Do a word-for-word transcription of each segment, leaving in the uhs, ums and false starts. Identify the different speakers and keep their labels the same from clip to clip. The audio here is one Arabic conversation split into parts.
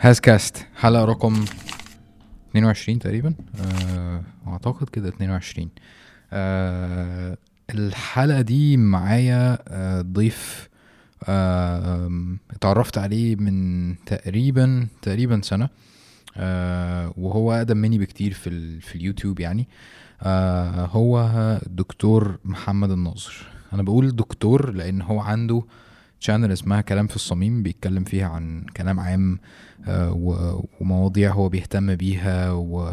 Speaker 1: هاز كاست حلقة رقم اتنين وعشرين تقريبا، أه اعتقد كده اتنين وعشرين. أه الحلقة دي معايا أه ضيف أه اتعرفت عليه من تقريبا تقريبا سنة، أه وهو اقدم مني بكتير في ال في اليوتيوب يعني. أه هو دكتور محمد الناظر. انا بقول دكتور لان هو عنده channel اسمها كلام في الصميم، بيتكلم فيها عن كلام عام آه ومواضيع هو بيهتم بيها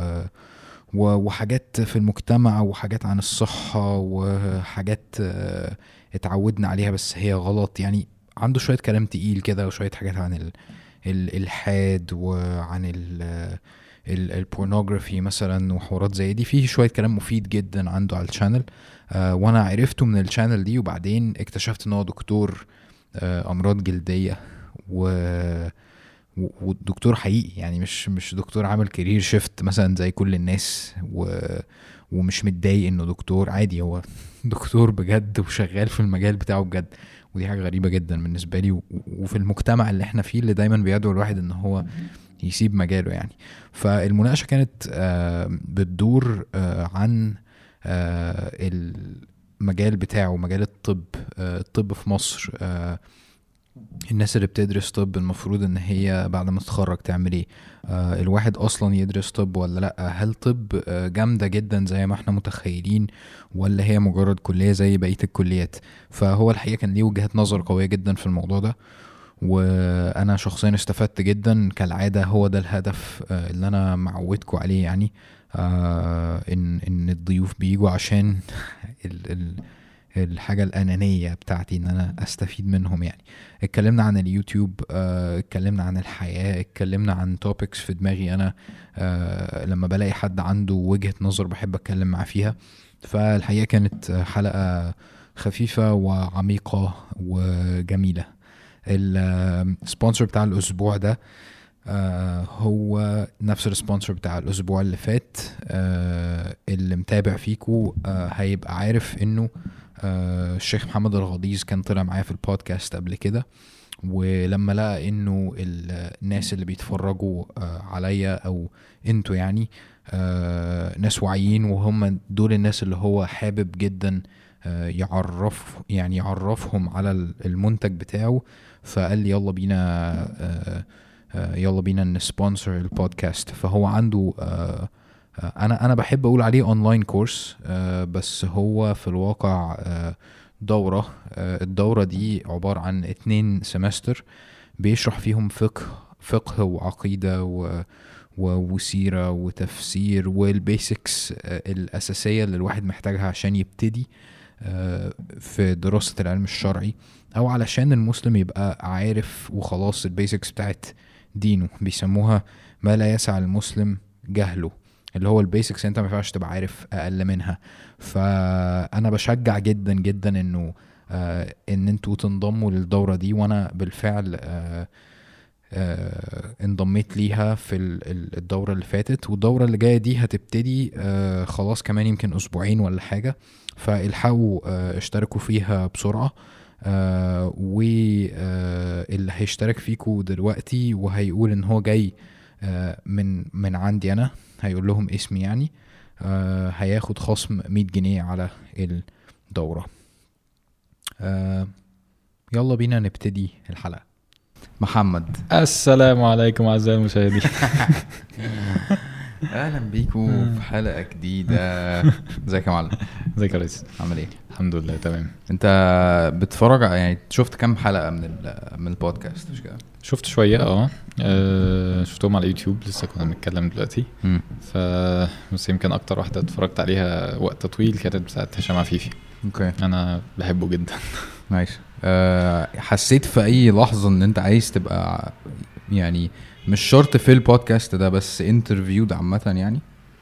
Speaker 1: وحاجات في المجتمع وحاجات عن الصحة وحاجات آه اتعودنا عليها بس هي غلط. يعني عنده شوية كلام تقيل كده وشوية حاجات عن ال الالحاد وعن البورنوغرافي مثلا وحوارات زي دي. فيه شوية كلام مفيد جدا عنده على الشانل، آه وانا عرفته من الشانل دي، وبعدين اكتشفت ان هو دكتور امراض جلديه و ودكتور حقيقي، يعني مش مش دكتور عامل كارير شيفت مثلا زي كل الناس و... ومش متضايق انه دكتور عادي. هو دكتور بجد وشغال في المجال بتاعه بجد، ودي حاجه غريبه جدا بالنسبه لي و... وفي المجتمع اللي احنا فيه اللي دايما بيدعو الواحد ان هو يسيب مجاله يعني. فالمناقشه كانت بتدور عن المجال بتاعه، مجال الطب الطب في مصر. الناس اللي بتدرس طب المفروض ان هي بعد ما تتخرج تعمل ايه؟ آه الواحد اصلا يدرس طب ولا لا؟ هل طب آه جامدة جدا زي ما احنا متخيلين، ولا هي مجرد كلية زي بقية الكليات؟ فهو الحقيقة كان ليه وجهة نظر قوية جدا في الموضوع ده، وانا شخصيا استفدت جدا كالعادة. هو ده الهدف آه اللي انا معودكم عليه يعني، آه ان ان الضيوف بيجوا عشان ال ال الحاجة الأنانية بتاعتي ان انا استفيد منهم يعني. اتكلمنا عن اليوتيوب، اه اتكلمنا عن الحياة، اتكلمنا عن توبكس في دماغي انا اه لما بلاقي حد عنده وجهة نظر بحب اتكلم معاه فيها. فالحقيقة كانت حلقة خفيفة وعميقة وجميلة. السبونسر بتاع الاسبوع ده آه هو نفس السبونسر بتاع الاسبوع اللي فات. آه اللي متابع فيكو آه هيبقى عارف انه آه الشيخ محمد الغليظ كان طلع معايا في البودكاست قبل كده، ولما لقى انه الناس اللي بيتفرجوا آه عليا او انتوا يعني آه ناس واعيين، وهم دول الناس اللي هو حابب جدا آه يعرف يعني يعرفهم على المنتج بتاعه، فقال لي يلا بينا آه يلا بينا نسبونسر البودكاست. فهو عنده آه انا انا بحب اقول عليه اونلاين كورس، بس هو في الواقع آه دورة. آه الدورة دي عبارة عن اتنين سمستر بيشرح فيهم فقه فقه وعقيدة و وسيرة وتفسير والبيسكس آه الأساسية اللي الواحد محتاجها عشان يبتدي آه في دراسة العلم الشرعي، او علشان المسلم يبقى عارف وخلاص البيسكس بتاعت دينه. بيسموها ما لا يسع المسلم جهله، اللي هو البيسكس انت ما ينفعش تبقى عارف اقل منها. فانا بشجع جدا جدا انه آه ان انتوا تنضموا للدورة دي، وانا بالفعل آه آه انضميت ليها في الدورة اللي فاتت، والدورة اللي جاية دي هتبتدي آه خلاص كمان يمكن اسبوعين ولا حاجة. فالحقوا آه اشتركوا فيها بسرعة. آه واللي آه هيشترك فيكو دلوقتي وهيقول ان هو جاي آه من من عندي انا، هيقول لهم اسمي يعني، آه هياخد خصم مية جنيه على الدورة. آه يلا بينا نبتدي الحلقة. محمد،
Speaker 2: السلام عليكم اعزائي المشاهدين.
Speaker 1: اهلا بيكم في حلقه جديده. ازيك يا معلم؟
Speaker 2: ازيك يا ريس؟
Speaker 1: عامل ايه؟
Speaker 2: الحمد لله تمام.
Speaker 1: انت بتتفرج يعني شفت كام حلقه من من البودكاست؟ مش كده؟
Speaker 2: شفت شويه اه شفتهم على اليوتيوب، لسه كنا بنتكلم دلوقتي. ف بس يمكن اكتر واحده اتفرجت عليها وقت طويل كانت بتاعت هشام عفيفي.
Speaker 1: اوكي،
Speaker 2: انا بحبه جدا.
Speaker 1: نايس. أه حسيت في اي لحظه ان انت عايز تبقى يعني مش شرط في البودكاست ده بس انترفيود عامه يعني؟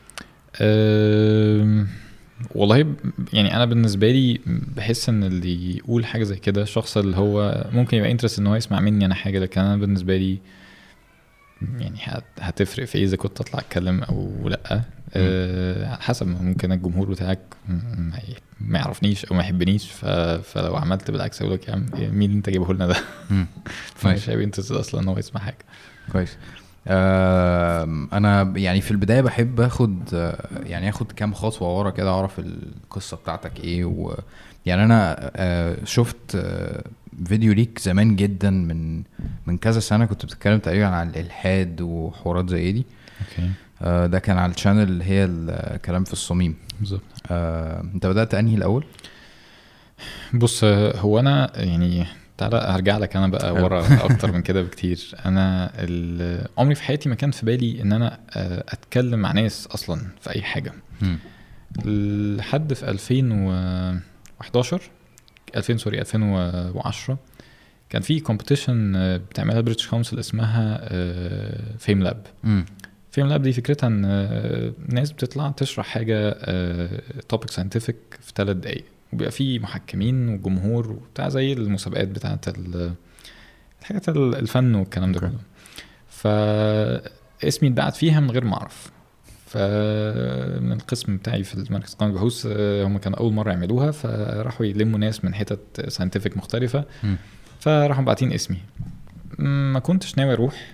Speaker 2: أه والله يعني انا بالنسبه لي بحس ان اللي يقول حاجه زي كده الشخص اللي هو ممكن يبقى انترست ان هو يسمع مني انا حاجه، لكن انا بالنسبه لي يعني هتفرق في ايه اذا كنت اطلع اتكلم او لا. أه على حسب، ممكن الجمهور بتاعك ما يعرفنيش او ما يحبنيش، فلو عملت بالعكس اقول لك يا عم مين اللي انت جايبه لنا ده؟ فمش هيبقى انترست اصلا ان هو يسمع حاجه.
Speaker 1: كويس. انا يعني في البدايه بحب اخد آه، يعني اخد كام خطوه ورا كده اعرف القصه بتاعتك ايه. و يعني انا آه، شفت آه، فيديو ليك زمان جدا من من كذا سنه، كنت بتتكلم تقريبا عن الالحاد وحوارات زي دي.
Speaker 2: اوكي.
Speaker 1: آه، ده كان على الشانل اللي هي الكلام في الصميم
Speaker 2: بالظبط.
Speaker 1: آه، انت بدات انهي الاول؟
Speaker 2: بص هو انا يعني تعالى هرجع لك انا بقى ورا اكتر من كده بكتير. انا ال- عمري في حياتي ما كان في بالي ان انا آه، اتكلم مع ناس اصلا في اي حاجه لحد في ألفين وحداشر ألفين سوري ألفين وعشرة كان في كومبيتيشن بتعملها بريتش كونسل اسمها فيم لاب. فيم لاب دي فكرتها ان آه، ناس بتطلع تشرح حاجه توبيك ساينتفك في ثلاث دقايق، وبيبقى فيه محكمين وجمهور وبتاع زي المسابقات بتاعه ال- الحاجات ال- الفن والكلام ده
Speaker 1: أوكي.
Speaker 2: كله. فاسمي اتبعت فيها من غير ما اعرف. فمن القسم بتاعي في المركز القومي للبحوث آه، هم كانوا اول مره يعملوها، فراحوا يلموا ناس من حتت ساينتفك مختلفه،
Speaker 1: مم.
Speaker 2: فراحوا باعتين اسمي. ما كنتش ناوي اروح،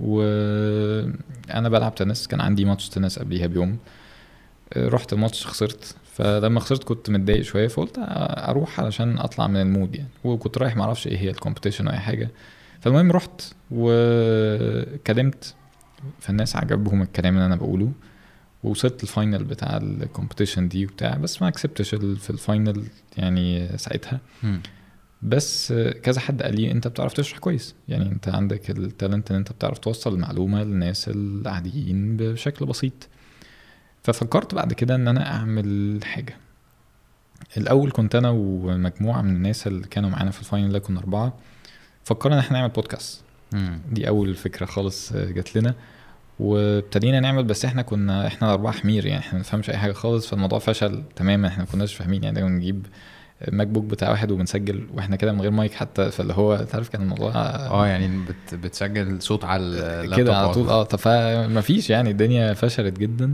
Speaker 2: وانا بلعب تنس، كان عندي ماتش تنس قبليها بيوم. رحت الماتش خسرت، فلما خسرت كنت متضايق شويه، فقلت اروح علشان اطلع من المود يعني. وكنت رايح ما اعرفش ايه هي الكومبيتيشن او اي حاجه. فالمهم رحت وكلمت، فالناس عجبهم الكلام اللي انا بقوله، ووصلت الفاينل بتاع الكومبيتيشن دي وبتاع، بس ما اكسبتش في الفاينل يعني ساعتها.
Speaker 1: مم.
Speaker 2: بس كذا حد قال لي انت بتعرف تشرح كويس، يعني انت عندك التالنت ان انت بتعرف توصل المعلومه للناس العاديين بشكل بسيط. ففكرت بعد كده ان انا اعمل حاجه. الاول كنت انا ومجموعه من الناس اللي كانوا معانا في الفاينل ده، كنا اربعه، فكرنا ان احنا نعمل بودكاست.
Speaker 1: مم.
Speaker 2: دي اول فكره خالص جات لنا، وابتدينا نعمل. بس احنا كنا احنا الاربعه حمير يعني، احنا ما نفهمش اي حاجه خالص، فالموضوع فشل تماما. احنا ما كناش فاهمين يعني، نجيب ماك بوك بتاع واحد وبنسجل واحنا كده من غير مايك حتى، فاللي هو تعرف كان الموضوع
Speaker 1: اه يعني بت بتسجل صوت على اللابتوب
Speaker 2: كده على طول. اه فما فيش يعني، الدنيا فشلت جدا.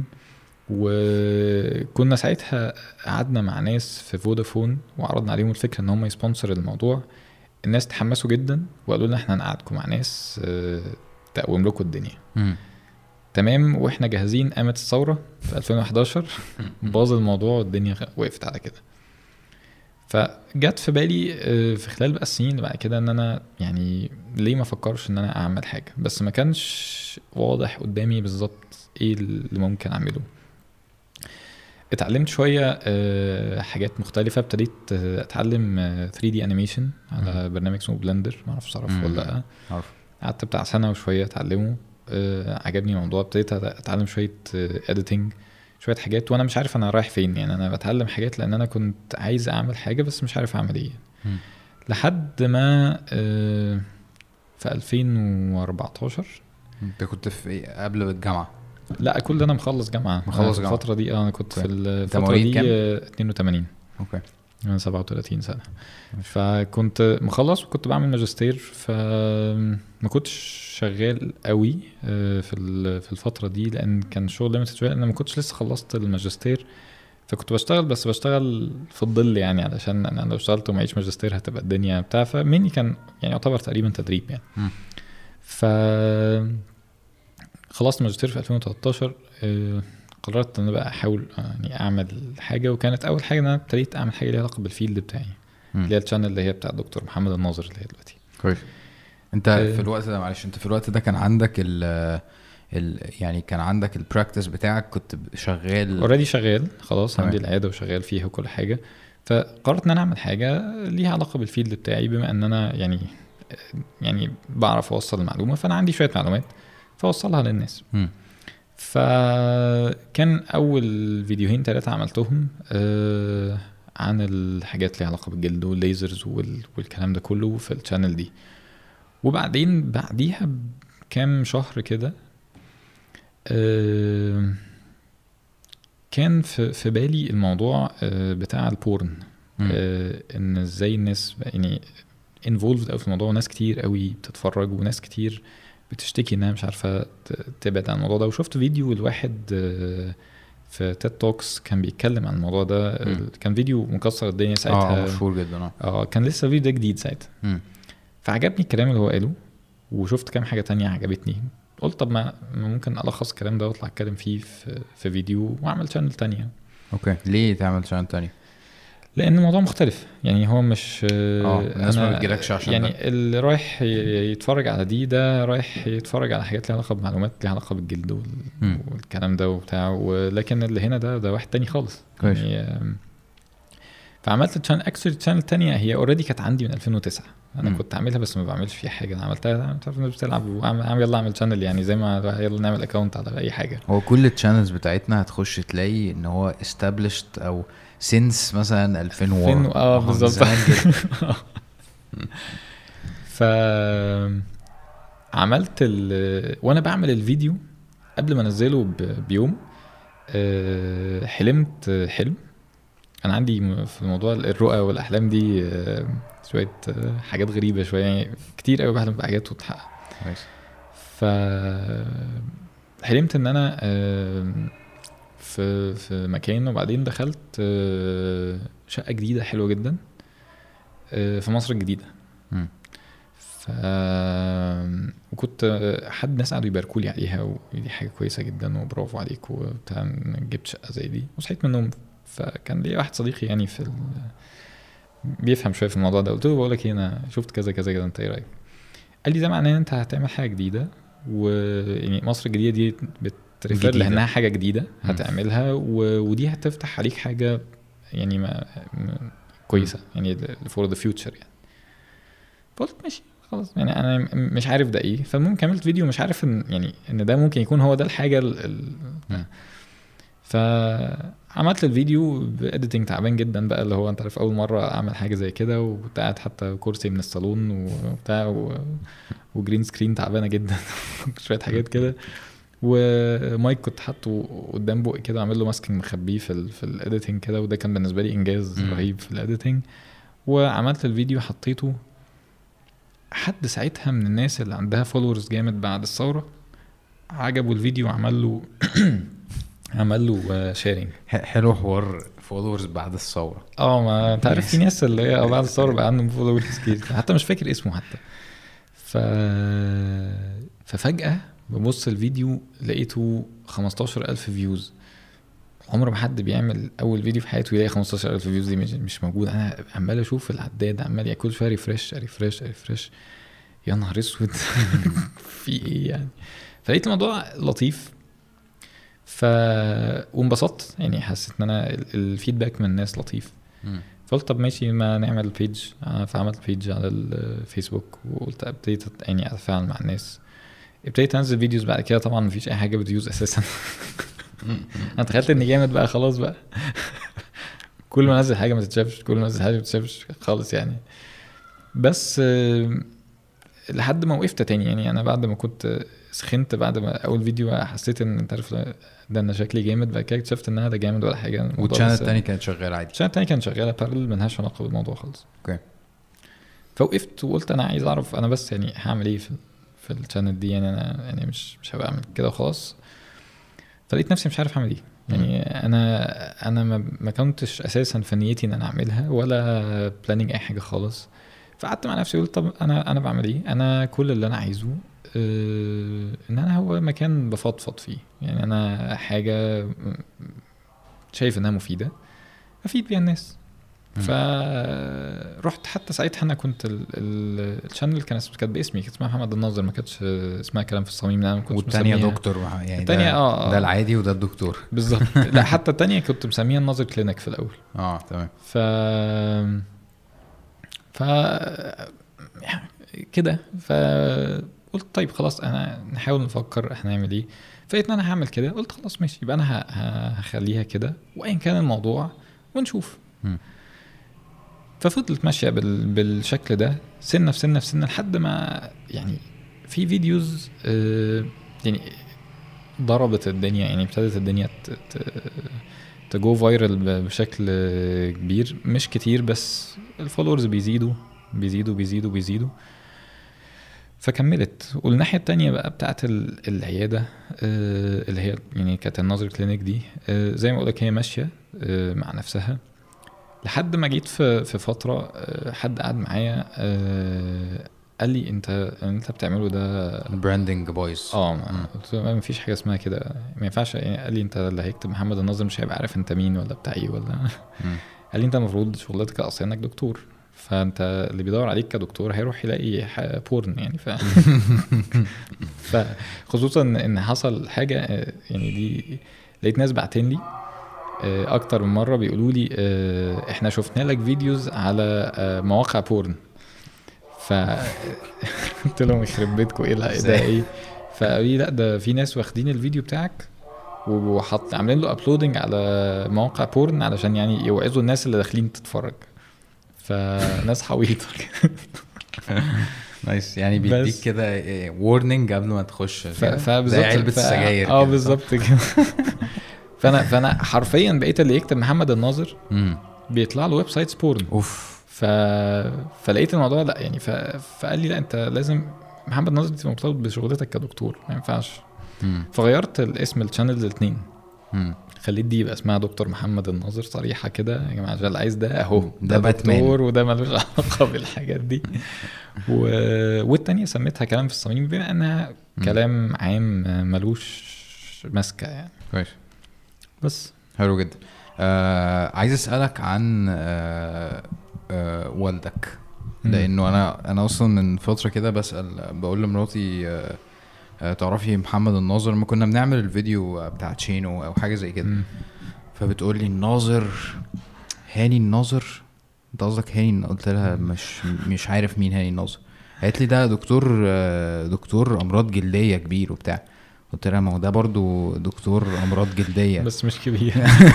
Speaker 2: وكنا ساعتها قعدنا مع ناس في فودافون وعرضنا عليهم الفكره ان هم يسبونسر الموضوع. الناس تحمسوا جدا وقالوا لنا احنا هنقعدكم مع ناس آه، تقوم لكم الدنيا.
Speaker 1: مم.
Speaker 2: تمام. واحنا جاهزين، قامت الثوره في ألفين وحداشر، باظ الموضوع والدنيا وقفت على كده. فجت في بالي آه، في خلال بقى السنين اللي بعد كده ان انا يعني ليه ما فكرش ان انا اعمل حاجه، بس ما كانش واضح قدامي بالظبط ايه اللي ممكن اعمله. اتعلمت شويه آه، حاجات مختلفه. ابتديت آه، اتعلم آه، ثري دي انيميشن على برنامج اسمه بلندر، ما اعرفش تعرفه ولا لا.
Speaker 1: عارف.
Speaker 2: قعدت بتاع سنه وشويه اتعلمه. آه، عجبني الموضوع. ابتديت اتعلم شويه اديتنج، شويه حاجات، وانا مش عارف انا رايح فين يعني. انا بتعلم حاجات لان انا كنت عايز اعمل حاجه بس مش عارف اعمل ايه.
Speaker 1: مم.
Speaker 2: لحد ما آه، في ألفين وأربعتاشر.
Speaker 1: انت كنت في إيه؟ قبل الجامعه؟
Speaker 2: لا كل ده انا مخلص جامعه.
Speaker 1: مخلص
Speaker 2: في
Speaker 1: جامعة.
Speaker 2: الفتره دي اه انا كنت
Speaker 1: اوكي.
Speaker 2: في
Speaker 1: انت
Speaker 2: الفتره
Speaker 1: مواليد
Speaker 2: دي
Speaker 1: كام؟
Speaker 2: آه، اتنين وتمانين.
Speaker 1: اوكي.
Speaker 2: انا سبعة وتلاتين سنه. فكنت مخلص وكنت بعمل ماجستير، فما كنتش شغال قوي آه، في ال- في الفتره دي، لان كان شغل ليميتد شويه. انا ما كنتش لسه خلصت الماجستير، فكنت بشتغل بس بشتغل في الظل يعني، علشان انا لو اشتغلت ومعيش ماجستير هتبقى الدنيا بتاع. فمني كان يعني يعتبر تقريبا تدريب يعني.
Speaker 1: مم.
Speaker 2: ف خلصت ماجستير في ألفين وتلتاشر. آه، قررت ان انا بقى احاول آه، يعني اعمل حاجه. وكانت اول حاجه ان انا ابتديت اعمل حاجه ليها علاقه بالفيلد بتاعي،
Speaker 1: مم.
Speaker 2: اللي هي الشانل اللي هي بتاع الدكتور محمد الناظر اللي هي دلوقتي.
Speaker 1: كويس. انت
Speaker 2: آه.
Speaker 1: في الوقت ده معلش، انت في الوقت ده كان عندك ال ال يعني كان عندك البراكتس بتاعك، كنت شغال
Speaker 2: اوريدي شغال خلاص.
Speaker 1: تمام.
Speaker 2: عندي العياده وشغال فيها وكل حاجه. فقررت ان انا اعمل حاجه ليها علاقه بالفيلد بتاعي، بما ان انا يعني يعني بعرف اوصل المعلومه، فانا عندي شويه معلومات فاوصلها للناس.
Speaker 1: مم.
Speaker 2: فكان اول فيديوهين ثلاثه عملتهم آه عن الحاجات اللي علاقه بالجلد والليزرز وال والكلام ده كله في الشانل دي. وبعدين بعديها بكام شهر كده آه كان في في بالي الموضوع آه بتاع البورن.
Speaker 1: مم.
Speaker 2: آه ان ازاي الناس يعني انفولفد قوي في الموضوع، وناس كتير قوي بتتفرج، وناس كتير بتشتكي انها مش عارفه ت- تبعد عن الموضوع ده. وشفت فيديو الواحد آه، في تيد توكس كان بيتكلم عن الموضوع ده.
Speaker 1: مم.
Speaker 2: كان فيديو مكسر الدنيا
Speaker 1: اه
Speaker 2: ساعتها.
Speaker 1: مشهور جدا. اه
Speaker 2: اه كان لسه الفيديو ده جديد ساعتها.
Speaker 1: مم.
Speaker 2: فعجبني الكلام اللي هو قاله، وشفت كام حاجه تانية عجبتني. قلت طب ما ممكن الخص الكلام ده واطلع اتكلم فيه في في فيديو واعمل شانل تانية.
Speaker 1: اوكي ليه تعمل شانل تاني؟
Speaker 2: لان الموضوع مختلف يعني هو مش
Speaker 1: اه الناس ما بتجيلكش عشان
Speaker 2: يعني
Speaker 1: ده.
Speaker 2: اللي رايح يتفرج على دي ده رايح يتفرج على حاجات ليها علاقه بمعلومات ليها علاقه بالجلد وال... والكلام ده وبتاع، ولكن اللي هنا ده ده واحد تاني خالص يعني. فعملت تشانل اكشلي تشانل تانية هي اوريدي كانت عندي من ألفين وتسعة انا م. كنت عاملها بس ما بعملش فيها حاجه. انا عملتها تعرف الناس بتلعب واعمل يلا اعمل تشانل يعني زي ما يلا نعمل اكونت على اي حاجه.
Speaker 1: هو كل التشانلز بتاعتنا هتخش تلاقي ان هو established او سينس مثلا ألفين و
Speaker 2: اه بالظبط. ف عملت ال... وانا بعمل الفيديو قبل ما انزله ب... بيوم حلمت حلم. انا عندي في موضوع الرؤى والاحلام دي شويه حاجات غريبه شويه يعني كتير قوي بحلم بحاجات وتتحقق. ف حلمت ان انا في في مكان وبعدين دخلت شقه جديده حلوه جدا في مصر الجديده. م. ف وكنت حد ناس قعدوا يباركوا لي عليها ودي حاجه كويسه جدا وبرافو عليك وبتاع جبت شقه زي دي. وصحيت من النوم فكان لي واحد صديقي يعني في ال... بيفهم شويه في الموضوع ده. قلت له بقول لك ايه انا شفت كذا كذا كذا انت ايه رايك؟ قال لي ده معناه ان انت هتعمل حاجه جديده ويعني مصر الجديده دي بتريفير لانها حاجه جديده هتعملها و... ودي هتفتح عليك حاجه يعني ما... ما... كويسه يعني فور ذا فيوتشر يعني. قلت ماشي خلاص يعني انا مش عارف ده ايه. فالمهم كملت فيديو مش عارف ان يعني ان ده ممكن يكون هو ده الحاجه ال... ال... فعملت الفيديو بإديتنج تعبان جدا بقى اللي هو انت عارف اول مره اعمل حاجه زي كده وقاعد حتى كرسي من الصالون وبتاع و... وجرين سكرين تعبانه جدا شويه حاجات كده ومايك كنت حاطه قدام بوقي كده عامل له ماسكينج مخبيه في ال... في الإديتنج كده وده كان بالنسبه لي انجاز رهيب في الإديتنج. وعملت الفيديو حطيته. حد ساعتها من الناس اللي عندها فولورز جامد بعد الثوره عجبوا الفيديو وعمل له عمل له شيرنج.
Speaker 1: حلو حوار فولورز بعد الثوره.
Speaker 2: اه ما انت عارف في ناس اللي هي بعد الثوره بقى عندهم فولورز كتير حتى مش فاكر اسمه حتى. ف ففجاه ببص الفيديو لقيته خمستاشر ألف فيوز. عمر ما حد بيعمل اول فيديو في حياته يلاقي خمستاشر ألف فيوز دي مش موجود. انا عمال اشوف العداد عمال ياكل شويه ريفرش ريفرش ريفرش يا نهار اسود في ايه يعني. فلقيت الموضوع لطيف ف وانبسطت يعني حسيت ان انا الفيدباك من الناس لطيف. فقلت طب ماشي ما نعمل بيج. فعملت بيج على الفيسبوك وقلت ابتديت يعني اتفاعل مع الناس. ابتديت انزل فيديوز بعد كده طبعا مفيش اي حاجه بتيوز اساسا. انا تخيلت اني جامد بقى خلاص بقى كل ما انزل حاجه ما تتشافش كل ما انزل حاجه ما تتشافش خالص يعني. بس لحد ما وقفت تاني يعني انا بعد ما كنت سخنت بعد ما اول فيديو حسيت ان انت عارف ده انا شكلي جامد بقى كده اكتشفت ان هذا جامد ولا حاجه.
Speaker 1: والشانل الثاني كانت شغاله عادي.
Speaker 2: الشانل الثاني كانت شغاله بارل ملهاش علاقه بالموضوع خالص.
Speaker 1: اوكي.
Speaker 2: فوقفت وقلت انا عايز اعرف انا بس يعني هعمل ايه في في الشانل دي يعني انا يعني مش مش هبقى اعمل كده وخلاص. فلقيت نفسي مش عارف اعمل ايه يعني م. انا انا ما, ما كنتش اساسا في نيتي ان انا اعملها ولا بلاننج اي حاجه خالص. فقعدت مع نفسي قلت طب انا انا بعمل ايه. انا كل اللي انا عايزه اه ان انا هو مكان بفضفض فيه يعني انا حاجه شايف انها مفيده افيد بيها الناس. فرحت حتى ساعتها انا كنت الشانل كانت كانت باسمي كانت اسمها محمد الناظر ما كانتش اسمها كلام في الصميم. انا كنت
Speaker 1: والثانيه دكتور يعني
Speaker 2: الثانيه
Speaker 1: ده,
Speaker 2: اه
Speaker 1: ده العادي وده الدكتور
Speaker 2: بالظبط. لا حتى الثانيه كنت مسميها الناظر كلينيك في الاول.
Speaker 1: اه تمام.
Speaker 2: ف ف كده فقلت طيب خلاص انا نحاول نفكر احنا نعمل ايه. فقلت انا هعمل كده قلت خلاص ماشي يبقى انا هخليها كده وايا كان الموضوع ونشوف. م. ففضلت ماشيه بال... بالشكل ده سنه في سنه في سنه لحد ما يعني في فيديوز آه يعني ضربت الدنيا يعني ابتدت الدنيا ت... ت... تجو فايرل بشكل كبير مش كتير بس الفولورز بيزيدوا بيزيدوا بيزيدوا بيزيدوا. فكملت. والناحيه التانية بقى بتاعت العياده آه اللي هي يعني كانت الناظر كلينيك دي آه زي ما اقولك هي ماشيه آه مع نفسها لحد ما جيت في في فتره حد قعد معايا قال لي انت اللي انت بتعمله ده
Speaker 1: البراندنج بايظ.
Speaker 2: اه ما- قلت له ما فيش حاجه اسمها كده، ما ينفعش يعني. قال لي انت اللي هيكتب محمد الناظر مش هيبقى عارف انت مين ولا بتاع ايه ولا
Speaker 1: مم.
Speaker 2: قال لي انت المفروض شغلتك اصلا انك دكتور، فانت اللي بيدور عليك كدكتور هيروح يلاقي ح- بورن يعني. ف فخصوصا ان حصل حاجه آه، يعني دي لقيت ناس بعتين لي آه، اكتر من مره بيقولوا لي آه، احنا شفنا لك فيديوز على آه، مواقع بورن. ف قلت لهم يخرب بيتكم ايه لا ده ايه. فقالوا لي لا ده في ناس واخدين الفيديو بتاعك وحط عاملين له ابلودنج على مواقع بورن علشان يعني يوعظوا الناس اللي داخلين تتفرج. فناس حويطه
Speaker 1: نايس. يعني بيديك
Speaker 2: بس.
Speaker 1: كده وورنينج قبل ما تخش
Speaker 2: ف-
Speaker 1: كده،
Speaker 2: فبالظبط
Speaker 1: زي علبة
Speaker 2: ف-
Speaker 1: السجاير
Speaker 2: اه
Speaker 1: كده،
Speaker 2: بالظبط كده. فانا فانا حرفيا بقيت اللي يكتب محمد الناظر
Speaker 1: امم
Speaker 2: بيطلع له ويب سايتس بورن.
Speaker 1: اوف.
Speaker 2: ف... فلقيت الموضوع لا يعني ف... فقال لي لا انت لازم محمد الناظر تبقى مرتبط بشغلتك كدكتور، ما ينفعش.
Speaker 1: امم
Speaker 2: فغيرت الاسم الشانلز الاثنين،
Speaker 1: امم
Speaker 2: خليت دي يبقى اسمها دكتور محمد الناظر صريحه كده يا جماعه، عشان اللي عايز ده اهو
Speaker 1: ده
Speaker 2: ده
Speaker 1: باتمان.
Speaker 2: دكتور وده ملوش علاقه بالحاجات دي. و... والتانية سميتها كلام في الصميم بما انها
Speaker 1: مم.
Speaker 2: كلام عام ملوش ماسكه يعني.
Speaker 1: كويس.
Speaker 2: بس
Speaker 1: حلو جدا. آه عايز اسالك عن آه آه والدك،
Speaker 2: مم.
Speaker 1: لانه انا انا اصلا من فتره كده بسال بقول لمراتي آه آه تعرفي محمد الناظر؟ ما كنا بنعمل الفيديو بتاع تشينو او حاجه زي كده،
Speaker 2: مم.
Speaker 1: فبتقول لي الناظر هاني الناظر، انت قصدك هاني؟ قلت لها مش مش عارف مين هاني الناظر. قالت لي ده دكتور آه، دكتور امراض جلديه كبير وبتاع. قلت لها ما هو ده برضو دكتور امراض جلديه
Speaker 2: بس مش كبير.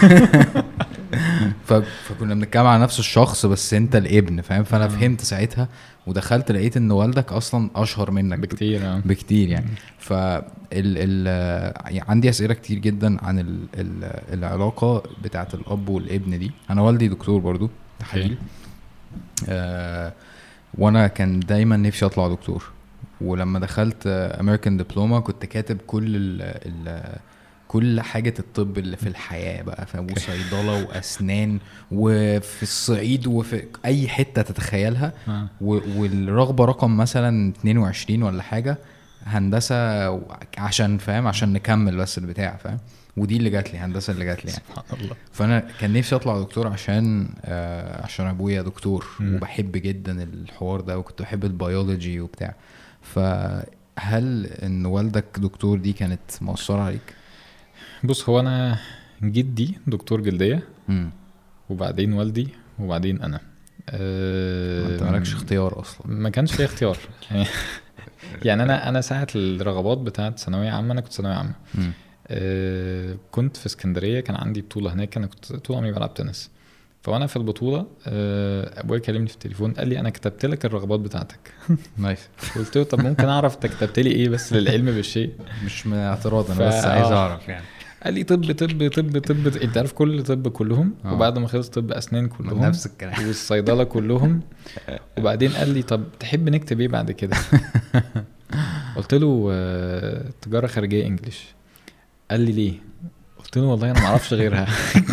Speaker 1: ف... فكنا بنتكلم على نفس الشخص بس انت الابن، فاهم؟ فانا
Speaker 2: آه.
Speaker 1: فهمت ساعتها ودخلت لقيت ان والدك اصلا اشهر منك
Speaker 2: بكتير اه.
Speaker 1: بكتير يعني. ف ال... ال... يعني عندي اسئله كتير جدا عن ال... ال... العلاقه بتاعه الاب والابن دي. انا والدي دكتور برضو تحليل، آه وانا كان دايما نفسي اطلع دكتور. ولما دخلت امريكان دبلوما كنت كاتب كل ال... ال... كل حاجة الطب اللي في الحياة بقى، فاهم؟ وصيدلة وأسنان وفي الصعيد وفي أي حتة تتخيلها.
Speaker 2: آه.
Speaker 1: و- والرغبة رقم مثلا اتنين وعشرين ولا حاجة هندسة، عشان فاهم عشان نكمل بس البتاع، فاهم؟ ودي اللي جات لي، هندسة اللي جات لي يعني.
Speaker 2: سبحان الله.
Speaker 1: فأنا كان نفسي أطلع دكتور عشان آه عشان أبويا دكتور
Speaker 2: مم.
Speaker 1: وبحب جدا الحوار ده وكنت بحب البيولوجي وبتاع. فهل إن والدك دكتور دي كانت مؤثرة عليك؟
Speaker 2: بص هو انا جدي دكتور جلديه
Speaker 1: مم.
Speaker 2: وبعدين والدي وبعدين انا. أه
Speaker 1: انت مالكش اختيار اصلا.
Speaker 2: ما كانش لي اختيار يعني. يعني انا انا ساعه الرغبات بتاعه ثانويه عامه، انا كنت ثانويه عامه
Speaker 1: مم.
Speaker 2: أه كنت في اسكندريه، كان عندي بطوله هناك، انا كنت طول عمري بلعب تنس. فوانا في البطوله أه ابويا كلمني في التليفون قال لي انا كتبت لك الرغبات بتاعتك.
Speaker 1: نايس.
Speaker 2: قلت له طب ممكن اعرف انت كتبت لي ايه بس للعلم بالشيء.
Speaker 1: مش من اعتراض انا
Speaker 2: ف-
Speaker 1: بس عايز
Speaker 2: آه.
Speaker 1: اعرف يعني.
Speaker 2: قال لي طب طب طب طب انت عارف كل طب كلهم.
Speaker 1: آه.
Speaker 2: وبعد ما خلص طب اسنان كلهم
Speaker 1: نفس الكلام.
Speaker 2: والصيدله كلهم. وبعدين قال لي طب تحب نكتب ايه بعد كده؟ قلت له آه، تجاره خارجيه انجليش. قال لي ليه؟ قلت له والله انا ما اعرفش غيرها.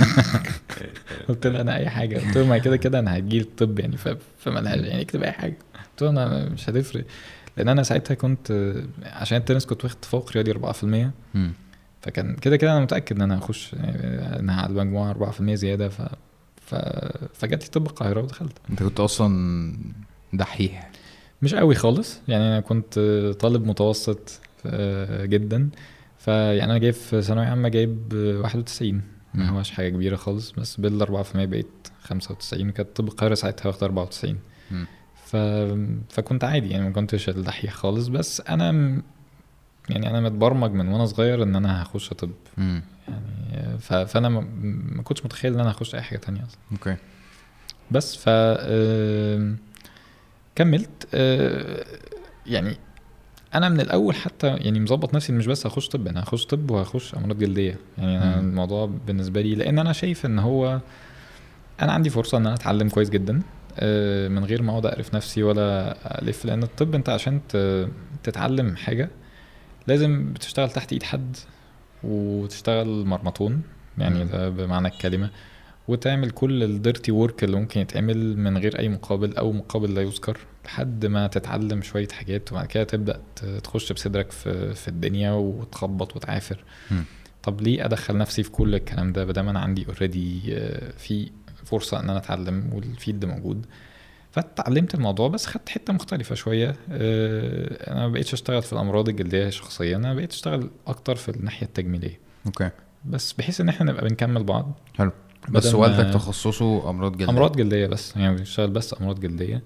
Speaker 2: قلت له انا اي حاجه. قلت له ما كده كده انا هجيب الطب يعني ف- فمالهاش يعني اكتب اي حاجه. قلت له انا مش هتفرق، لان انا ساعتها كنت آه، عشان التنس كنت واخد تفوق رياضي أربعة في المية.
Speaker 1: مم.
Speaker 2: فكان كده كده انا متاكد ان انا هخش يعني انا على المجموعه أربعة في المية زياده. ف ف فجات لي طب القاهره ودخلت.
Speaker 1: انت كنت اصلا دحيح؟
Speaker 2: مش قوي خالص يعني، انا كنت طالب متوسط آه، جدا. فيعني انا جايب في ثانويه عامه جايب واحد وتسعين، ما
Speaker 1: مم.
Speaker 2: هوش حاجه كبيره خالص، بس بال أربعة في المية بقيت خمسة وتسعين. وكانت طب القاهره ساعتها واخده أربعة وتسعين.
Speaker 1: مم.
Speaker 2: ف... فكنت عادي يعني، ما كنتش الدحيح خالص. بس انا م- يعني انا متبرمج من وانا صغير ان انا هخش طب
Speaker 1: مم.
Speaker 2: يعني. ف... فانا ما... ما كنتش متخيل ان انا هخش اي حاجه تانية اصلا.
Speaker 1: اوكي.
Speaker 2: بس ف آم، كملت آه، يعني انا من الاول حتى يعني مظبط نفسي مش بس هخش طب، انا هخش طب وهخش امراض جلديه يعني. انا
Speaker 1: مم.
Speaker 2: الموضوع بالنسبه لي لان انا شايف ان هو انا عندي فرصه ان انا اتعلم كويس جدا آه، من غير ما اقعد اقرف نفسي ولا الف. لان الطب انت عشان ت- تتعلم حاجه لازم بتشتغل تحت ايد حد وتشتغل مرمطون يعني،
Speaker 1: مم.
Speaker 2: ده بمعنى الكلمه. وتعمل كل الديرتي وورك اللي ممكن يتعمل من غير اي مقابل او مقابل لا يذكر لحد ما تتعلم شويه حاجات وبعد كده تبدا تخش بصدرك في في الدنيا وتخبط وتعافر.
Speaker 1: م.
Speaker 2: طب ليه ادخل نفسي في كل الكلام ده بدل ما انا عندي اوريدي في فرصه ان انا اتعلم والفيلد موجود؟ فتعلمت الموضوع بس خدت حته مختلفه شويه. انا ما بقيتش اشتغل في الامراض الجلديه شخصيا، انا بقيت اشتغل اكتر في الناحيه التجميليه.
Speaker 1: اوكي.
Speaker 2: بس بحيث ان احنا نبقى بنكمل بعض.
Speaker 1: حلو. بس
Speaker 2: بدل
Speaker 1: والدك
Speaker 2: ما-
Speaker 1: تخصصه امراض جلديه؟
Speaker 2: امراض جلديه بس، يعني بيشتغل بس امراض جلديه.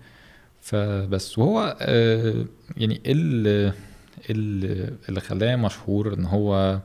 Speaker 2: فبس وهو آه، يعني ال ال- اللي خلاه مشهور ان هو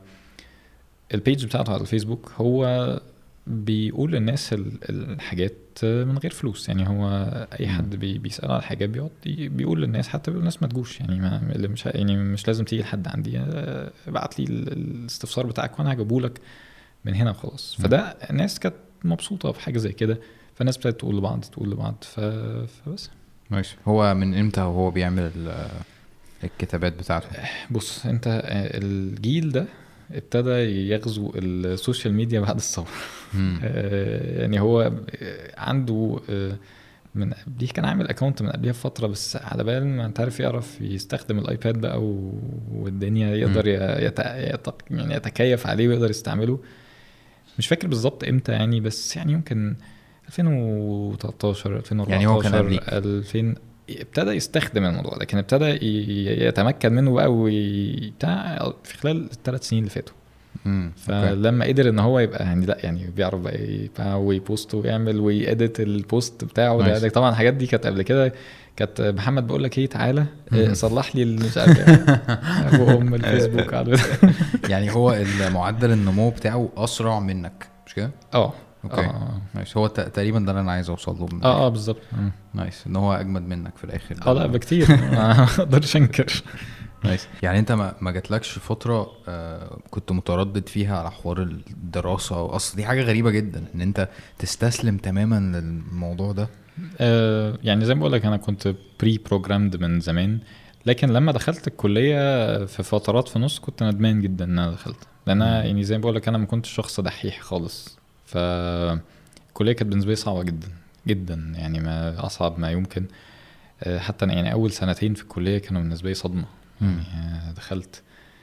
Speaker 2: البيج بتاعته على الفيسبوك هو بيقول للناس ال- الحاجات من غير فلوس. يعني هو اي
Speaker 1: مم.
Speaker 2: حد بي بيسأل على الحاجات بيقعد ي- بيقول للناس، حتى بيقول للناس ما تجوش، يعني ما اللي مش ه- يعني مش لازم تيجي لحد عندي، آه، ابعت لي ال- الاستفسار بتاعك وانا هجيبه لك من هنا وخلاص.
Speaker 1: مم.
Speaker 2: فده الناس كانت مبسوطة بحاجة زي كده، فالناس ابتدت تقول لبعض تقول لبعض ف... فبس.
Speaker 1: ماشي. هو من امتى وهو بيعمل ال- الكتابات بتاعته؟
Speaker 2: بص انت آه، الجيل ده ابتدى يغزو السوشيال ميديا بعد الثورة.
Speaker 1: مم.
Speaker 2: آه، يعني هو آه، عنده آه، من قبليه كان عامل اكونت من قبلها بفترة، بس على بال ما انت عارف يعرف يستخدم الايباد بقى و- والدنيا يقدر ي- يت... يت... يعني يتكيف عليه ويقدر يستعمله. مش فاكر بالظبط امتى يعني، بس يعني يمكن ألفين وتلتاشر ألفين وأربعتاشر
Speaker 1: يعني هو كان قبليك.
Speaker 2: ألفين ابتدى يستخدم الموضوع ده، لكن ابتدى ي- يتمكن منه بقى وبتاع في خلال الثلاث سنين اللي فاتوا.
Speaker 1: مم. أوكي.
Speaker 2: فلما قدر ان هو يبقى يعني لا يعني بيعرف بقى يبقى ويبوست ويعمل ويأديت البوست بتاعه ده,
Speaker 1: نايس.
Speaker 2: ده طبعا الحاجات دي كانت قبل كده كانت محمد بقول لك ايه تعالى
Speaker 1: مم.
Speaker 2: اه، صلح لي مش عارف ايه ابو ام الفيسبوك على
Speaker 1: يعني هو المعدل النمو بتاعه اسرع منك مش كده؟
Speaker 2: اه
Speaker 1: اوكي.
Speaker 2: اه
Speaker 1: نايس. هو ت- تقريبا ده اللي انا عايز اوصل له من
Speaker 2: اه اه بالظبط. مم.
Speaker 1: نايس ان هو اجمد منك في الاخر.
Speaker 2: اه لا بكتير ما اقدرش انكر.
Speaker 1: نايس. يعني انت ما ما جاتلكش فتره آه كنت متردد فيها على حوار الدراسه؟ واصل دي حاجه غريبه جدا ان انت تستسلم تماما للموضوع ده.
Speaker 2: آه يعني زي ما بقول لك انا كنت بري بروجرامد من زمان، لكن لما دخلت الكليه في فترات في نص كنت ندمان جدا ان انا دخلت، لان أنا يعني زي ما بقول لك انا ما كنتش شخص دحيح خالص. فالكليه كانت بالنسبه لي صعبه جدا جدا، يعني ما اصعب ما يمكن. آه حتى أنا يعني اول سنتين في الكليه كانوا بالنسبه لي صدمه.
Speaker 1: مم.
Speaker 2: يعني دخلت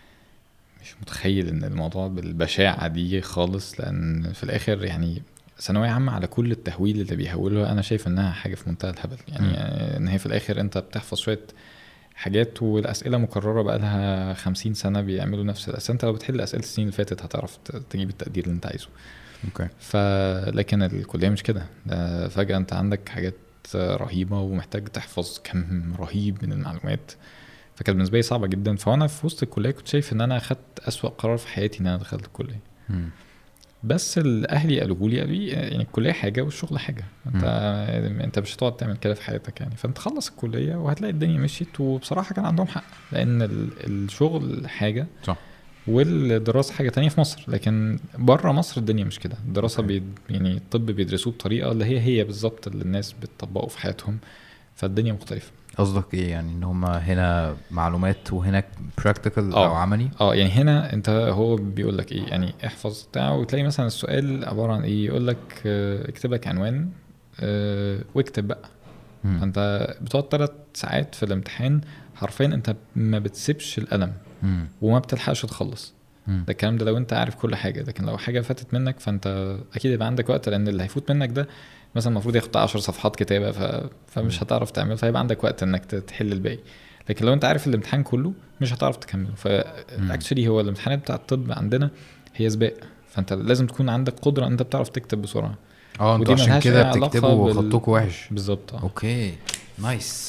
Speaker 2: مش متخيل ان الموضوع بالبشاعة دي خالص، لان في الاخر يعني ثانوية عامة على كل التهويل اللي بيهولها انا شايف انها حاجة في منتهى الهبل. يعني
Speaker 1: م.
Speaker 2: ان هي في الاخر انت بتحفظ شوية حاجات والاسئلة مكررة بقى لها خمسين سنة بيعملوا نفس الاسئلة، انت لو بتحل اسئلة السنين اللي فاتت هتعرف ت- تجيب التقدير اللي انت عايزه.
Speaker 1: اوكي.
Speaker 2: فلكن الكلية مش كده، ده فجأة انت عندك حاجات رهيبة ومحتاج تحفظ كم رهيب من المعلومات، فكانت بالنسبه لي صعبه جدا. فانا في وسط الكليه كنت شايف ان انا اخدت اسوأ قرار في حياتي ان انا دخلت الكليه.
Speaker 1: مم.
Speaker 2: بس الاهلي قالوا لي قالوا لي يعني الكليه حاجه والشغل حاجه، انت انت مش هتقعد تعمل كده في حياتك يعني، فانت خلص الكليه وهتلاقي الدنيا مشيت. وبصراحه كان عندهم حق، لان ال- الشغل حاجه
Speaker 1: صح.
Speaker 2: والدراسه حاجه تانية في مصر، لكن بره مصر الدنيا مش كده. الدراسه
Speaker 1: أوكي.
Speaker 2: بي يعني الطب بيدرسوه بطريقه اللي هي هي بالظبط اللي الناس بتطبقه في حياتهم، فالدنيا مختلفه.
Speaker 1: قصدك ايه يعني؟ ان هما هنا معلومات وهناك براكتيكال او
Speaker 2: آه.
Speaker 1: عملي؟
Speaker 2: اه يعني هنا انت هو بيقول لك ايه يعني احفظ بتاعه، وتلاقي مثلا السؤال عباره عن ايه، يقول لك اه اكتب لك عنوان اه واكتب بقى.
Speaker 1: مم.
Speaker 2: فانت بتقعد ثلاث ساعات في الامتحان حرفيا انت ما بتسيبش القلم
Speaker 1: مم.
Speaker 2: وما بتلحقش تخلص.
Speaker 1: مم.
Speaker 2: ده الكلام ده لو انت عارف كل حاجه، لكن لو حاجه فاتت منك فانت اكيد يبقى عندك وقت، لان اللي هيفوت منك ده مثلا المفروض ياخد عشر صفحات كتابه ف... فمش هتعرف تعمل، فيبقى عندك وقت انك تحل الباقي. لكن لو انت عارف الامتحان كله مش هتعرف تكمله. فاكشلي هو الامتحانات بتاع الطب عندنا هي سباق، فانت لازم تكون عندك قدره ان انت بتعرف تكتب بسرعه.
Speaker 1: اه انتوا
Speaker 2: ودي
Speaker 1: عشان
Speaker 2: ملهاش
Speaker 1: كده
Speaker 2: أي علاقة
Speaker 1: بتكتبوا
Speaker 2: بال-
Speaker 1: خطوكوا وحش.
Speaker 2: بالظبط اه.
Speaker 1: اوكي. نايس.
Speaker 2: ف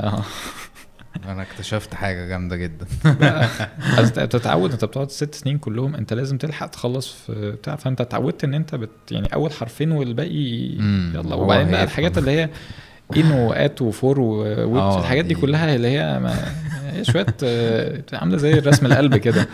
Speaker 1: انا اكتشفت حاجه جامده جدا.
Speaker 2: بس انت بتتعود، انت بتقعد ست سنين كلهم انت لازم تلحق تخلص في بتاع، فانت اتعودت ان انت بت يعني اول حرفين والباقي
Speaker 1: مم.
Speaker 2: يلا.
Speaker 1: هو
Speaker 2: وبعدين بقى
Speaker 1: هيفهم.
Speaker 2: الحاجات اللي هي ان وات وفور وويت
Speaker 1: آه،
Speaker 2: الحاجات دي
Speaker 1: دي-
Speaker 2: كلها اللي هي ما هي شويه آه، عامله زي الرسم القلب كده.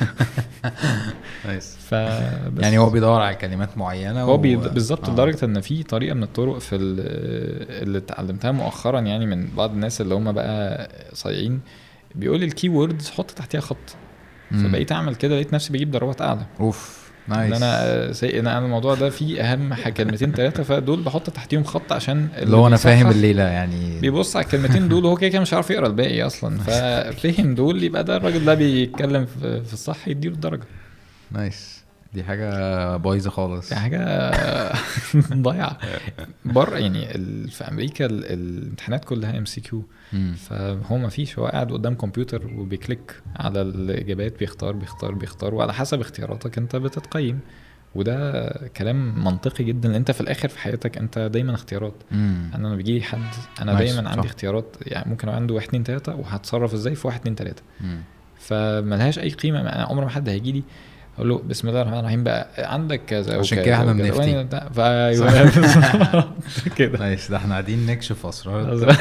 Speaker 1: نايس.
Speaker 2: فبس
Speaker 1: يعني هو بيدور على كلمات معينه
Speaker 2: هو
Speaker 1: و...
Speaker 2: بي- بالظبط
Speaker 1: آه.
Speaker 2: لدرجه ان في طريقه من الطرق في ال- اللي اتعلمتها مؤخرا يعني من بعض الناس اللي هم بقى صايعين، بيقول الكي ووردز حط تحتيها خط.
Speaker 1: مم.
Speaker 2: فبقيت اعمل كده لقيت نفسي بجيب درجات اعلى.
Speaker 1: اوف.
Speaker 2: ان انا سي... انا الموضوع ده فيه اهم كلمتين ثلاثه فدول بحط تحتيهم خط عشان
Speaker 1: اللي هو انا فاهم الليله يعني
Speaker 2: بيبص على الكلمتين دول وهو كده كده مش عارف يقرا الباقي اصلا ففهم دول يبقى ده الراجل ده بيتكلم في الصح يديله الدرجه.
Speaker 1: نايس. دي حاجه بايظه خالص,
Speaker 2: دي حاجه ضايعه بره يعني. في امريكا الامتحانات كلها ام سي كيو فهو ما فيش, هو قاعد قدام كمبيوتر وبيكليك على الاجابات بيختار بيختار بيختار وعلى حسب اختياراتك انت بتتقيم. وده كلام منطقي جدا لان انت في الاخر في حياتك انت دايما اختيارات.
Speaker 1: مم.
Speaker 2: انا لما بيجي حد انا دايما عندي اختيارات يعني ممكن عنده واحد اتنين تلاته وهتصرف ازاي في واحد اتنين تلاته فملهاش اي قيمه. انا عمر ما حد هيجي لي اقول له بسم الله الرحمن الرحيم بقى عندك كذا
Speaker 1: عشان كده احنا بنفتي
Speaker 2: فايوه كده.
Speaker 1: نايس. ده احنا قاعدين نكشف اسرار.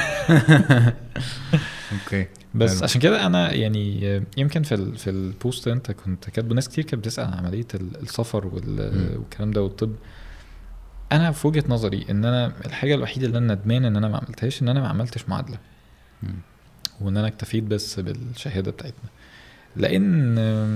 Speaker 1: اوكي
Speaker 2: بس حلو. عشان كده انا يعني يمكن في في البوست انت كنت كاتبه ناس كتير كانت بتسال عن عمليه السفر والكلام ده والطب. انا في وجهه نظري ان انا الحاجه الوحيده اللي انا ندمان ان انا ما عملتهاش ان انا ما عملتش معادله وان انا اكتفيت بس بالشهاده بتاعتنا لان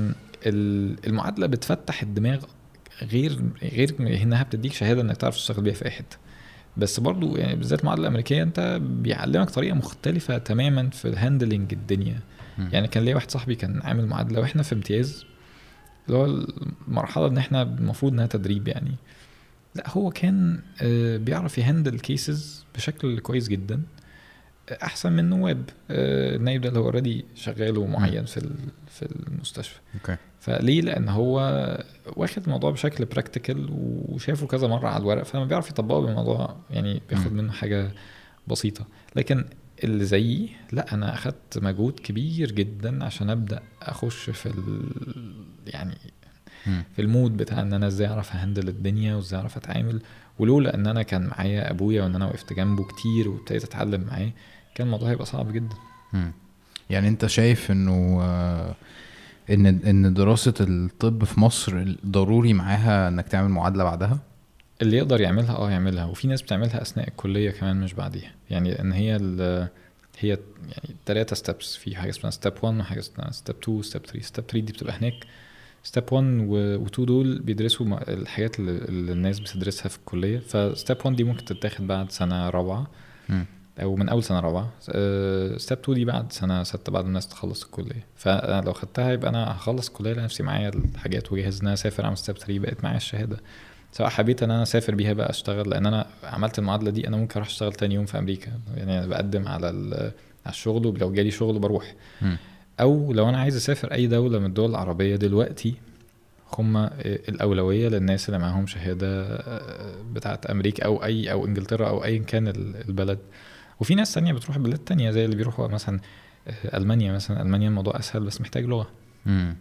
Speaker 2: المعادله بتفتح الدماغ غير غير انها بتديك شهاده انك تعرف تشتغل بيها في اي حته. بس برضو يعني بالذات المعادله الامريكيه انت بيعلمك طريقه مختلفه تماما في الهاندلنج الدنيا. م. يعني كان ليا واحد صاحبي كان عامل معادله واحنا في امتياز اللي هو المرحله ان احنا المفروض انها تدريب يعني. لا هو كان بيعرف يهندل كيسز بشكل كويس جدا احسن من نواب. النايب ده اللي هو اوريدي شغال ومعين في في المستشفى.
Speaker 1: اوكي.
Speaker 2: فليه؟ لان هو واخد الموضوع بشكل براكتيكال وشافه كذا مره على الورق فلما بيعرف يطبقه بالموضوع يعني بياخد منه حاجه بسيطه. لكن اللي زيي لا انا اخدت مجهود كبير جدا عشان ابدا اخش في ال يعني في المود بتاع ان انا ازاي اعرف اهندل الدنيا وازاي اعرف اتعامل. ولولا ان انا كان معايا ابويا وان انا وقفت جنبه كتير وابتديت اتعلم معاه كان الموضوع هيبقى صعب جدا.
Speaker 1: م. يعني انت شايف انه آه ان ان دراسه الطب في مصر ضروري معاها انك تعمل معادله بعدها؟
Speaker 2: اللي يقدر يعملها اه يعملها وفي ناس بتعملها اثناء الكليه كمان مش بعديها. يعني ان هي هي يعني ثلاثه ستيبس. في حاجه اسمها ستيب واحد وحاجه اسمها ستيب اتنين ستيب تلاتة. ستيب تلاتة دي بتبقى هناك. ستيب واحد و اتنين دول بيدرسوا الحاجات اللي الناس بتدرسها في الكليه. فستيب واحد دي ممكن تتاخد بعد سنه رابعه م. او من اول سنه رابعه. ستيب اتنين دي بعد سنه ستة بعد الناس تخلص الكليه. فانا لو خدتها يبقى انا هخلص الكليه لنفسي معايا الحاجات وجاهز ان انا اسافر اعمل ستيب تلاتة بقت معايا الشهاده سواء حبيت ان انا اسافر بيها بقى اشتغل. لان انا عملت المعادله دي انا ممكن اروح اشتغل تاني يوم في امريكا. يعني انا بقدم على على الشغل ولو جالي شغل بروح م. او لو انا عايز اسافر اي دوله من الدول العربيه دلوقتي هم الاولويه للناس اللي معاهم شهاده بتاعه امريكا او اي او انجلترا او اي كان البلد. وفي ناس تانية بتروح بلاد تانية زي اللي بيروحوا مثلا ألمانيا. مثلا ألمانيا الموضوع أسهل بس محتاج لغة.
Speaker 1: امم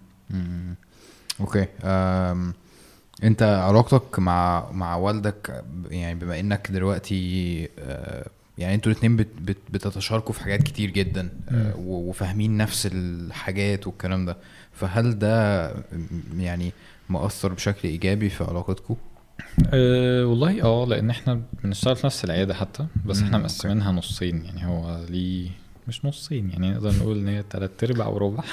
Speaker 1: اوكي. أم... انت علاقتك مع مع والدك يعني بما انك دلوقتي أه... يعني انتوا الاثنين بت... بت... بتتشاركوا في حاجات كتير جدا أه... وفاهمين نفس الحاجات والكلام ده. فهل ده يعني مؤثر بشكل ايجابي في علاقتكم؟
Speaker 2: أه والله اه لان احنا بنشتغل في نفس العياده حتى بس احنا مقسمينها نصين. يعني هو ليه مش نصين يعني نقدر نقول ان هي تلات ارباع وربع.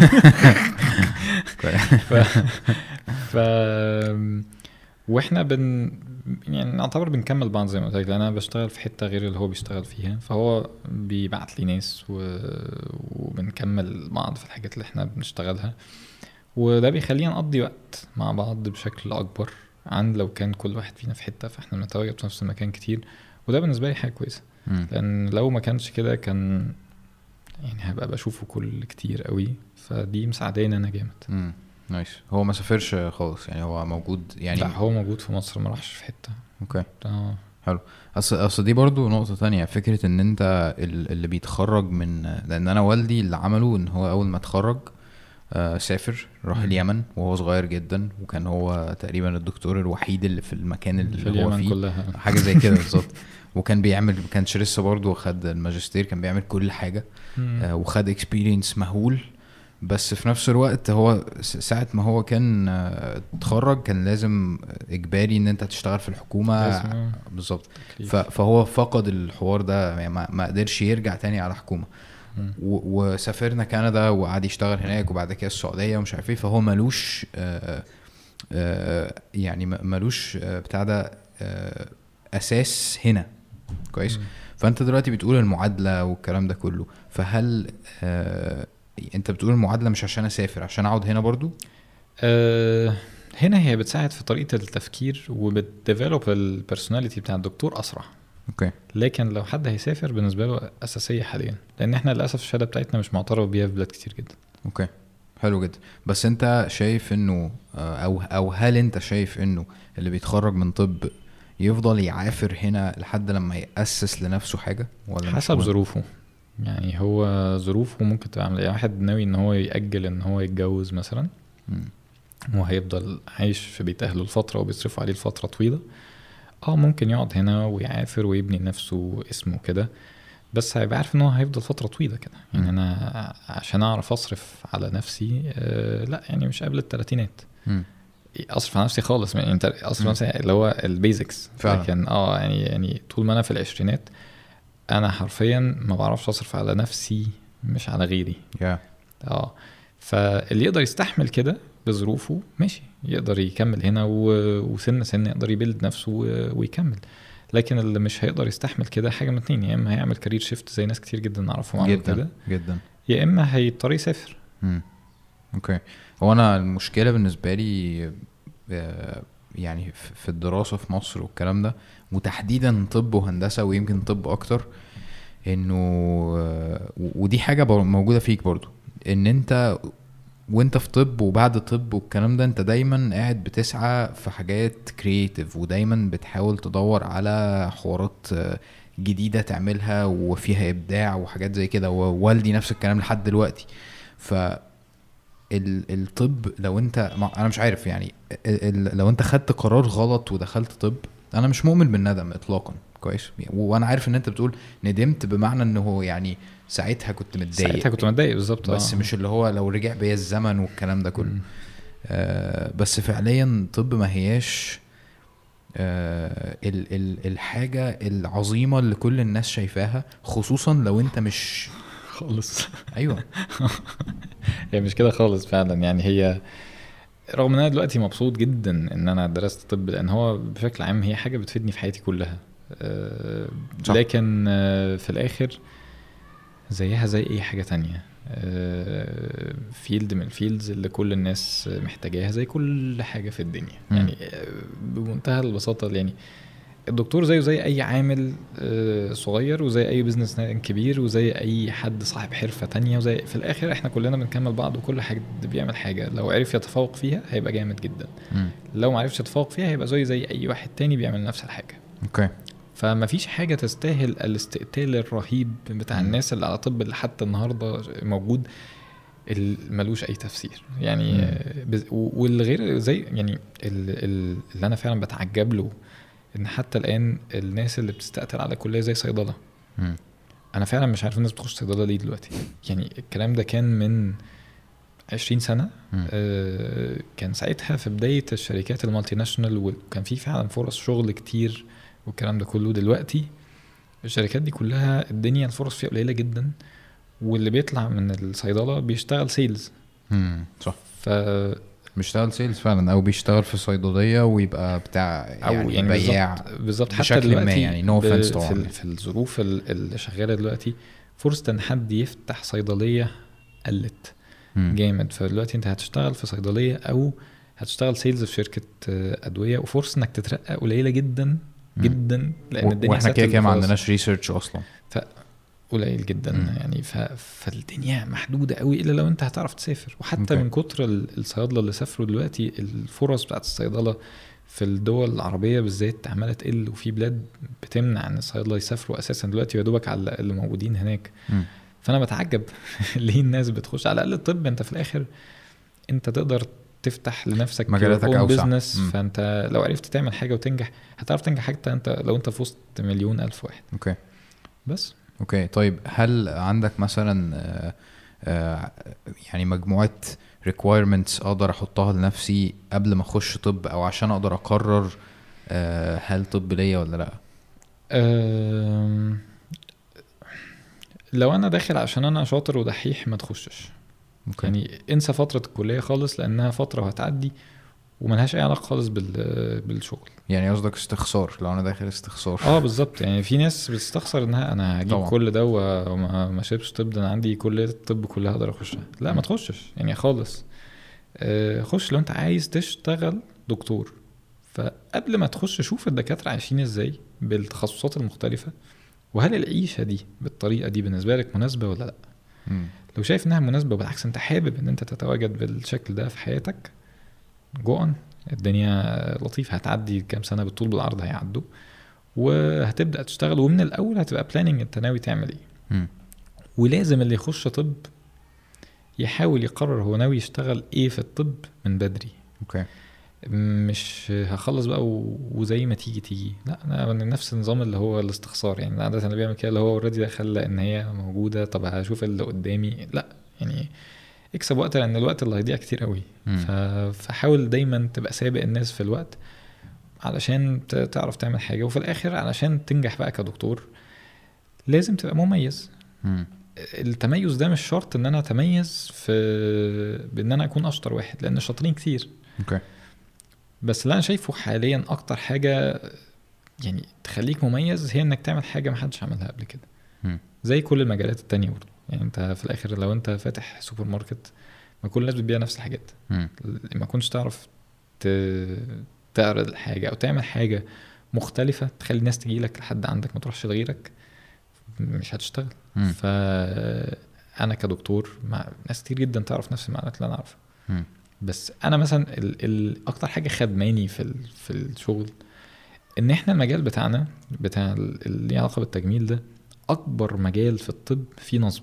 Speaker 2: ف... ف واحنا بن يعني نعتبر بنكمل بعض زي ما قلت لك. انا بشتغل في حته غير اللي هو بيشتغل فيها فهو بيبعت لي ناس و... وبنكمل بعض في الحاجات اللي احنا بنشتغلها وده بيخلينا نقضي وقت مع بعض بشكل اكبر عن لو كان كل واحد فينا في حته. فاحنا بنتواجد في نفس المكان كتير وده بالنسبه لي حاجه كويسه لان لو ما كانش كده كان يعني هبقى بشوفه كل كتير قوي فدي مساعداني انا جامد.
Speaker 1: امم نايس. هو ما سافرش خالص يعني هو موجود يعني؟
Speaker 2: لا هو موجود في مصر ما راحش في حته.
Speaker 1: اوكي
Speaker 2: اه
Speaker 1: حلو. اصل اصل دي برضو نقطه تانية. فكره ان انت اللي بيتخرج من لان انا والدي اللي عمله ان هو اول ما اتخرج آه سافر راح اليمن وهو صغير جدا وكان هو تقريبا الدكتور الوحيد اللي في المكان اللي
Speaker 2: في
Speaker 1: هو فيه
Speaker 2: كلها.
Speaker 1: حاجه زي كده بالظبط. وكان بيعمل ما كانش لسه برضو خد الماجستير كان بيعمل كل حاجه آه وخد اكسبيرينس مهول. بس في نفس الوقت هو ساعه ما هو كان آه اتخرج كان لازم اجباري ان انت تشتغل في الحكومه بالظبط. فهو فقد الحوار ده يعني ما قدرش يرجع تاني على حكومه وسافرنا كندا وقعد يشتغل هناك وبعد كده السعوديه ومش عارف ايه. فهو ملوش آه يعني م- ملوش آه بتاع ده آه اساس هنا كويس.
Speaker 2: مم.
Speaker 1: فانت دلوقتي بتقول المعادله والكلام ده كله، فهل آه انت بتقول المعادله مش عشان اسافر، عشان اقعد هنا برضو؟
Speaker 2: أه هنا هي بتساعد في طريقة التفكير وبتديفلوب البرسوناليتي بتاع الدكتور أسرع.
Speaker 1: اوكي.
Speaker 2: لكن لو حد هيسافر بالنسبة له أساسية حاليا، لأن احنا للأسف الشهادة بتاعتنا مش معترف بيها في بلاد كتير جدا.
Speaker 1: اوكي حلو جدا. بس انت شايف انه آه، او او هل انت شايف انه اللي بيتخرج من طب يفضل يعافر هنا لحد لما يأسس لنفسه حاجة، ولا مش
Speaker 2: حسب
Speaker 1: مهم؟
Speaker 2: ظروفه. يعني هو ظروفه ممكن تبقى عامله، يعني واحد ناوي ان هو يأجل ان هو يتجوز مثلا،
Speaker 1: مم.
Speaker 2: وهيفضل عايش في بيت اهله الفتره وبيصرفوا عليه الفتره طويله، اه ممكن يقعد هنا ويعافر ويبني نفسه اسمه كده، بس هيبقى عارف ان هو هيفضل فتره طويله كده. يعني
Speaker 1: مم.
Speaker 2: انا عشان اعرف اصرف على نفسي آه لا يعني مش قبل الثلاثينات
Speaker 1: مم.
Speaker 2: اصرف على نفسي خالص. يعني انت اصرف
Speaker 1: مم.
Speaker 2: على نفسي اللي هو البيزكس
Speaker 1: فعلا.
Speaker 2: لكن اه يعني يعني طول ما انا في العشرينات انا حرفيا ما بعرفش اصرف على نفسي مش على غيري.
Speaker 1: يا
Speaker 2: اه فاللي يقدر يستحمل كده بظروفه ماشي، يقدر يكمل هنا و- وسنة سنة يقدر يبيلد نفسه و- ويكمل. لكن اللي مش هيقدر يستحمل كده حاجة من اتنين، يا اما هيعمل كارير شيفت زي ناس كتير جدا نعرفهم عملوا
Speaker 1: جدا
Speaker 2: كده،
Speaker 1: جدا.
Speaker 2: يا اما هيضطر يسافر.
Speaker 1: مم. اوكي. هو انا المشكلة بالنسبة لي آه، يعني في في الدراسة في مصر والكلام ده، وتحديدا طب وهندسة ويمكن طب اكتر، انه آه، ودي حاجة بر- موجودة فيك برضو، ان انت وانت في طب وبعد طب والكلام ده انت دايما قاعد بتسعى في حاجات كرييتيف، ودايما بتحاول تدور على حوارات آه، جديدة تعملها وفيها ابداع وحاجات زي كده، ووالدي نفس الكلام لحد دلوقتي. ف ال- الطب لو انت ما- انا مش عارف يعني ال- ال- لو انت خدت قرار غلط ودخلت طب، انا مش مؤمن بالندم اطلاقا كويس. وانا عارف ان انت بتقول ندمت بمعنى انه هو يعني ساعتها كنت متضايق،
Speaker 2: ساعتها كنت متضايق بالظبط،
Speaker 1: بس
Speaker 2: آه.
Speaker 1: مش اللي هو لو رجع بيا الزمن والكلام ده كله.
Speaker 2: مم.
Speaker 1: آه بس فعليا طب ما هياش آه ال ال الحاجة العظيمة اللي كل الناس شايفاها، خصوصا لو انت مش
Speaker 2: خالص.
Speaker 1: ايوه.
Speaker 2: هي مش كده خالص فعلا. يعني هي رغم ان انا دلوقتي مبسوط جدا ان انا درست طب، لان هو بشكل عام هي حاجة بتفيدني في حياتي كلها، آه،
Speaker 1: صح.
Speaker 2: لكن آه، في الاخر زيها زي اي حاجة تانية، آه، فيلد من الفيلدز اللي كل الناس محتاجاها زي كل حاجة في الدنيا.
Speaker 1: مم.
Speaker 2: يعني آه، بمنتهى البساطة، يعني الدكتور زيه زي اي عامل آه، صغير، وزي اي بزنس كبير، وزي اي حد صاحب حرفة تانية، وزي في الاخر احنا كلنا بنكمل بعض، وكل حد بيعمل حاجة لو عرف يتفوق فيها هيبقى جامد جدا،
Speaker 1: مم.
Speaker 2: لو ما عرفش يتفوق فيها هيبقى زي زي اي واحد تاني بيعمل نفس الحاجة.
Speaker 1: اوكي.
Speaker 2: فما فيش حاجة تستاهل الاستقتال الرهيب بتاع
Speaker 1: مم.
Speaker 2: الناس اللي على طب اللي حتى النهاردة موجود، اللي ملوش اي تفسير يعني.
Speaker 1: مم.
Speaker 2: آه، بز- و- والغير زي يعني ال- ال- اللي انا فعلا بتعجب له ان حتى الان الناس اللي بتستقتل على كلية زي صيدلة،
Speaker 1: مم.
Speaker 2: انا فعلا مش عارف الناس بتخش صيدلة ليه دلوقتي. يعني الكلام ده كان من عشرين سنة،
Speaker 1: مم.
Speaker 2: آه، كان ساعتها في بداية الشركات المالتي ناشونال، وكان في فعلا فرص شغل كتير والكلام ده كله. دلوقتي الشركات دي كلها الدنيا الفرص فيها قليلة جدا، واللي بيطلع من الصيدلة بيشتغل سيلز.
Speaker 1: مم. صح.
Speaker 2: ف
Speaker 1: بيشتغل سيلز فعلا، او بيشتغل في صيدلية ويبقى بتاع
Speaker 2: او
Speaker 1: يعني,
Speaker 2: يعني
Speaker 1: بياع
Speaker 2: بالظبط بالظبط حتى
Speaker 1: بشكل ما
Speaker 2: دلوقتي
Speaker 1: يعني. نو
Speaker 2: ب-
Speaker 1: اوفنس
Speaker 2: في,
Speaker 1: طبعا.
Speaker 2: ال- في الظروف ال- اللي شغالة دلوقتي فرصة ان حد يفتح صيدلية قلت
Speaker 1: مم.
Speaker 2: جامد. فدلوقتي انت هتشتغل في صيدلية او هتشتغل سيلز في شركة آه، ادوية، وفرصة انك تترقى قليلة جدا جدا، لان
Speaker 1: و-
Speaker 2: الدنيا
Speaker 1: واحنا كده
Speaker 2: settled
Speaker 1: كده ما
Speaker 2: خلاص.
Speaker 1: عندناش ريسيرش اصلا.
Speaker 2: قليل جدا
Speaker 1: مم.
Speaker 2: يعني. ف... فالدنيا محدودة قوي الا لو انت هتعرف تسافر. وحتى
Speaker 1: أوكي.
Speaker 2: من كتر ال- الصيادلة اللي سافروا دلوقتي، الفرص بتاعت الصيدلة في الدول العربية بالذات عمالة تقل، وفي بلاد بتمنع ان الصيادلة يسافروا اساسا دلوقتي، ويدوبك على اللي موجودين هناك.
Speaker 1: مم.
Speaker 2: فانا بتعجب ليه الناس بتخش. على الاقل الطب انت في الاخر انت تقدر تفتح لنفسك
Speaker 1: مجالاتك
Speaker 2: own
Speaker 1: أوسع.
Speaker 2: business.
Speaker 1: مم.
Speaker 2: فانت لو عرفت تعمل حاجة وتنجح هتعرف تنجح حتى انت لو انت في وسط مليون الف واحد.
Speaker 1: اوكي.
Speaker 2: بس
Speaker 1: اوكي. طيب هل عندك مثلا آه، آه، يعني مجموعة requirements اقدر احطها لنفسي قبل ما اخش طب، او عشان اقدر اقرر آه، هل طب ليا ولا لا؟
Speaker 2: أم... لو انا داخل عشان انا شاطر ودحيح ما تخشش.
Speaker 1: اوكي.
Speaker 2: يعني انسى فترة الكلية خالص، لانها فترة وهتعدي وملهاش اي علاقه خالص بال بالشغل.
Speaker 1: يعني قصدك استخسار لو انا داخل استخسار؟
Speaker 2: اه بالظبط. يعني في ناس بتستخسر انها انا هجيب
Speaker 1: طبعا.
Speaker 2: كل ده وما ما شربش طب، ده انا عندي كليه الطب كلها اقدر اخشها. لا ما تخشش يعني خالص. آه خش لو انت عايز تشتغل دكتور. فقبل ما تخش شوف الدكاتره عايشين ازاي بالتخصصات المختلفه، وهل العيشه دي بالطريقه دي بالنسبه لك مناسبه ولا لا.
Speaker 1: مم.
Speaker 2: لو شايف انها مناسبه بالعكس انت حابب ان انت تتواجد بالشكل ده في حياتك، جو اون. الدنيا لطيفه، هتعدي كام سنه بالطول بالعرض هيعدوا وهتبدا تشتغل. ومن الاول هتبقى بلاننج انت ناوي تعمل ايه.
Speaker 1: مم.
Speaker 2: ولازم اللي يخش طب يحاول يقرر هو ناوي يشتغل ايه في الطب من بدري.
Speaker 1: اوكي.
Speaker 2: مش هخلص بقى و- وزي ما تيجي تيجي. لا انا من نفس النظام اللي هو الاستخسار. يعني عاده اللي بيعمل كده اللي هو اوريدي دخل لان هي موجوده، طب هشوف اللي قدامي. لا يعني اكسب وقت لان الوقت اللي هيضيع كتير قوي.
Speaker 1: مم.
Speaker 2: ف- فحاول دايما تبقى سابق الناس في الوقت علشان ت- تعرف تعمل حاجه. وفي الاخر علشان تنجح بقى كدكتور لازم تبقى مميز.
Speaker 1: مم.
Speaker 2: التميز ده مش شرط ان انا اتميز في بان انا اكون اشطر واحد، لان الشاطرين كتير.
Speaker 1: اوكي.
Speaker 2: بس اللي انا شايفه حاليا اكتر حاجه يعني تخليك مميز هي انك تعمل حاجه ما حدش عملها قبل كده.
Speaker 1: مم.
Speaker 2: زي كل المجالات التانية برضه. يعني انت في الاخر لو انت فاتح سوبر ماركت ما كل الناس بتبيع نفس الحاجات.
Speaker 1: مم.
Speaker 2: ما كنتش تعرف ت- تعرض الحاجه او تعمل حاجه مختلفه تخلي الناس تجي لك لحد عندك ما تروحش لغيرك، مش هتشتغل.
Speaker 1: مم.
Speaker 2: فانا كدكتور مع ناس كتير جدا تعرف نفس المعلومات اللي انا اعرفها.
Speaker 1: مم.
Speaker 2: بس انا مثلا ال ال اكتر حاجه خدماني في ال في الشغل ان احنا المجال بتاعنا بتاع ال- اللي ليه علاقه بالتجميل ده اكبر مجال في الطب فيه نصب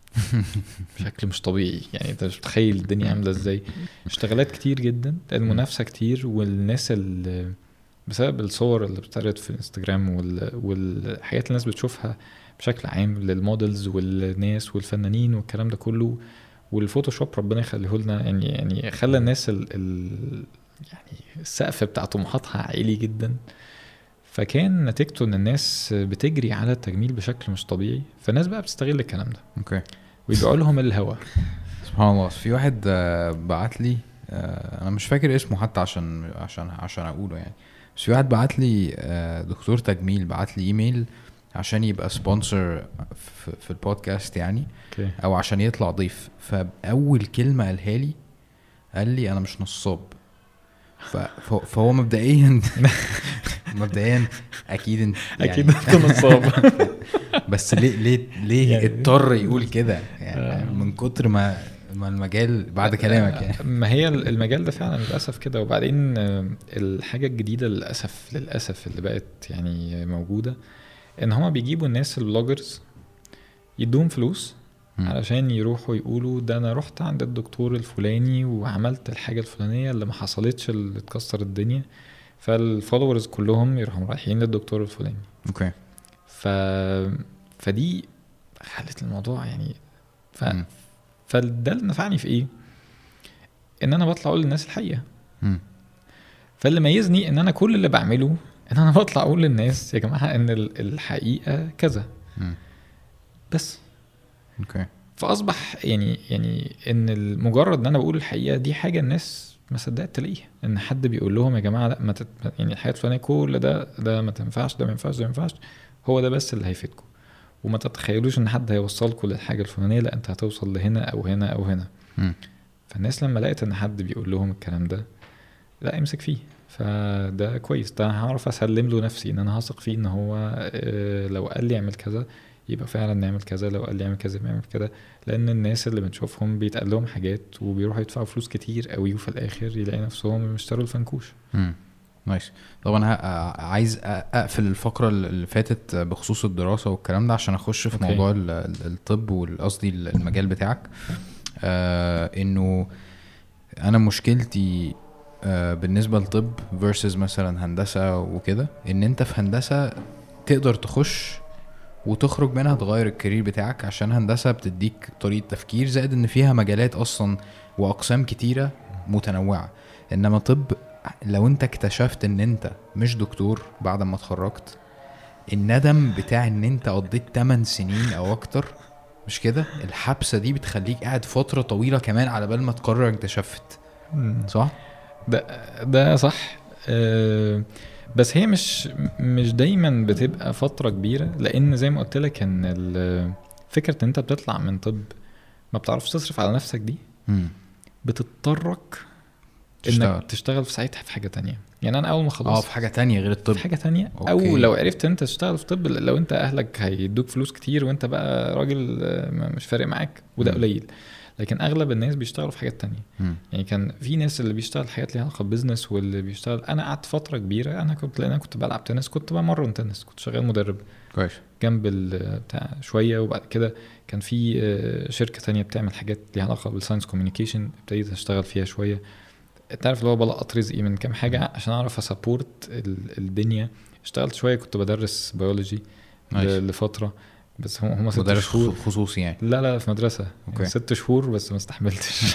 Speaker 2: بشكل مش طبيعي. يعني انت مش متخيل الدنيا عامله ازاي. اشتغالات كتير جدا، المنافسه كتير، والناس اللي بسبب الصور اللي بتعرض في الانستجرام وال... والحاجات اللي الناس بتشوفها بشكل عام للمودلز والناس والفنانين والكلام ده كله، والفوتوشوب ربنا يخليه لنا. يعني يعني خلى الناس ال... ال... يعني السقف بتاع طموحاتها عالي جدا. فكان نتيجته ان الناس بتجري على التجميل بشكل مش طبيعي. فالناس بقى بتستغل الكلام ده
Speaker 1: اوكي.
Speaker 2: ويبيعوا لهم الهوا.
Speaker 1: سبحان الله. في واحد آه، بعت لي، آه، انا مش فاكر اسمه حتى عشان عشان عشان اقوله يعني. بس في واحد بعت لي، آه، دكتور تجميل بعت لي ايميل عشان يبقى سبونسر في, في البودكاست يعني،
Speaker 2: اوكي.
Speaker 1: او عشان يطلع ضيف. فاول كلمه قالها لي قال لي انا مش نصاب. ف- ف- فهو مبدئيا مبدئيا اكيد انت يعني
Speaker 2: اكيد انت نصاب.
Speaker 1: بس ليه ليه ليه
Speaker 2: يعني-
Speaker 1: اضطر يقول كده يعني
Speaker 2: آه.
Speaker 1: من كتر ما ما المجال بعد كلامك يعني.
Speaker 2: ما هي المجال ده فعلا للاسف كده. وبعدين آه، الحاجه الجديده للاسف للاسف اللي بقت يعني موجوده ان هما بيجيبوا الناس البلوجرز يدوهم فلوس
Speaker 1: مم.
Speaker 2: علشان يروحوا يقولوا ده انا رحت عند الدكتور الفلاني وعملت الحاجه الفلانيه اللي ما حصلتش اللي اتكسر الدنيا. فالفولورز كلهم يروحوا رايحين للدكتور الفلاني.
Speaker 1: اوكي.
Speaker 2: ف فدي خلت الموضوع يعني ف...
Speaker 1: مم.
Speaker 2: فده اللي نفعني في ايه؟ ان انا بطلع اقول للناس الحقيقه.
Speaker 1: مم.
Speaker 2: فاللي ميزني ان انا كل اللي بعمله ان انا بطلع اقول للناس يا جماعه ان ال- الحقيقه كذا
Speaker 1: مم.
Speaker 2: بس.
Speaker 1: اوكي.
Speaker 2: فاصبح يعني يعني ان مجرد ان انا بقول الحقيقه دي حاجه الناس ما صدقت تلاقيها. ان حد بيقول لهم يا جماعه لا ما تت... يعني الحياه الفلانيه كل ده ده ما تنفعش، ده ما ينفعش، ده ما ينفعش، هو ده بس اللي هيفيدكم. وما تتخيلوش ان حد هيوصلكم للحاجه الفلانيه، لا انت هتوصل لهنا او هنا او هنا.
Speaker 1: مم.
Speaker 2: فالناس لما لقيت ان حد بيقول لهم الكلام ده لا امسك فيه. فده كويس، ده هعرف اسلم له نفسي ان انا هثق فيه ان هو آه، لو قال لي اعمل كذا يبقى فعلا نعمل كذا، لو قال لي اعمل كذا نعمل كذا. لان الناس اللي بنشوفهم بيتقال لهم حاجات وبيروحوا يدفعوا فلوس كتير قوي وفي الاخر يلاقي نفسهم اشتروا الفنكوش.
Speaker 1: مم. نايس. طبعا ه- عايز أ- اقفل الفقره اللي فاتت بخصوص الدراسه والكلام ده عشان اخش في
Speaker 2: أوكي.
Speaker 1: موضوع ال- ال- الطب والقصدي المجال بتاعك. آه انه انا مشكلتي آه بالنسبه للطب versus مثلا هندسه وكده، ان انت في هندسه تقدر تخش وتخرج منها تغير الكارير بتاعك، عشان هندسه بتديك طريقه تفكير، زائد ان فيها مجالات اصلا واقسام كتيره متنوعه. انما طب لو انت اكتشفت ان انت مش دكتور بعد ما اتخرجت، الندم بتاع ان انت قضيت ثمانية سنين او اكتر، مش كده؟ الحبسه دي بتخليك قاعد فتره طويله كمان على بال ما تقرر اكتشفت، صح؟
Speaker 2: ده ده صح. أه بس هي مش مش دايما بتبقى فتره كبيره، لان زي ما قلت لك ان فكره ان انت بتطلع من طب ما بتعرفش تصرف على نفسك دي
Speaker 1: مم.
Speaker 2: بتضطرك
Speaker 1: تشتغل.
Speaker 2: انك تشتغل في ساعتها في حاجه تانية. يعني انا اول ما خلصت
Speaker 1: اه في حاجه تانية غير الطب.
Speaker 2: في حاجه تانية
Speaker 1: أوكي.
Speaker 2: او لو عرفت انت تشتغل في طب، لو انت اهلك هيدوك فلوس كتير وانت بقى راجل مش فارق معاك وده
Speaker 1: مم.
Speaker 2: قليل. لكن اغلب الناس بيشتغلوا في حاجات تانية.
Speaker 1: مم.
Speaker 2: يعني كان في ناس اللي بيشتغل حاجات ليها علاقه ببزنس، واللي بيشتغل. انا قعدت فتره كبيره انا كنت لان انا كنت بلعب تنس، كنت بمرن تنس، كنت شغال مدرب
Speaker 1: كويس
Speaker 2: جنب بتاع شويه. وبعد كده كان في شركه تانية بتعمل حاجات ليها علاقه بالساينس كوميونيكيشن، ابتديت اشتغل فيها شويه. تعرف اللي هو بلقط رزقي من كام حاجه عشان اعرف اسابورت الدنيا. اشتغلت شويه كنت بدرس بيولوجي لفتره، بس هم هم ست
Speaker 1: مدرس
Speaker 2: شهور
Speaker 1: خصوصي يعني.
Speaker 2: لا لا في مدرسه يعني ست شهور بس ما استحملتش.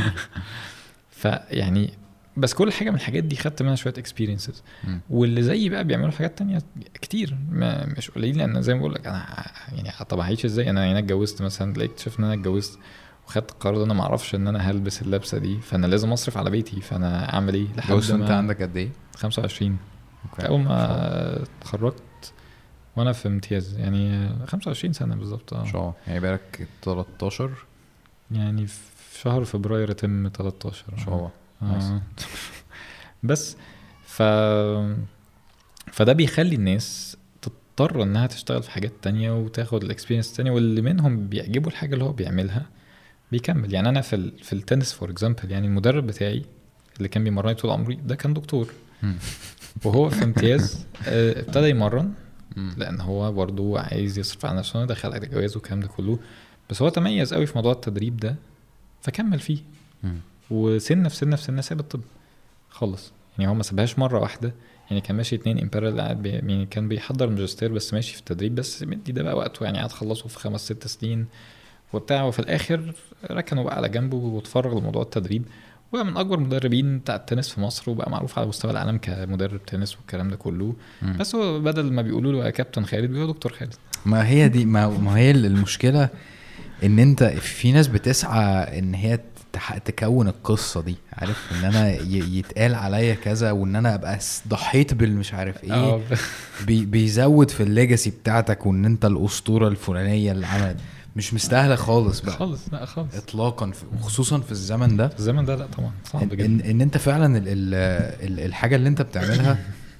Speaker 2: فيعني بس كل حاجه من الحاجات دي خدت منها شويه اكسبيرينسز. واللي زيي بقى بيعملوا حاجات تانية كتير مش قليل، لان زي ما بقول لك انا يعني طب هعيش ازاي؟ انا يعني اتجوزت مثلا، لقيت شفت ان انا اتجوزت وخدت القرار ده، انا ما اعرفش ان انا هلبس اللبسه دي، فانا لازم اصرف على بيتي. فانا اعمل ايه
Speaker 1: لحد ما انت عندك قد ايه؟
Speaker 2: خمسة وعشرين. اوكي. اول ما اتخرجت وانا في امتياز يعني خمسة وعشرين سنه بالظبط. اه
Speaker 1: شو يعني بقالك تلتاشر
Speaker 2: يعني في شهر فبراير تم تلتاشر.
Speaker 1: شو
Speaker 2: آه. بس ف فده بيخلي الناس تضطر انها تشتغل في حاجات تانية وتاخد الاكسبيرينس تانية، واللي منهم بيعجبوا الحاجه اللي هو بيعملها بيكمل. يعني انا في ال... في التنس فور اكزامبل، يعني المدرب بتاعي اللي كان بيمرني طول عمري ده كان دكتور وهو في امتياز ابتدى يمرن لان هو برضو عايز يصرف على نفسه، دخل على الجواز والكلام ده كله. بس هو تميز قوي في موضوع التدريب ده فكمل فيه، وسنه في سنه في سنه ساب الطب خلص. يعني هو ما سابهاش مره واحده، يعني كان ماشي اتنين امبيرال قاعد بي... يعني كان بيحضر ماجستير بس ماشي في التدريب، بس مدي ده بقى وقته يعني قاعد خلصه في خمس ست سنين وبتاع. وفي الاخر ركنوا بقى على جنبه واتفرغ لموضوع التدريب، وبقى من اكبر مدربين بتاع التنس في مصر، وبقى معروف على مستوى العالم كمدرب تنس والكلام ده كله. م. بس هو بدل ما بيقولوا له يا كابتن خالد بيقولوا دكتور خالد.
Speaker 1: ما هي دي ما, ما هي المشكله ان انت في ناس بتسعى ان هي تكون القصه دي، عارف ان انا يتقال عليا كذا وان انا ابقى ضحيت بالمش عارف ايه. بي بيزود في الليجاسي بتاعتك وان انت الاسطوره الفلانيه اللي عملت. مش مستاهله خالص بقى
Speaker 2: خالص لا خالص
Speaker 1: اطلاقا، وخصوصا في الزمن ده.
Speaker 2: في الزمن ده لا طبعا صعب جدا
Speaker 1: إن, ان انت فعلا ال ال الحاجه اللي انت بتعملها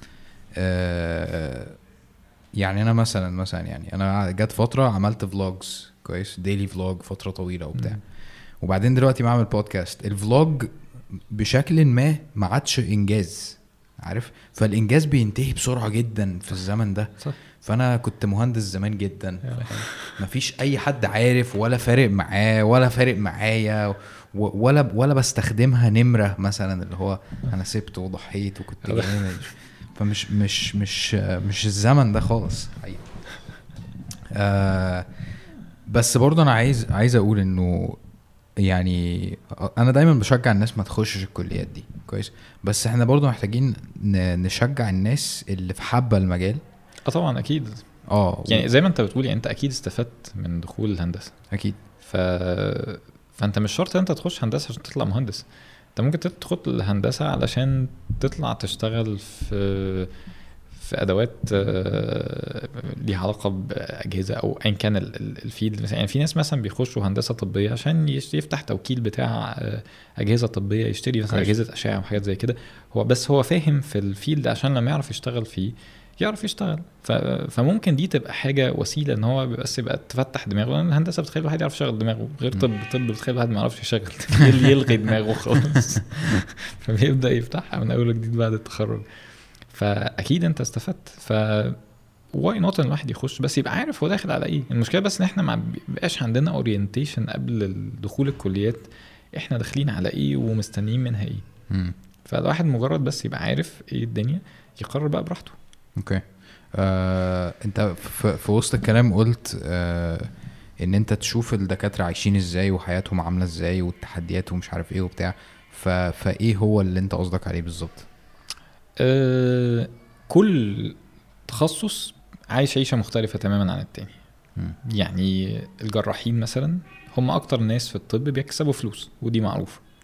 Speaker 1: آه يعني انا مثلا مثلا يعني انا جت فتره عملت فلوجز كويس، ديلي فلوج فتره طويله وبتاع م. وبعدين دلوقتي بعمل بودكاست. الفلوج بشكل ما ما عادش انجاز، عارف، فالانجاز بينتهي بسرعه جدا في الزمن ده. صح. فانا كنت مهندس زمان جدا، مفيش اي حد عارف ولا فارق معاه ولا فارق معايا ولا ولا بستخدمها نمره مثلا اللي هو انا سبت وضحيت وكنت جامد. فمش مش مش مش الزمن ده خالص حقيقي. آه بس برضه انا عايز عايز اقول انه يعني انا دايما بشجع الناس ما تخشش الكليات دي كويس، بس احنا برضه محتاجين نشجع الناس اللي في حبة المجال.
Speaker 2: اه طبعا اكيد. اه يعني زي ما انت بتقول يعني انت اكيد استفدت من دخول الهندسه اكيد. ف فانت مش شرط انت تخش هندسه عشان تطلع مهندس، انت ممكن تدخل الهندسه علشان تطلع تشتغل في في ادوات ليها علاقه باجهزه او ايا كان الفيلد. يعني في ناس مثلا بيخشوا هندسه طبيه عشان يفتح توكيل بتاع اجهزه طبيه، يشتري مثلا اجهزه اشعه وحاجات زي كده. هو بس هو فاهم في الفيلد عشان لما يعرف يشتغل فيه يعرف يشتغل. فممكن دي تبقى حاجه وسيله ان هو بس يبقى تفتح دماغه، لان الهندسه بتخلي الواحد يعرف يشغل دماغه، غير طب طب بتخلي الواحد ما يعرفش يشغل يلغي دماغه خالص. فبيبدا يفتحها من اول وجديد بعد التخرج. فاكيد انت استفدت. ف واي نوت ان الواحد يخش بس يبقى عارف هو داخل على ايه. المشكله بس ان احنا ما بقاش عندنا اورينتيشن قبل دخول الكليات، احنا داخلين على ايه ومستنيين منها ايه. م. فالواحد مجرد بس يبقى عارف ايه الدنيا يقرر بقى براحته.
Speaker 1: اوكي. آه، انت في, في وسط الكلام قلت آه، ان انت تشوف الدكاتره عايشين ازاي وحياتهم عامله ازاي والتحديات ومش عارف ايه وبتاع. فايه هو اللي انت قصدك عليه بالظبط؟
Speaker 2: أه كل تخصص عايش عيشة مختلفة تماما عن التاني. م. يعني الجراحين مثلا هم اكتر ناس في الطب بيكسبوا فلوس ودي معروفة.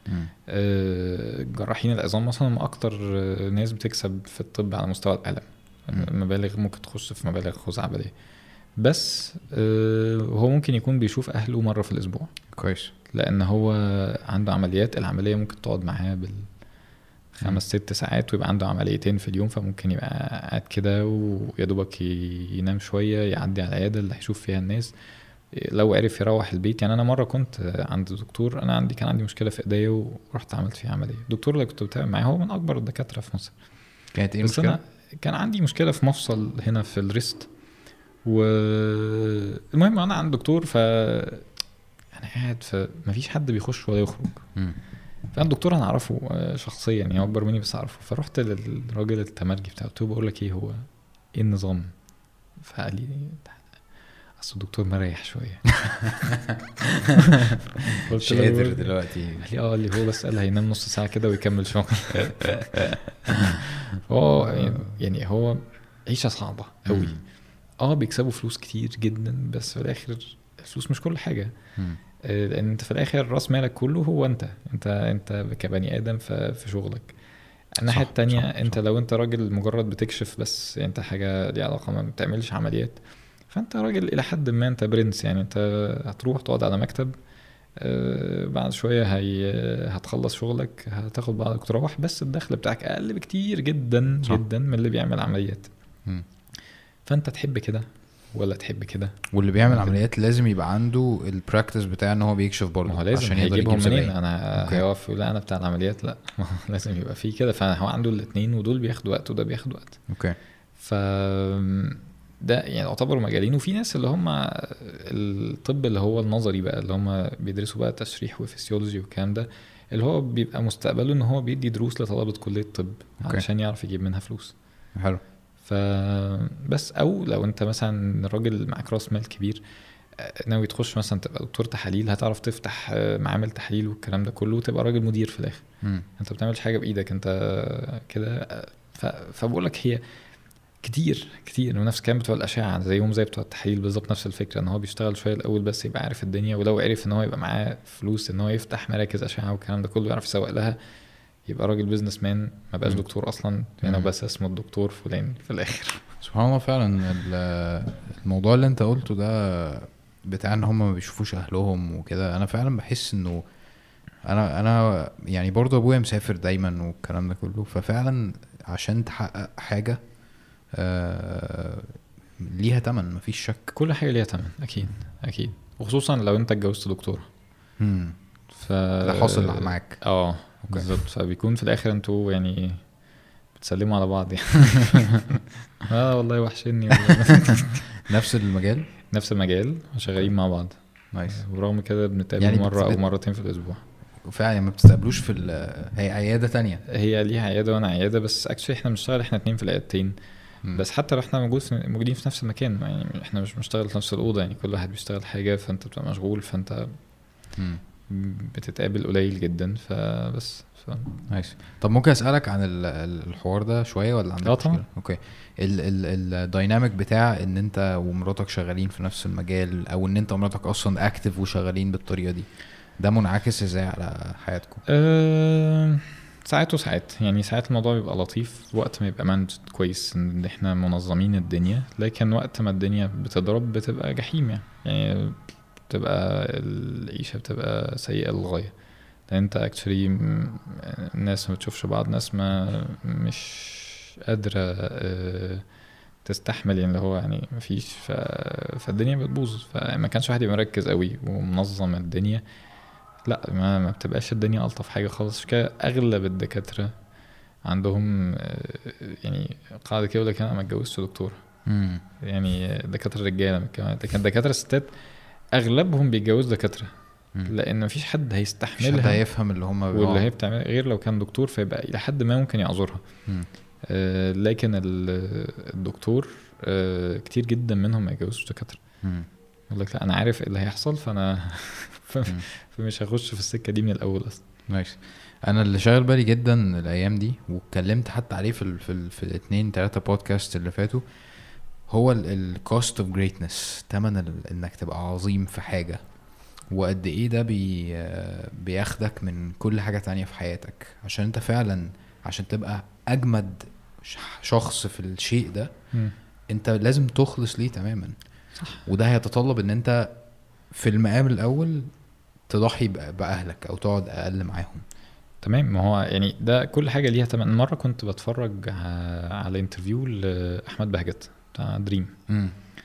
Speaker 2: آه جراحين العظام مثلا هم اكتر ناس بتكسب في الطب على مستوى العالم. مبالغ ممكن تخش في مبالغ خزعبليه، بس آه هو ممكن يكون بيشوف اهله مره في الاسبوع
Speaker 1: كويس،
Speaker 2: لان هو عنده عمليات. العمليه ممكن تقعد معاه بال خمس ست ساعات ويبقى عنده عمليتين في اليوم، فممكن يبقى قاعد كده ويدوبك ينام شوية، يعدي على العيادة اللي هيشوف فيها الناس لو عرف يروح البيت. يعني أنا مرة كنت عند دكتور، أنا عندي كان عندي مشكلة في إيديا ورحت عملت فيها عملية. الدكتور اللي كنت بتابع معاه هو من أكبر الدكاترة في مصر.
Speaker 1: كانت إيه
Speaker 2: بس
Speaker 1: المشكلة؟
Speaker 2: أنا كان عندي مشكلة في مفصل هنا في الريست، والمهم أنا عند دكتور ف أنا قاعد فمفيش حد بيخش ولا يخرج. م. فالدكتور انا اعرفه شخصيا يعني هو اكبر مني بس اعرفه. فرحت للراجل التمرجي بتاعه قلت له بقول لك ايه هو ايه النظام؟ فقال لي اصل الدكتور مريح شويه.
Speaker 1: قلت له قادر دلوقتي.
Speaker 2: قال لي اه قال لي هو بس قال هينام نص ساعه كده ويكمل شغل. هو يعني هو عيشه صعبه قوي. اه بيكسبوا فلوس كتير جدا بس في الاخر الفلوس مش كل حاجه. لان انت في الاخر راس مالك كله هو انت انت انت كبني ادم في شغلك. الناحيه التانية انت صح. لو انت راجل مجرد بتكشف بس انت حاجه ليها علاقه ما بتعملش عمليات، فانت راجل الى حد ما انت برنس. يعني انت هتروح تقعد على مكتب بعد شويه هي هتخلص شغلك هتاخد بعضك تروح، بس الدخل بتاعك اقل بكتير جدا صح. جدا من اللي بيعمل عمليات. م. فانت تحب كده ولا تحب كده؟
Speaker 1: واللي بيعمل عمليات لازم يبقى عنده البراكتس بتاع ان هو بيكشف برضه
Speaker 2: عشان يجيبهم منين. انا هيقف لا انا بتاع العمليات لا لازم يبقى فيه كده. فهو عنده الاثنين ودول بياخدوا وقت وده بياخد وقت.
Speaker 1: اوكي.
Speaker 2: ف ده يعني يعتبروا مجالين. وفي ناس اللي هم الطب اللي هو النظري بقى اللي هم بيدرسوا بقى تشريح وفسيولوجي والكلام ده اللي هو بيبقى مستقبله ان هو بيدي دروس لطلبة كلية الطب علشان يعرف يجيب منها فلوس.
Speaker 1: حلو.
Speaker 2: فبس او لو انت مثلا راجل معاك راس مال كبير ناوي تخش مثلا تبقى دكتور تحاليل هتعرف تفتح معامل تحاليل والكلام ده كله وتبقى راجل مدير في الاخر. م. انت بتعملش حاجه بايدك انت كده. فبقول لك هي كتير كتير ونفس الكلام بتوع الاشعه زيهم زي بتوع التحاليل بالظبط نفس الفكره ان هو بيشتغل شويه الاول بس يبقى عارف الدنيا ولو عرف ان هو يبقى معاه فلوس ان هو يفتح مراكز اشعه والكلام ده كله يعرف يسوق لها يبقى راجل بيزنس مان ما بقاش دكتور اصلا يعني بس اسمه الدكتور فلان في الاخر.
Speaker 1: سبحان الله. فعلا الموضوع اللي انت قلته ده بتاع ان هم ما بيشوفوش اهلهم وكده انا فعلا بحس انه انا انا يعني برضه ابويا مسافر دايما والكلام ده كله ففعلا عشان تحقق حاجه آه ليها تمن مفيش شك.
Speaker 2: كل حاجه ليها تمن اكيد اكيد وخصوصا لو انت اتجوزت دكتور.
Speaker 1: امم ف ده حاصل معاك.
Speaker 2: اه بالظبط. فبيكون في الاخر انتوا يعني بتسلموا على بعض يعني. اه والله وحشني.
Speaker 1: نفس المجال
Speaker 2: نفس المجال شغالين مع بعض.
Speaker 1: نايس.
Speaker 2: ورغم كده بنتقابل يعني مره او مرتين في الاسبوع.
Speaker 1: وفعلا ما بتستقبلوش في هي عياده تانية.
Speaker 2: هي ليها عياده وانا عياده بس اكشلي احنا بنشتغل احنا اتنين في العيادتين. بس حتى لو احنا موجود في موجودين في نفس المكان يعني احنا مش بنشتغل في نفس الاوضه يعني كل واحد بيشتغل حاجه فانت بتبقى مشغول فانت م. بتتقابل قليل جدا فبس ف...
Speaker 1: نايس. طب ممكن اسالك عن الحوار ده شويه ولا عندك
Speaker 2: مشكله؟
Speaker 1: اوكي. الدايناميك بتاع ان انت ومراتك شغالين في نفس المجال او ان انت ومراتك اصلا اكتف وشغالين بالطريقه دي ده منعكس ازاي على حياتكم؟
Speaker 2: أه... ساعات وساعات يعني ساعات الموضوع بيبقى لطيف وقت ما يبقى مانج كويس ان احنا منظمين الدنيا لكن وقت ما الدنيا بتضرب بتبقى جحيم يعني يعني بتبقى العيشه بتبقى سيئه للغايه لان انت اكشلي الناس ما بتشوفش بعض ناس ما مش قادره تستحمل يعني اللي هو يعني مفيش ف... فالدنيا بتبوظ فما كانش واحد يبقى مركز قوي ومنظم الدنيا لا ما, ما بتبقاش الدنيا ألطف حاجه خالص. كده اغلب الدكاتره عندهم يعني قاعده كده يقول لك انا ما اتجوزتش دكتور.
Speaker 1: امم
Speaker 2: يعني دكاتره رجاله كمان لكن دكاتره ستات اغلبهم بيتجوزوا دكاتره لان مفيش حد هيستحملها
Speaker 1: مش حد هيفهم اللي هم
Speaker 2: واللي هي بتعمل غير لو كان دكتور فيبقى الى حد ما ممكن يعذرها. آه لكن الدكتور آه كتير جدا منهم ما يتجوزوش دكاتره يقول لك لا انا عارف ايه اللي هيحصل فانا فمش هخش في السكه دي من الاول اصلا.
Speaker 1: ماشي. انا اللي شاغل بالي جدا الايام دي واتكلمت حتى عليه في ال في, ال في الاثنين ثلاثه بودكاست اللي فاتوا هو الكوست اوف جريتنس تمن انك تبقى عظيم في حاجه وقد ايه ده بي بياخدك من كل حاجة تانية في حياتك، عشان انت فعلا عشان تبقى اجمد شخص في الشيء ده
Speaker 2: م.
Speaker 1: انت لازم تخلص ليه تماما.
Speaker 2: صح.
Speaker 1: وده هيتطلب ان انت في المقام الاول تضحي باهلك او تقعد اقل معاهم.
Speaker 2: تمام. ما هو يعني ده كل حاجه ليها تمام. مره كنت بتفرج على انترفيو لاحمد بهجت بتاع دريم،
Speaker 1: م.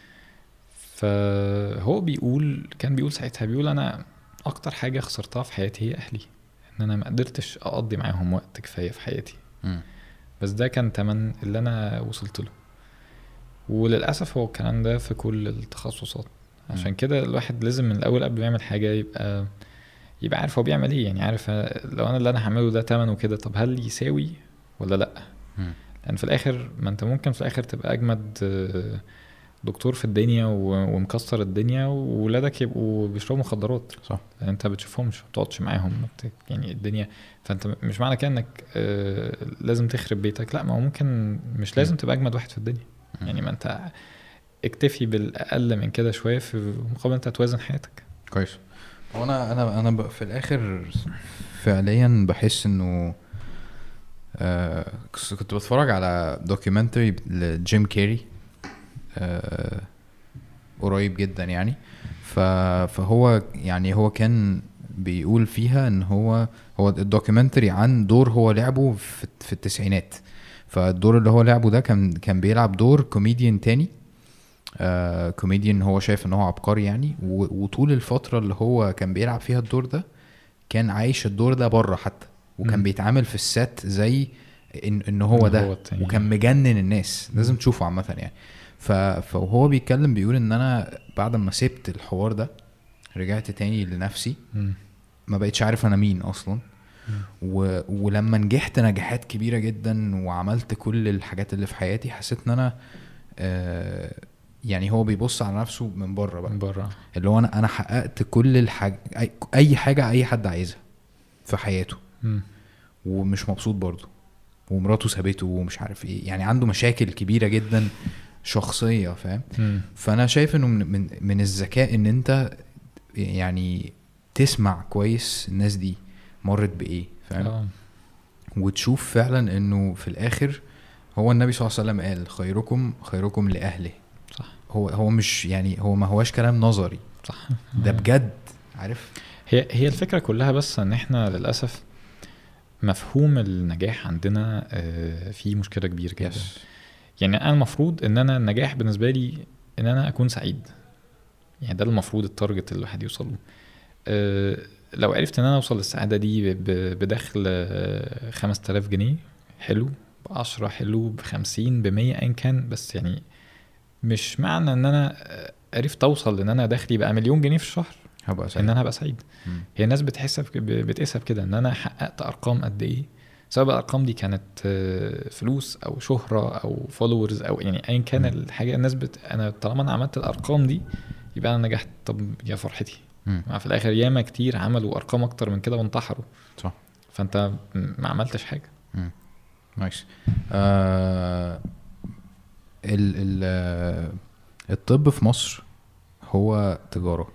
Speaker 2: فهو بيقول كان بيقول ساعتها بيقول انا اكتر حاجه خسرتها في حياتي هي اهلي، ان انا ما قدرتش اقضي معاهم وقت كفايه في حياتي.
Speaker 1: م.
Speaker 2: بس ده كان تمن اللي انا وصلت له. وللاسف هو الكلام ده في كل التخصصات. عشان كده الواحد لازم من الاول قبل ما يعمل حاجه يبقى يبقى عارف هو بيعمل ايه. يعني عارف لو انا اللي انا هعمله ده تمنه كده، طب هل يساوي ولا لا؟
Speaker 1: م.
Speaker 2: لان في الاخر ما انت ممكن في الاخر تبقى اجمد دكتور في الدنيا ومكسر الدنيا وولادك يبقوا بيشربوا مخدرات.
Speaker 1: صح.
Speaker 2: لان انت بتشوفهمش، ما بتقعدش معاهم، يعني الدنيا. فانت مش معنى كده انك لازم تخرب بيتك، لا، ما هو ممكن مش لازم تبقى اجمد واحد في الدنيا. يعني ما انت اكتفي بالاقل من كده شويه في مقابل انت توازن حياتك.
Speaker 1: كويس. وانا انا انا في الاخر فعليا بحس انه آه كنت بتفرج على دوكيومنتري لجيم كيري آه قريب جدا يعني. فهو يعني هو كان بيقول فيها ان هو هو الدوكيومنتري عن دور هو لعبه في, في التسعينات. فالدور اللي هو لعبه ده كان كان بيلعب دور كوميديان تاني، آه كوميديان هو شايف ان هو عبقري يعني. وطول الفترة اللي هو كان بيلعب فيها الدور ده كان عايش الدور ده بره حتى، وكان م. بيتعامل في السات زي ان, إن هو ده هو وكان مجنن الناس. م. لازم تشوفه عامة يعني. فهو بيتكلم بيقول ان انا بعد ما سبت الحوار ده رجعت تاني لنفسي، م. ما بقيتش عارف انا مين اصلا. و... ولما نجحت نجاحات كبيرة جدا وعملت كل الحاجات اللي في حياتي حسيت ان انا آه يعني هو بيبص على نفسه من بره بقى،
Speaker 2: من بره،
Speaker 1: اللي هو انا انا حققت كل الحاجة اي, أي حاجة اي حد عايزها في حياته، م. ومش مبسوط برضه، ومراته سابته ومش عارف ايه، يعني عنده مشاكل كبيرة جدا شخصية، فاهم؟ فانا شايف انه من, من, من الذكاء ان انت يعني تسمع كويس الناس دي مرت بايه، فاهم؟ أوه. وتشوف فعلا انه في الاخر هو النبي صلى الله عليه وسلم قال خيركم خيركم لأهله.
Speaker 2: صح.
Speaker 1: هو هو مش يعني هو ما هواش كلام نظري،
Speaker 2: صح،
Speaker 1: ده بجد، عارف؟
Speaker 2: هي هي الفكرة كلها بس ان احنا للأسف مفهوم النجاح عندنا في مشكلة كبيرة جدا. yes. يعني انا المفروض ان انا النجاح بالنسبة لي ان انا اكون سعيد، يعني ده المفروض التارجت اللي الواحد يوصل له. أه لو عرفت ان انا اوصل للسعادة دي بدخل خمس تلاف جنيه حلو، بعشرة حلو، بخمسين، بمية ان كان، بس يعني مش معنى ان انا عرفت اوصل ان انا دخلي بقى مليون جنيه في الشهر
Speaker 1: هبقى سعيد.
Speaker 2: ان انا هبقى سعيد. م. هي الناس بتحسب بتقيسها بكده، ان انا حققت ارقام قد ايه، سواء الارقام دي كانت فلوس او شهرة او فولورز او يعني ايا كان الحاجة. الناس بت... انا طالما انا عملت الارقام دي يبقى انا نجحت. طب يا فرحتي، مع في الاخر ياما كتير عملوا ارقام اكتر من كده وانتحروا.
Speaker 1: صح.
Speaker 2: فانت ما عملتش حاجة.
Speaker 1: نايس. آه ال ال الطب في مصر هو تجارة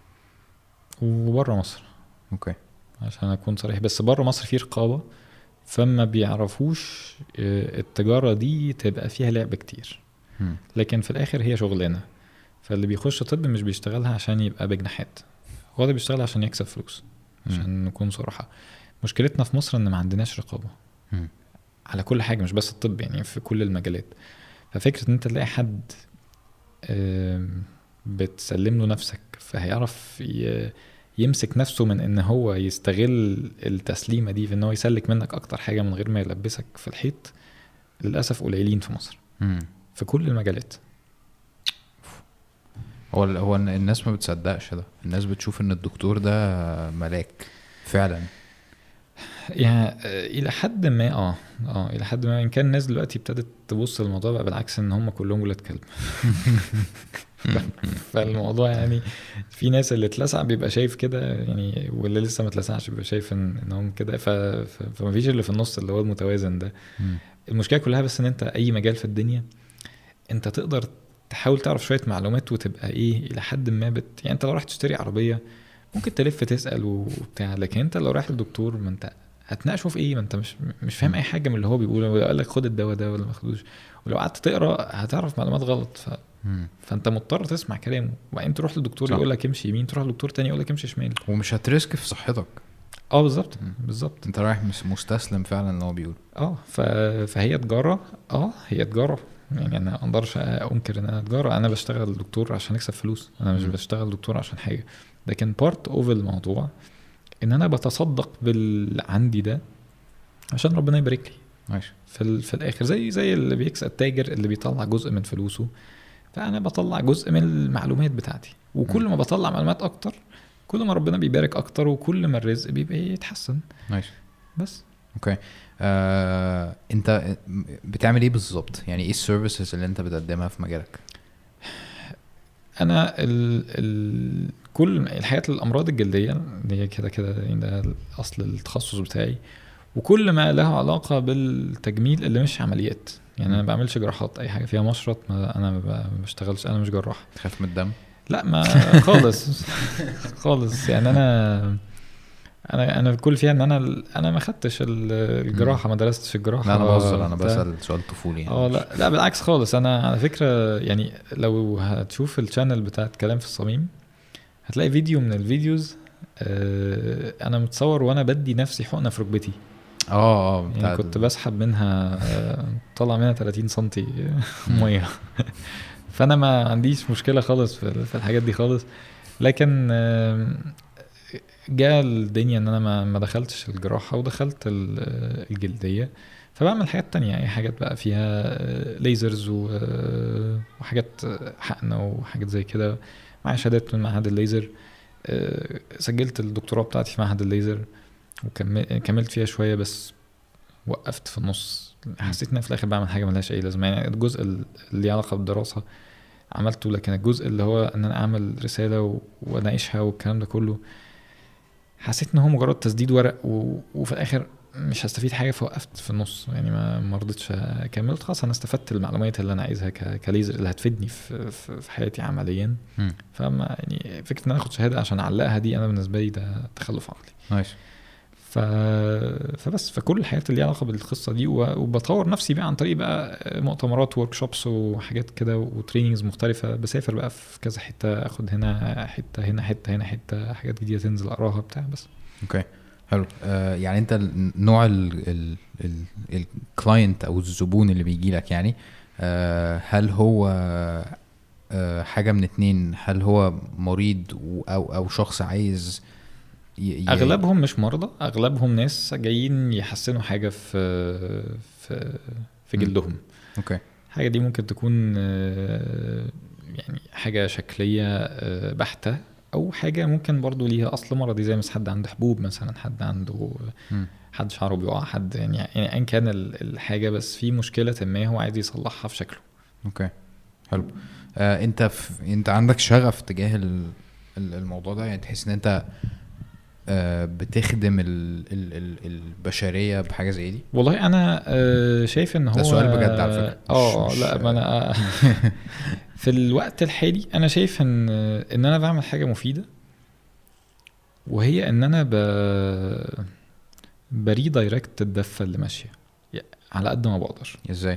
Speaker 2: وبره مصر.
Speaker 1: اوكي،
Speaker 2: عشان اكون صريح، بس بره مصر فيه رقابة، فما بيعرفوش التجارة دي تبقى فيها لعب كتير. م. لكن في الاخر هي شغلانة، فاللي بيخش طب مش بيشتغلها عشان يبقى بجناحات، هو ده بيشتغل عشان يكسب فلوس. عشان م. نكون صراحة، مشكلتنا في مصر ان ما عندناش رقابة م. على كل حاجة، مش بس الطب، يعني في كل المجالات. ففكرة ان انت تلاقي حد بتسلم له نفسك فهيعرف يمسك نفسه من ان هو يستغل التسليمة دي في ان هو يسلك منك اكتر حاجة من غير ما يلبسك في الحيط، للأسف قليلين في مصر. م. في كل المجالات.
Speaker 1: هو هو الناس ما بتصدقش ده، الناس بتشوف ان الدكتور ده ملاك فعلا.
Speaker 2: يعني الى حد ما اه اه الى حد ما، ان كان الناس دلوقتي ابتدت تبص للموضوع بقى بالعكس، ان هم كلهم ولاد كلب. فالموضوع يعني في ناس اللي اتلسع بيبقى شايف كده يعني، واللي لسه ما اتلسعش بيبقى شايف ان انهم كده. فما فيش اللي في النص اللي هو المتوازن ده. المشكله كلها بس ان انت اي مجال في الدنيا انت تقدر تحاول تعرف شويه معلومات وتبقى ايه الى حد ما بت... يعني انت لو رحت تشتري عربيه ممكن تلف تسال وبتاع. لكن انت لو رايح للدكتور ما انت هتناقشه في ايه؟ ما انت مش مش فاهم اي حاجه من اللي هو بيقوله. ولا قال لك خد الدواء ده ولا ما خدوش، ولو قعدت تقرا هتعرف معلومات غلط. ف... فانت مضطر تسمع كلامه. وبعدين تروح للدكتور يقول لك امشي يمين، تروح للدكتور تاني يقول لك امشي شمال،
Speaker 1: ومش هتريسك في صحتك.
Speaker 2: اه بالظبط بالظبط.
Speaker 1: انت رايح مش مستسلم فعلا اللي هو بيقول.
Speaker 2: اه ف... فهي تجاره. اه هي تجاره. يعني انا ما اقدرش انكر ان انا تجاره. انا بشتغل دكتور عشان اكسب فلوس، انا مش م. بشتغل دكتور عشان حاجه. لكن بارت اوف الموضوع ان انا بتصدق بال عندي ده عشان ربنا يبارك لي.
Speaker 1: ماشي.
Speaker 2: في ال... في الاخر زي زي اللي بيكسب التاجر اللي بيطلع جزء من فلوسه، فانا بطلع جزء من المعلومات بتاعتي. وكل ما بطلع معلومات اكتر كل ما ربنا بيبارك اكتر، وكل ما الرزق بيبقى يتحسن.
Speaker 1: ماشي.
Speaker 2: بس
Speaker 1: اوكي. آه، انت بتعمل ايه بالظبط؟ يعني ايه السيرفيسز اللي انت بتقدمها في مجالك؟
Speaker 2: انا ال ال كل الحاجات الامراض الجلديه اللي هي كده كده ده اصل التخصص بتاعي، وكل ما له علاقه بالتجميل اللي مش عمليات. يعني انا ما بعملش جراحات، اي حاجه فيها مشرط ما انا ما بشتغلش، انا مش جراح.
Speaker 1: تخاف من الدم؟
Speaker 2: لا ما خالص خالص. يعني انا انا انا كل فيها ان انا انا ما خدتش الجراحه، ما درستش الجراحه.
Speaker 1: لا انا بهزر، انا بسال سؤال طفولي يعني.
Speaker 2: اه لا لا بالعكس خالص. انا على فكره يعني لو هتشوف الشانل بتاعت كلام في الصميم هتلاقي فيديو من الفيديوز آه انا متصور وانا بدي نفسي حقنه في ركبتي.
Speaker 1: اه اه
Speaker 2: يعني كنت بسحب منها آه طلع منها ثلاثين سنتي ميه. فانا ما عنديش مشكله خالص في الحاجات دي خالص. لكن آه جاء الدنيا ان انا ما دخلتش الجراحه ودخلت الجلديه، فبعمل حاجات تانية. اي حاجات بقى فيها ليزرز وحاجات حقن وحاجات زي كده. معايا شهادات من معهد الليزر، سجلت الدكتوراه بتاعتي في معهد الليزر وكملت فيها شويه، بس وقفت في النص. حسيت ان في الاخر بعمل حاجه ملهاش اي لازمه. يعني الجزء اللي علاقه بالدراسه عملته، لكن الجزء اللي هو ان انا اعمل رساله واناقشها والكلام ده كله حسيت ان هو مجرد تسديد ورق و... وفي الاخر مش هستفيد حاجه، فوقفت في النص. يعني ما مرضتش اكمل. خلاص انا استفدت المعلومات اللي انا عايزها ك... كليزر اللي هتفيدني في في حياتي عمليا. فما يعني فكره ان انا اخد شهاده عشان اعلقها دي انا بالنسبه لي ده تخلف عقلي.
Speaker 1: ماشي.
Speaker 2: ف... فبس فكل الحاجات اللي ليها علاقه بالقصه دي و... وبطور نفسي بقى عن طريق بقى مؤتمرات وركشوبس وحاجات كده وتريننجز مختلفه. بسافر بقى في كذا حته، اخد هنا حته هنا حته هنا حته حاجات جديده تنزل اقراها بتاع. بس
Speaker 1: اوكي حلو. آه يعني انت نوع الكلاينت او الزبون اللي بيجي لك يعني آه هل هو آه حاجه من اتنين؟ هل هو مريض او او شخص عايز ي...
Speaker 2: اغلبهم مش مرضى، اغلبهم ناس جايين يحسنوا حاجه في في في جلدهم.
Speaker 1: اوكي.
Speaker 2: حاجه دي ممكن تكون يعني حاجه شكليه بحته، او حاجه ممكن برضو ليها اصل مرضي زي مثلا حد عنده حبوب مثلا، حد عنده م. حد شعره بيقع، حد يعني يعني ان كان الحاجه بس في مشكله ما هو عايز يصلحها في شكله.
Speaker 1: اوكي حلو. آه انت ف... انت عندك شغف تجاه الموضوع ده؟ يعني تحس ان انت بتخدم ال ال ال البشريه بحاجه زي دي؟
Speaker 2: والله انا شايف ان هو
Speaker 1: ده سؤال بجد على فكره.
Speaker 2: اه لا ما انا في الوقت الحالي انا شايف ان ان انا بعمل حاجه مفيده، وهي ان انا ب بري دايركت الدفه اللي ماشيه على قد ما بقدر.
Speaker 1: ازاي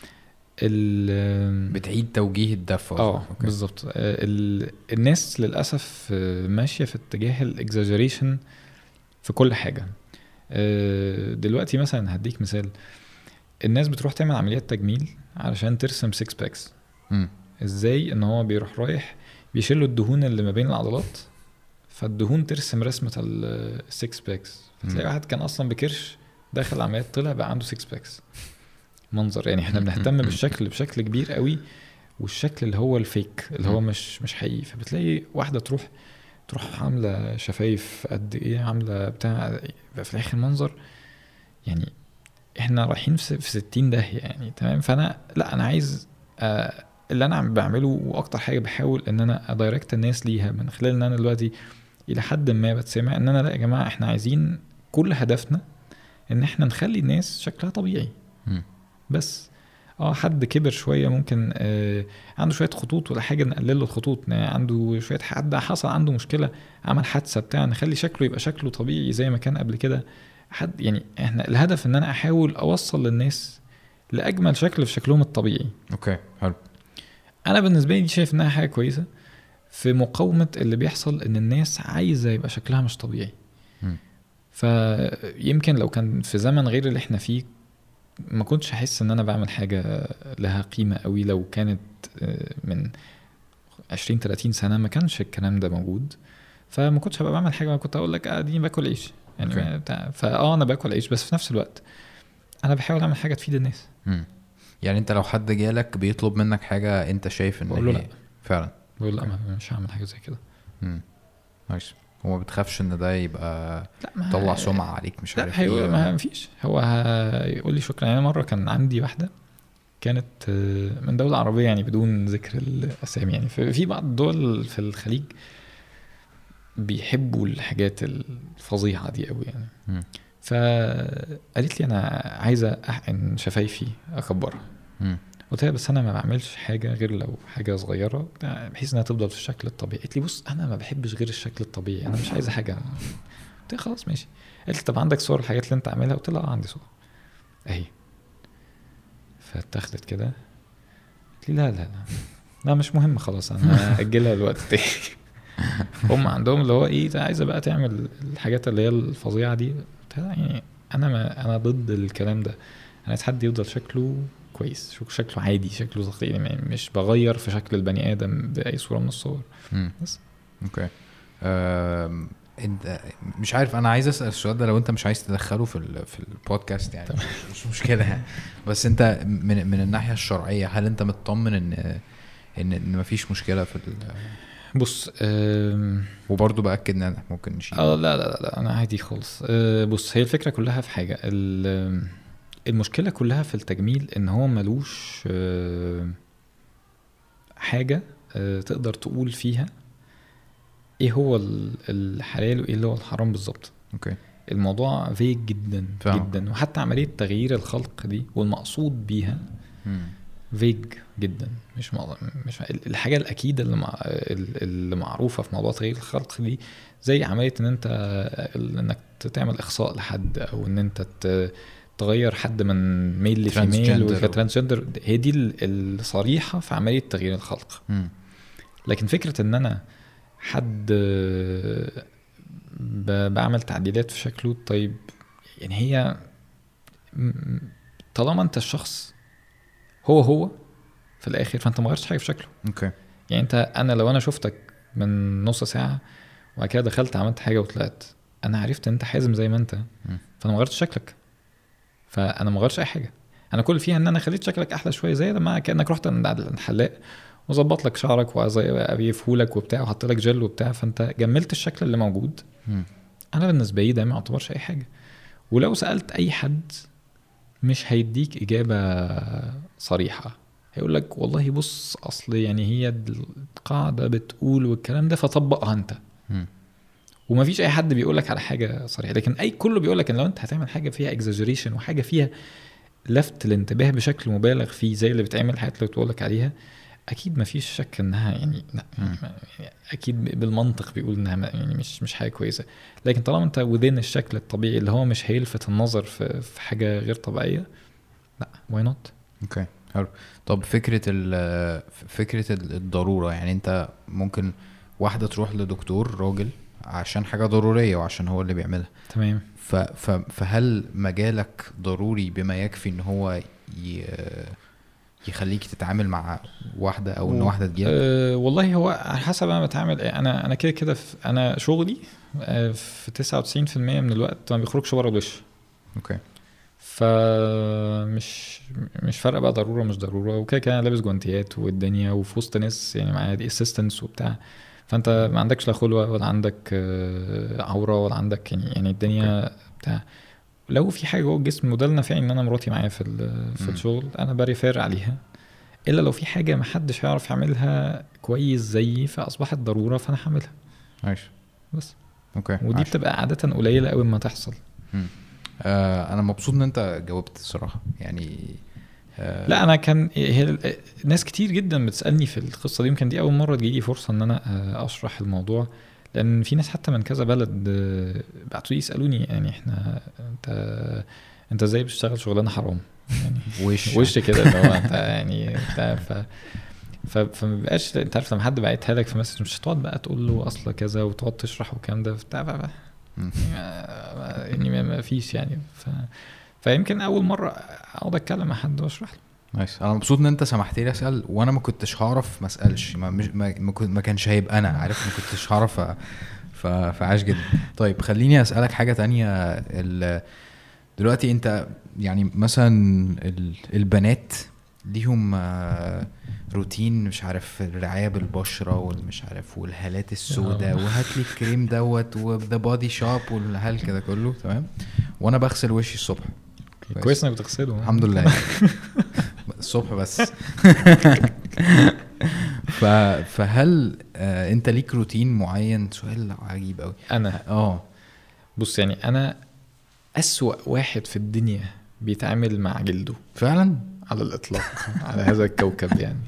Speaker 2: ال
Speaker 1: بتعيد توجيه الدفه؟
Speaker 2: اه بالظبط. الناس للاسف ماشيه في اتجاه الاكزاجريشن في كل حاجه. دلوقتي مثلا هديك مثال، الناس بتروح تعمل عمليات تجميل علشان ترسم سيكس باكس.
Speaker 1: م.
Speaker 2: ازاي؟ ان هو بيروح رايح بيشيلوا الدهون اللي ما بين العضلات، فالدهون ترسم رسمه السيكس باكس. فتلاقي واحد كان اصلا بكرش داخل العمليات طلع بقى عنده سيكس باكس. منظر يعني احنا بنهتم بالشكل بشكل كبير قوي، والشكل اللي هو الفيك اللي هو مش مش حقيقي. فبتلاقي واحده تروح تروح عامله شفايف قد ايه، عامله بتاع في الاخر منظر يعني احنا رايحين في ستين داهيه يعني. تمام. فانا لا انا عايز آه اللي انا عم بعمله، واكتر حاجه بحاول ان انا ادايركت الناس ليها من خلال ان انا دلوقتي الى حد ما بتسمع ان انا لا يا جماعه احنا عايزين كل هدفنا ان احنا نخلي الناس شكلها طبيعي.
Speaker 1: م.
Speaker 2: بس اه حد كبر شويه ممكن آه عنده شويه خطوط ولا حاجه نقلل له الخطوط، عنده شويه حد حصل عنده مشكله عمل حادثه بتاع نخلي شكله يبقى شكله طبيعي زي ما كان قبل كده. حد يعني احنا الهدف ان انا احاول اوصل للناس لاجمل شكل في شكلهم الطبيعي.
Speaker 1: اوكي حلو.
Speaker 2: انا بالنسبه لي شايف انها حاجه كويسه في مقاومه اللي بيحصل ان الناس عايزه يبقى شكلها مش طبيعي.
Speaker 1: م.
Speaker 2: فيمكن لو كان في زمن غير اللي احنا فيه ما كنتش احس ان انا بعمل حاجه لها قيمه قوي. لو كانت من عشرين ثلاثين سنه ما كانش الكلام ده موجود، فما كنتش هبقى بعمل حاجه. ما كنت اقول لك اديني باكل عيش يعني بتاع. فاه انا باكل عيش بس في نفس الوقت انا بحاول اعمل حاجه تفيد الناس.
Speaker 1: م. يعني انت لو حد جالك بيطلب منك حاجه انت شايف ان
Speaker 2: بقول له لا
Speaker 1: فعلا،
Speaker 2: بقول لا مش هعمل حاجه زي كده.
Speaker 1: امم ماشي. هو ما بتخافش ان ده يبقى طلع سمعه عليك مش عارف ايه؟
Speaker 2: لا ما فيش. هو هيقول لي شكرا. يعني مره كان عندي واحده كانت من دولة عربية يعني بدون ذكر الأسامي، يعني في بعض الدول في الخليج بيحبوا الحاجات الفظيعة دي قوي يعني. م. فقالت لي أنا عايزة أحقن شفايفي أكبرها. قلت لها بس أنا ما بعملش حاجة غير لو حاجة صغيرة بحيث أنها تفضل في الشكل الطبيعي. قالت لي بص أنا ما بحبش غير الشكل الطبيعي، أنا مش عايزة حاجة. قلت لها خلاص ماشي. قالت لي طب عندك صور الحاجات اللي أنت عاملها؟ قلت لها آه عندي صور أهي. فاتخذت كده قلت لي لا لا لا لا مش مهم خلاص انا اجلها الوقت تاني. هم عندهم اللي هو ايه عايزه بقى تعمل الحاجات اللي هي الفظيعه دي. يعني انا ما انا ضد الكلام ده. انا عايز حد يفضل شكله كويس، شكله عادي، شكله تقليدي، مش بغير في شكل البني ادم باي صوره من الصور. بس
Speaker 1: اوكي. أم... انت مش عارف انا عايز اسال السؤال ده لو انت مش عايز تدخله في في البودكاست يعني مش مشكله يعني. بس انت من من الناحيه الشرعيه هل انت مطمن ان ان ان مفيش مشكله في
Speaker 2: بص أم...
Speaker 1: وبرضه باكد ان ممكن نشيل
Speaker 2: اه لا لا لا انا عادي خالص. أه بص هي الفكره كلها في حاجه، المشكله كلها في التجميل ان هو ملوش أه حاجه أه تقدر تقول فيها ايه هو الحلال وايه اللي هو الحرام بالظبط.
Speaker 1: اوكي.
Speaker 2: الموضوع فيج جدا فهم. جدا. وحتى عمليه تغيير الخلق دي والمقصود بيها فيج جدا. مش مش الحاجه الاكيده اللي مع اللي معروفه في موضوع تغيير الخلق دي زي عمليه ان انت انك تعمل اخصاء لحد او ان انت تغير حد من ميل لفيميل وكترانسجندر. هي دي الصريحه في عمليه تغيير الخلق. م. لكن فكره ان انا حد بعمل تعديلات في شكله، طيب يعني هي طالما انت الشخص هو هو في الاخر فانت ما غيرتش حاجه في شكله.
Speaker 1: اوكي.
Speaker 2: يعني انت انا لو انا شفتك من نص ساعه وبعد كده دخلت عملت حاجه وطلعت انا عرفت ان انت حازم زي ما انت، فانا ما غيرتش شكلك، فانا ما غيرتش اي حاجه. انا كل فيها ان انا خليت شكلك احلى شويه زي لما كانك رحت عند الحلاق وظبط لك شعرك وابيفهولك وبتاع وحط لك جل وبتاع، فانت جملت الشكل اللي موجود. م. انا بالنسبه لي ده ما يعتبرش اي حاجه. ولو سالت اي حد مش هيديك اجابه صريحه، هيقول لك والله بص اصل يعني هي القاعده بتقول والكلام ده فطبقها انت. م. وما فيش اي حد بيقول لك على حاجه صريحه. لكن اي كله بيقول لك ان لو انت هتعمل حاجه فيها اكزاجريشن وحاجه فيها لفت الانتباه بشكل مبالغ فيه زي اللي بتعمل الحاجات اللي بتقول لك عليها، اكيد ما فيش شك انها يعني لا يعني اكيد بالمنطق بيقول انها يعني مش مش حاجه كويسه. لكن طالما انت وذين الشكل الطبيعي اللي هو مش هيلفت النظر في في حاجه غير طبيعيه، لا واي نوت.
Speaker 1: اوكي حلو. طب فكره فكره الضروره، يعني انت ممكن واحده تروح لدكتور راجل عشان حاجه ضروريه وعشان هو اللي بيعملها،
Speaker 2: تمام.
Speaker 1: فهل مجالك ضروري بما يكفي ان هو ي... يخليك تتعامل مع واحده او ان واحده تجيلك؟
Speaker 2: أه والله هو على حسب انا بتعامل. انا انا كده كده انا شغلي في تسعة وتسعين بالمية من الوقت ما بيخرجش بره الوش.
Speaker 1: اوكي.
Speaker 2: فمش مش فارقه بقى ضروره مش ضروره، وكده كده لابس جوانتيات والدنيا وفي وسط ناس يعني معايا دي اسيستنتس وبتاع، فانت ما عندكش لا خلوه ولا عندك عوره ولا عندك يعني يعني الدنيا أوكي. بتاع لو في حاجه جوه الجسم وده النافع ان انا مراتي معايا في في الشغل انا بريفير عليها، الا لو في حاجه ما حدش هيعرف يعملها كويس زيي فاصبحت ضروره فانا هعملها.
Speaker 1: ماشي
Speaker 2: بس
Speaker 1: اوكي.
Speaker 2: ودي عايش. بتبقى عاده قليله قوي ما تحصل.
Speaker 1: آه انا مبسوط ان انت جاوبت الصراحه. يعني آه
Speaker 2: لا انا كان هي ناس كتير جدا بتسالني في القصه دي. يمكن دي اول مره تجيلي فرصه ان انا اشرح الموضوع، لان في ناس حتى من كذا بلد بعتوا لي يسالوني يعني احنا انت انت ازاي بتشتغل شغلانه حرام يعني
Speaker 1: وش
Speaker 2: وش كده اللي هو انت يعني انت ف ف فما بقاش انت عارف لما حد باعتها لك في مسج مش هتقعد بقى تقول له اصلا كذا وتقعد تشرح والكلام ده بتاع يعني ما فيش يعني ف فيمكن اول مره اقعد اتكلم مع حد واشرح له.
Speaker 1: نايس. انا مبسوط ان انت سمحت لي اسال وانا ما كنتش هعرف ما اسالش ما مش ما, ما كانش هيبقى انا عارف ما كنتش هعرف ف فعاش جدا. طيب خليني اسالك حاجه تانية. دلوقتي انت يعني مثلا البنات ليهم روتين مش عارف الرعايه بالبشره والمش عارف والهالات السوداء وهات لي الكريم دوت وذا بودي شوب والهال كده كله تمام. وانا بغسل وشي الصبح
Speaker 2: كويس انك بتغسله
Speaker 1: الحمد لله الصبح بس. ف فهل آه انت ليك روتين معين؟ سؤال عجيب قوي.
Speaker 2: انا
Speaker 1: اه
Speaker 2: بص يعني انا اسوأ واحد في الدنيا بيتعامل مع جلده
Speaker 1: فعلا
Speaker 2: على الاطلاق على هذا الكوكب يعني.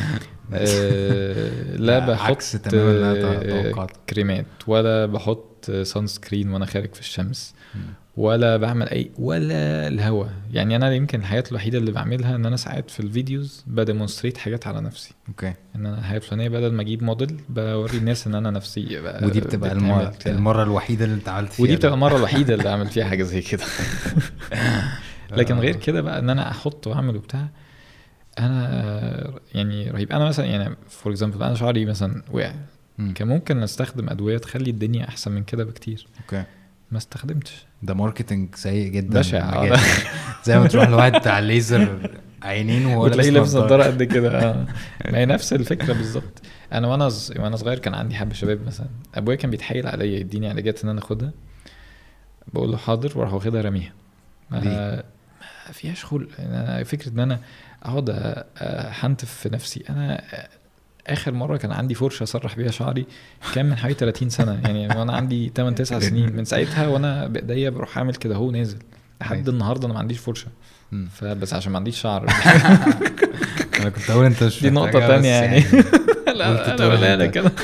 Speaker 2: أه لا بحط
Speaker 1: تماما
Speaker 2: كريمات ولا بحط سان سكرين وانا خارج في الشمس ولا بعمل اي ولا الهوا يعني. انا يمكن الحاجات الوحيده اللي بعملها ان انا ساعات في الفيديوز بديمونستريت حاجات على نفسي.
Speaker 1: اوكي
Speaker 2: ان انا الحاجه الفلانيه بدل ما اجيب موديل بوري الناس ان انا نفسي.
Speaker 1: ودي بتبقى المره المره الوحيده اللي انت عملت فيها.
Speaker 2: ودي بتبقى المره الوحيده اللي عملت فيها حاجه زي كده. لكن غير كده بقى ان انا احط واعمل وبتاع انا يعني رهيب. انا مثلا يعني فور اكزامبل انا شعري مثلا وقع كان ممكن استخدم ادويه تخلي الدنيا احسن من كده بكتير.
Speaker 1: اوكي
Speaker 2: ما استخدمتش.
Speaker 1: ده ماركتنج سيء جدا
Speaker 2: بشع.
Speaker 1: زي ما تروح لواحد بتاع الليزر عينين وهو
Speaker 2: لابس نظاره قد كده. اه ما هي نفس الفكره بالظبط. انا وانا ز... وانا صغير كان عندي حب شباب مثلا ابويا كان بيتحايل عليا يديني علاجات ان انا اخدها بقول له حاضر واروح واخدها رميها. ما فيهاش خلق. انا فكره ان انا اقعد احنتف في نفسي. انا اخر مره كان عندي فرشه اسرح بيها شعري كان من حوالي ثلاثين سنه يعني وانا عندي ثمانية تسعة سنين. من ساعتها وانا بايديا بروح اعمل كده هو نازل لحد النهارده انا ما عنديش فرشه فبس عشان ما عنديش شعر.
Speaker 1: انا كنت اقول انت مش
Speaker 2: دي نقطه تانية يعني, يعني. لا انا ولا انا كده.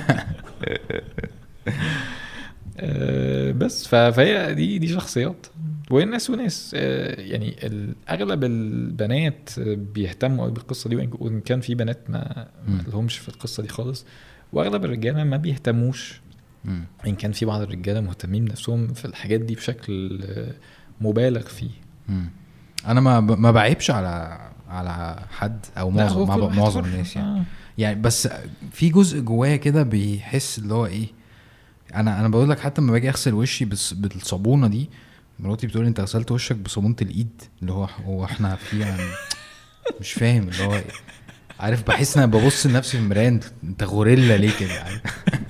Speaker 2: بس فهي دي دي شخصيات وناس وناس يعني. اغلب البنات بيهتموا بالقصه دي وان كان في بنات ما لهمش في القصه دي خالص واغلب الرجاله ما بيهتموش ان كان في بعض الرجاله مهتمين بنفسهم في الحاجات دي بشكل مبالغ فيه.
Speaker 1: انا ما ما بعيبش على على حد او معظم معظم الناس يعني. يعني بس في جزء جوايا كده بيحس اللي هو ايه. انا انا بقول لك حتى لما باجي اغسل وشي بالصابونه دي مراتي بتقول انت غسلت وشك بصابونه الايد اللي هو هو احنا في يعني مش فاهم اللي هو عارف. بحس ان انا ببص لنفسي في المرايه انت غوريلا ليه كده يعني.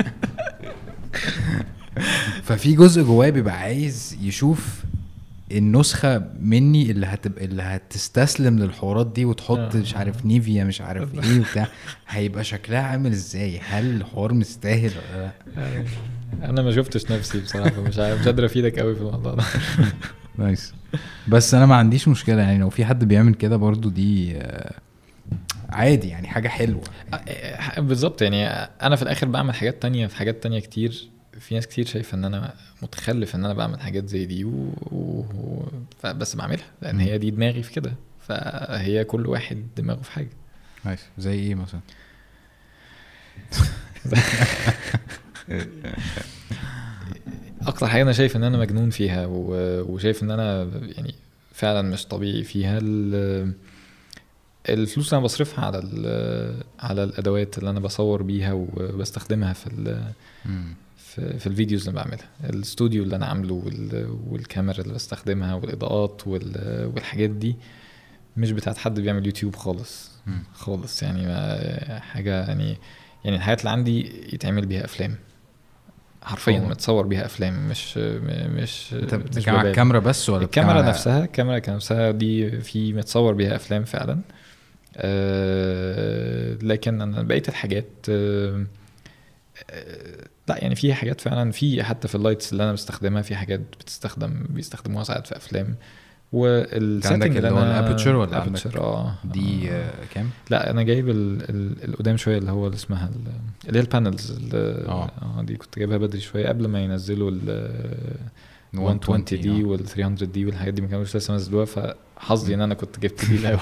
Speaker 1: ففي جزء جوايا بيبقى عايز يشوف النسخه مني اللي هتبقى اللي هتستسلم للحوارات دي وتحط مش عارف نيفيا مش عارف ايه وبتاع هيبقى شكلها عامل ازاي. هل الحوار مستاهل ولا لا؟
Speaker 2: انا ما شفتش نفسي بصراحه مش عارف مش قادر افيدك قوي في الموضوع ده.
Speaker 1: نايس. بس انا ما عنديش مشكله يعني لو في حد بيعمل كده برضو دي عادي يعني حاجه حلوه
Speaker 2: بالظبط. يعني انا في الاخر بعمل حاجات تانية في حاجات تانية كتير. في ناس كتير شايفه ان انا متخلف ان انا بعمل حاجات زي دي و... و... بس بعملها لان هي دي دماغي في كده. فهي كل واحد دماغه في حاجه.
Speaker 1: نايس. زي ايه مثلا؟
Speaker 2: اكتر حاجه انا شايف ان انا مجنون فيها و... وشايف ان انا يعني فعلا مش طبيعي فيها ال... الفلوس اللي انا بصرفها على ال... على الادوات اللي انا بصور بيها وبستخدمها في ال... في, في الفيديوز اللي بعملها. الاستوديو اللي انا عامله وال... والكاميرا اللي بستخدمها والاضاءات وال... والحاجات دي مش بتاعت حد بيعمل يوتيوب خالص خالص يعني. ما حاجه يعني يعني الحاجات اللي عندي يتعمل بيها افلام حرفيا متصور بيها افلام مش مش
Speaker 1: مش الكاميرا بس ولا
Speaker 2: الكاميرا نفسها. الكاميرا نفسها دي في متصور بيها افلام فعلا. أه لكن انا بقيه الحاجات أه لا يعني في حاجات فعلا في حتى في اللايتس اللي انا بستخدمها في حاجات بتستخدم بيستخدموها ساعات في افلام والسيتنج
Speaker 1: اللي هو الابيتشر ولا
Speaker 2: الابيتشر اه
Speaker 1: دي آه كام؟
Speaker 2: لا انا جايب القدام شويه اللي هو اللي اسمها اللي هي البانلز اه اه دي كنت جايبها بدري شويه قبل ما ينزلوا ال مية وعشرين دي وال ثلاثمية دي والحاجات دي ما كانوش لسه نزلوها فحظي ان انا كنت جبت دي الاول.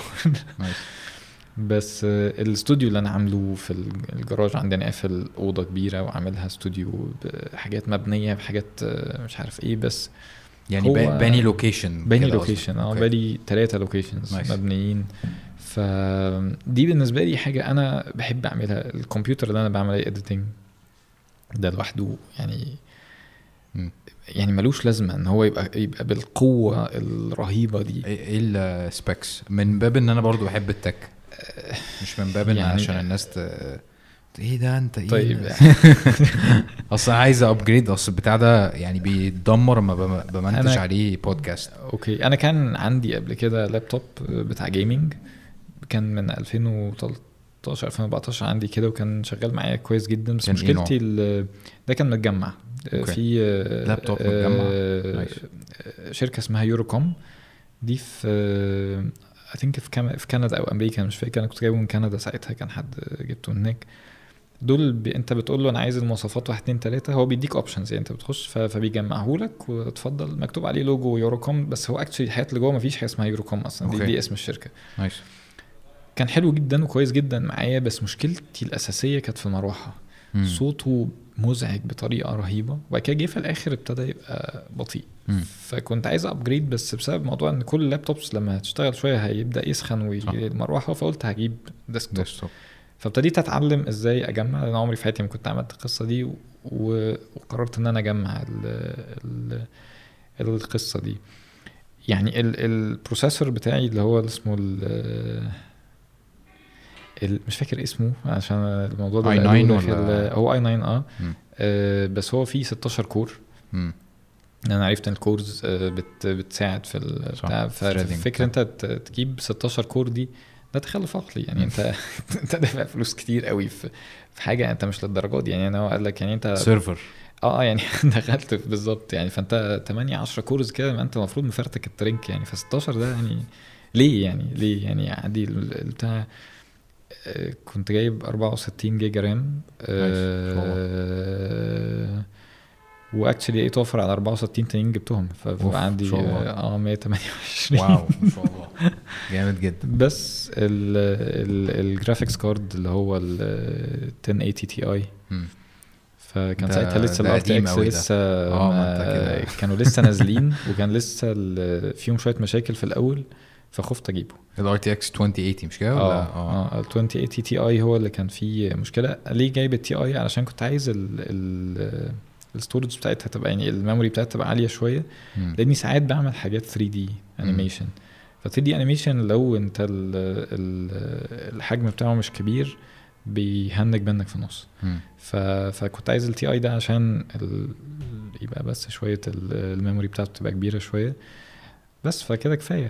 Speaker 2: بس الاستوديو اللي انا عامله في الجراج عندنا قافل اوضه كبيره وعاملها استوديو بحاجات مبنيه بحاجات مش عارف ايه بس
Speaker 1: يعني باني لوكيشن
Speaker 2: باني لوكيشن اه بالي ثلاثه لوكيشنز مبنيين. فدي بالنسبه لي حاجه انا بحب اعملها. الكمبيوتر اللي انا بعمل عليه اديتنج ده لوحده يعني م. يعني ملوش لازمه ان هو يبقى يبقى بالقوه الرهيبه دي.
Speaker 1: ايه السبيكس من باب ان انا برضو بحب التك مش من باب ان يعني عشان الناس ت... ايه ده انت ايه
Speaker 2: طيب
Speaker 1: اصلا عايز ابجريد اصلا بتاع ده يعني بيدمر ما بمنتج أنا... عليه بودكاست.
Speaker 2: اوكي انا كان عندي قبل كده لابتوب بتاع جيمنج كان من ألفين وتلتاشر ألفين وأربعتاشر عندي كده وكان شغال معايا كويس جدا بس مشكلتي ده كان متجمع أوكي. في
Speaker 1: لابتوب متجمع
Speaker 2: شركه اسمها يوروكوم دي في I think في كم... في كندا او امريكا مش فاكر. انا كنت جايبه من كندا ساعتها كان حد جبته هناك. دول ب... انت بتقول له انا عايز المواصفات واحد اتنين تلاتة هو بيديك اوبشنز يعني انت بتخش ف... فبيجمعه لك وتفضل مكتوب عليه لوجو يوروكوم بس هو اكشلي الحاجات اللي جوه ما فيش حاجه اسمها يوروكوم اصلا دي, دي اسم الشركه.
Speaker 1: نايس.
Speaker 2: كان حلو جدا وكويس جدا معايا بس مشكلتي الاساسيه كانت في المروحه. م. صوته مزعج بطريقه رهيبه وبعد كده جه في الاخر ابتدى يبقى بطيء. م. فكنت عايز ابجريد بس بسبب موضوع ان كل اللابتوبس لما هتشتغل شويه هيبدا يسخن والمروحه فقلت هجيب ديسكتوب. فابتديت اتعلم ازاي اجمع لان عمري في حياتي ما كنت عملت القصه دي وقررت ان انا اجمع ال ال القصه دي. يعني البروسيسور بتاعي اللي هو اسمه مش فاكر اسمه عشان الموضوع ده
Speaker 1: اي تسعة ولا
Speaker 2: هو اي تسعة اه, آه بس هو فيه ستاشر كور. م. انا عرفت ان الكورز بت بتساعد في بتاع فالفكره انت تجيب ستاشر كور دي ده تخلف عقلي يعني انت انت دافع فلوس كتير قوي في في حاجه انت مش للدرجه دي يعني. انا قال لك يعني انت
Speaker 1: سيرفر
Speaker 2: اه يعني دخلت بالظبط يعني فانت تمانية عشرة كورز كده ما انت المفروض مفرتك الترنك يعني ف ستاشر ده يعني ليه يعني ليه يعني عادي بتاع. كنت جايب أربعة وستين جيجا رام أه واكشلي ايه توفر على أربعة وستين تانيين جبتهم فبقى عندي اه مية وتمانية وعشرين.
Speaker 1: واو ما شاء الله جامد جدا.
Speaker 2: بس الجرافيكس كارد اللي هو ال عشرة ثمانين تي اي فكان ساعتها لسه الار تي اكس لسه آه كانوا لسه نازلين وكان لسه فيهم شويه مشاكل في الاول فخفت اجيبه.
Speaker 1: الار تي اكس عشرين ثمانين مش كده ولا
Speaker 2: اه اه ال عشرين ثمانين تي اي هو اللي كان فيه مشكله. ليه جايب التي اي علشان كنت عايز ال ال الستورج بتاعتها تبقى يعني الميموري بتاعتها تبقى عاليه شويه لاني ساعات بعمل حاجات ثري دي انيميشن ف ثري دي انيميشن لو انت ال ال الحجم بتاعه مش كبير بيهنج منك في النص. فكنت عايز التي اي ده عشان يبقى بس شويه الميموري بتاعته تبقى كبيره شويه بس فكده كفايه.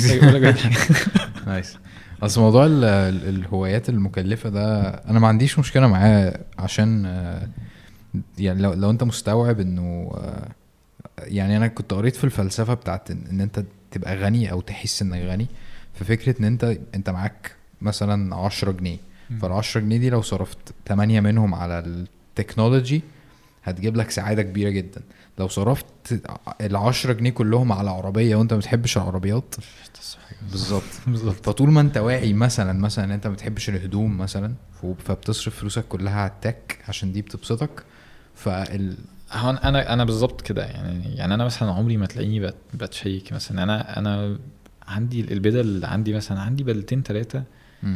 Speaker 1: نايس. اصل موضوع الهوايات المكلفه ده انا ما عنديش مشكله معاه عشان يعني لو لو انت مستوعب انه يعني انا كنت قريت في الفلسفه بتاعت ان انت تبقى غني او تحس انك غني ففكره ان انت انت معاك مثلا عشرة جنيه فالعشرة جنيه دي لو صرفت تمانية منهم على التكنولوجي هتجيب لك سعاده كبيره جدا. لو صرفت العشرة جنيه كلهم على عربيه وانت ما بتحبش العربيات بالظبط بالظبط فطول ما انت واعي مثلا مثلا انت ما بتحبش الهدوم مثلا فبتصرف فلوسك كلها على التك عشان دي بتبسطك. فال
Speaker 2: انا انا بالظبط كده يعني يعني انا مثلا عمري ما تلاقيني بتشيك مثلا انا انا عندي البدل اللي عندي مثلا عندي بدلتين ثلاثه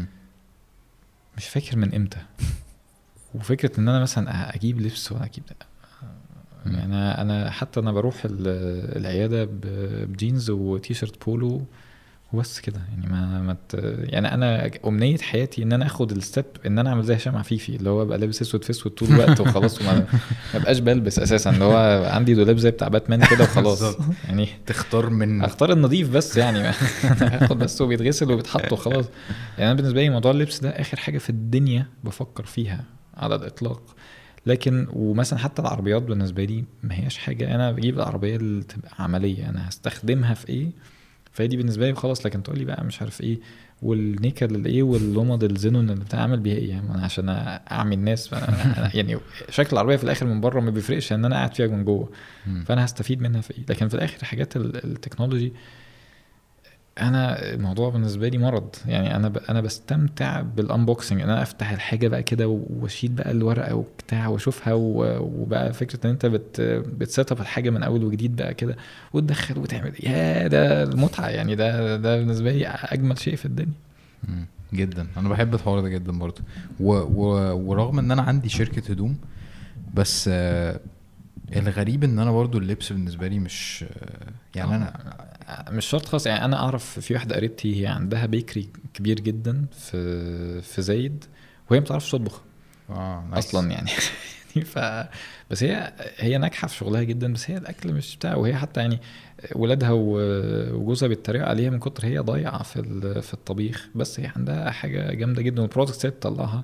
Speaker 2: مش فاكر من امتى. وفكره ان انا مثلا اجيب لبس وانا اجيب يعني انا انا حتى انا بروح العياده بجينز وتيشرت بولو وبس كده يعني ما مت يعني انا امنيه حياتي ان انا اخد الستيب ان انا اعمل زي هشام عفيفي اللي هو ابقى لابس اسود في اسود طول الوقت وخلاص وما ابقاش بلبس اساسا اللي هو عندي دولاب زي بتاع باتمان كده وخلاص يعني
Speaker 1: تختار من
Speaker 2: اختار النظيف بس يعني اخد بس وبيتغسل وبيتحط وخلاص. يعني انا بالنسبه لي موضوع اللبس ده اخر حاجه في الدنيا بفكر فيها على الاطلاق. لكن ومثلا حتى العربيات بالنسبه لي ما هياش حاجه انا بجيب العربيه اللي تبقى عمليه انا هستخدمها في ايه فدي بالنسبه لي خلاص. لكن تقول لي بقى مش عارف ايه والنيكل الايه واللمض الزينون اللي بتعمل بيها ايه يعني عشان اعمي الناس يعني شكل العربيه في الاخر من بره ما بيفرقش ان انا قاعد فيها من جوه فانا هستفيد منها في ايه. لكن في الاخر حاجات التكنولوجي انا الموضوع بالنسبه لي مرض يعني انا ب... انا بستمتع بالانبوكسنج انا افتح الحاجه بقى كده واشيل بقى الورقه وبتاع واشوفها و... وبقى فكره ان انت بت بتسيت اب الحاجه من اول وجديد بقى كده وتدخل وتعمل يا ده المتعه يعني ده ده بالنسبه لي اجمل شيء في الدنيا
Speaker 1: جدا. انا بحب الحوار ده جدا برضه و... و... ورغم ان انا عندي شركه هدوم بس آه الغريب ان انا برضو اللبس بالنسبه لي مش يعني انا
Speaker 2: مش شرط خاص يعني انا اعرف في واحده قريبتي هي عندها بيكري كبير جدا في في زايد وهي ما بتعرفش تطبخ
Speaker 1: اه
Speaker 2: اصلا يعني ف بس هي هي ناجحه في شغلها جدا بس هي الاكل مش بتاع وهي حتى يعني ولادها وجوزها بيتريقوا عليها من كتر هي ضايعه في في الطبيخ بس هي عندها حاجه جامده جدا والبرودكتس اللي بتطلعها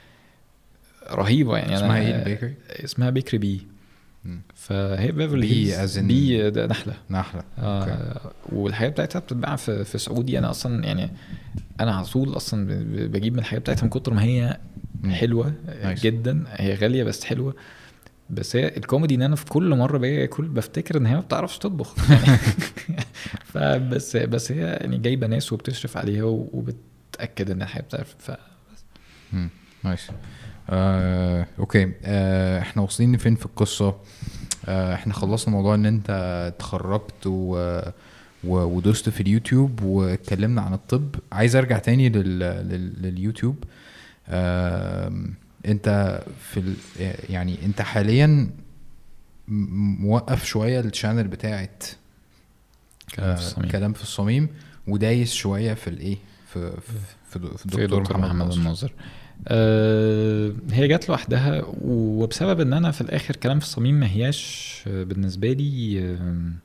Speaker 2: رهيبه يعني.
Speaker 1: اسمها ايه البيكري؟
Speaker 2: اسمها بيكري بي فهي بيفرلي
Speaker 1: هيلز
Speaker 2: بي ده نحله
Speaker 1: نحله
Speaker 2: آه والحاجات بتاعتها بتتباع في في سعودي. انا اصلا يعني انا على طول اصلا بجيب من الحاجات بتاعتها من كتر ما هي حلوه
Speaker 1: نايس.
Speaker 2: جدا هي غاليه بس حلوه. بس هي الكوميدي ان انا في كل مره باجي اكل بفتكر ان هي ما بتعرفش تطبخ يعني فبس بس هي يعني جايبه ناس وبتشرف عليها وبتاكد ان الحاجه بتعرف ف
Speaker 1: امم نايس. آه، اوكي آه، احنا واصلين فين في القصه؟ آه، احنا خلصنا موضوع ان انت اتخرجت و ودوست في اليوتيوب واتكلمنا عن الطب. عايز ارجع تاني لل... لل... لليوتيوب. آه، انت في ال... يعني انت حاليا موقف شويه الشانل بتاعت
Speaker 2: كلام في الصميم,
Speaker 1: كلام في الصميم ودايس شويه في الايه في في, في الدكتور
Speaker 2: محمد,
Speaker 1: محمد
Speaker 2: الناظر. أه هي جات لوحدها وبسبب ان انا في الاخر كلام في الصميم ما هياش بالنسبه لي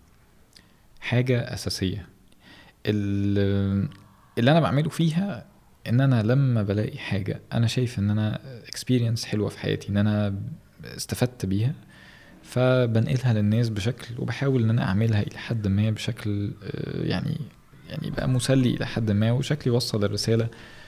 Speaker 2: حاجه اساسيه. اللي انا بعمله فيها ان انا لما بلاقي حاجه انا شايف ان انا اكسبيرينس حلوه في حياتي ان انا استفدت بيها فبنقلها للناس بشكل وبحاول ان انا اعملها الى حد ما بشكل يعني يعني يبقى مسلي الى حد ما وشكل يوصل الرساله.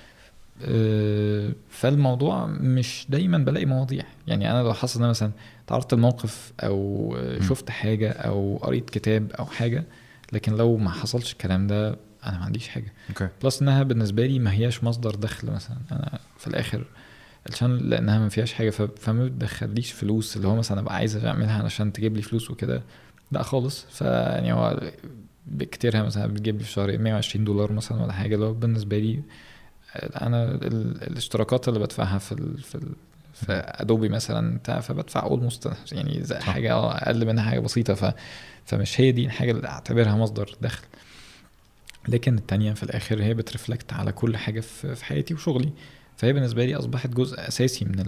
Speaker 2: فالموضوع مش دايما بلاقي مواضيع يعني انا لو حصل ان مثلا تعرضت الموقف او شفت حاجه او قريت كتاب او حاجه لكن لو ما حصلش الكلام ده انا ما عنديش حاجه.
Speaker 1: اوكي.
Speaker 2: بلس انها بالنسبه لي ما هياش مصدر دخل مثلا انا في الاخر عشان لانها ما فيهاش حاجه فما بتدخليش فلوس اللي هو مثلا ابقى عايز اعملها عشان تجيب لي فلوس وكده لا خالص. فيعني هو بكتيرها مثلا بتجيب لي في الشهر مية وعشرين دولار مثلا ولا حاجه لو بالنسبه لي انا الاشتراكات اللي بدفعها في ال في ال في ادوبي مثلا بتاع فبدفع اولموست يعني زي حاجه اقل منها حاجه بسيطه ف فمش هي دي الحاجه اللي اعتبرها مصدر دخل. لكن التانية في الاخر هي بترفلكت على كل حاجه في حياتي وشغلي فهي بالنسبه لي اصبحت جزء اساسي من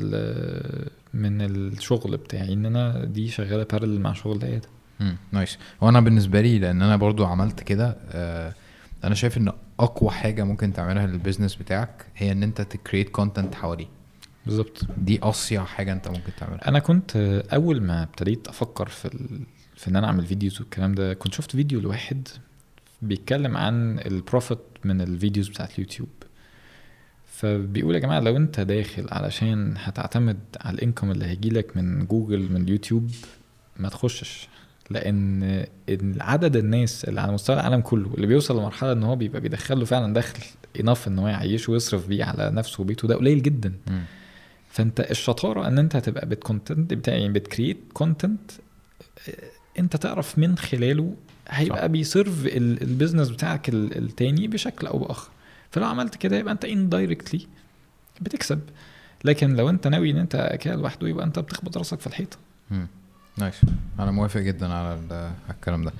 Speaker 2: من الشغل بتاعي ان انا دي شغاله بارل مع شغل العياده.
Speaker 1: امم نايس. وانا بالنسبه لي لان انا برضو عملت كده آه انا شايف ان اقوى حاجه ممكن تعملها للبيزنس بتاعك هي ان انت تكريت كونتنت حواليه.
Speaker 2: بالظبط
Speaker 1: دي اصيع حاجه انت ممكن تعملها.
Speaker 2: انا كنت اول ما ابتديت افكر في ال... في ان انا اعمل فيديوز والكلام ده كنت شفت فيديو لواحد بيتكلم عن البروفيت من الفيديوز بتاعت اليوتيوب فبيقول يا جماعه لو انت داخل علشان هتعتمد على الانكم اللي هيجيلك من جوجل من اليوتيوب ما تخشش لان عدد الناس اللي على مستوى العالم كله اللي بيوصل لمرحله ان هو بيبقى بيدخله فعلا دخل اناف ان هو يعيشه ويصرف بيه على نفسه وبيته ده قليل جدا. م. فانت الشطاره ان انت هتبقى بالكونتنت بتاعي يعني بتكريت كونتنت انت تعرف من خلاله هيبقى صح. بيسيرف البيزنس بتاعك التاني بشكل او باخر. فلو عملت كده يبقى انت indirectly بتكسب. لكن لو انت ناوي ان انت كده لوحده يبقى انت بتخبط راسك في الحيطه.
Speaker 1: م. نايس. انا موافق جدا على الكلام ده.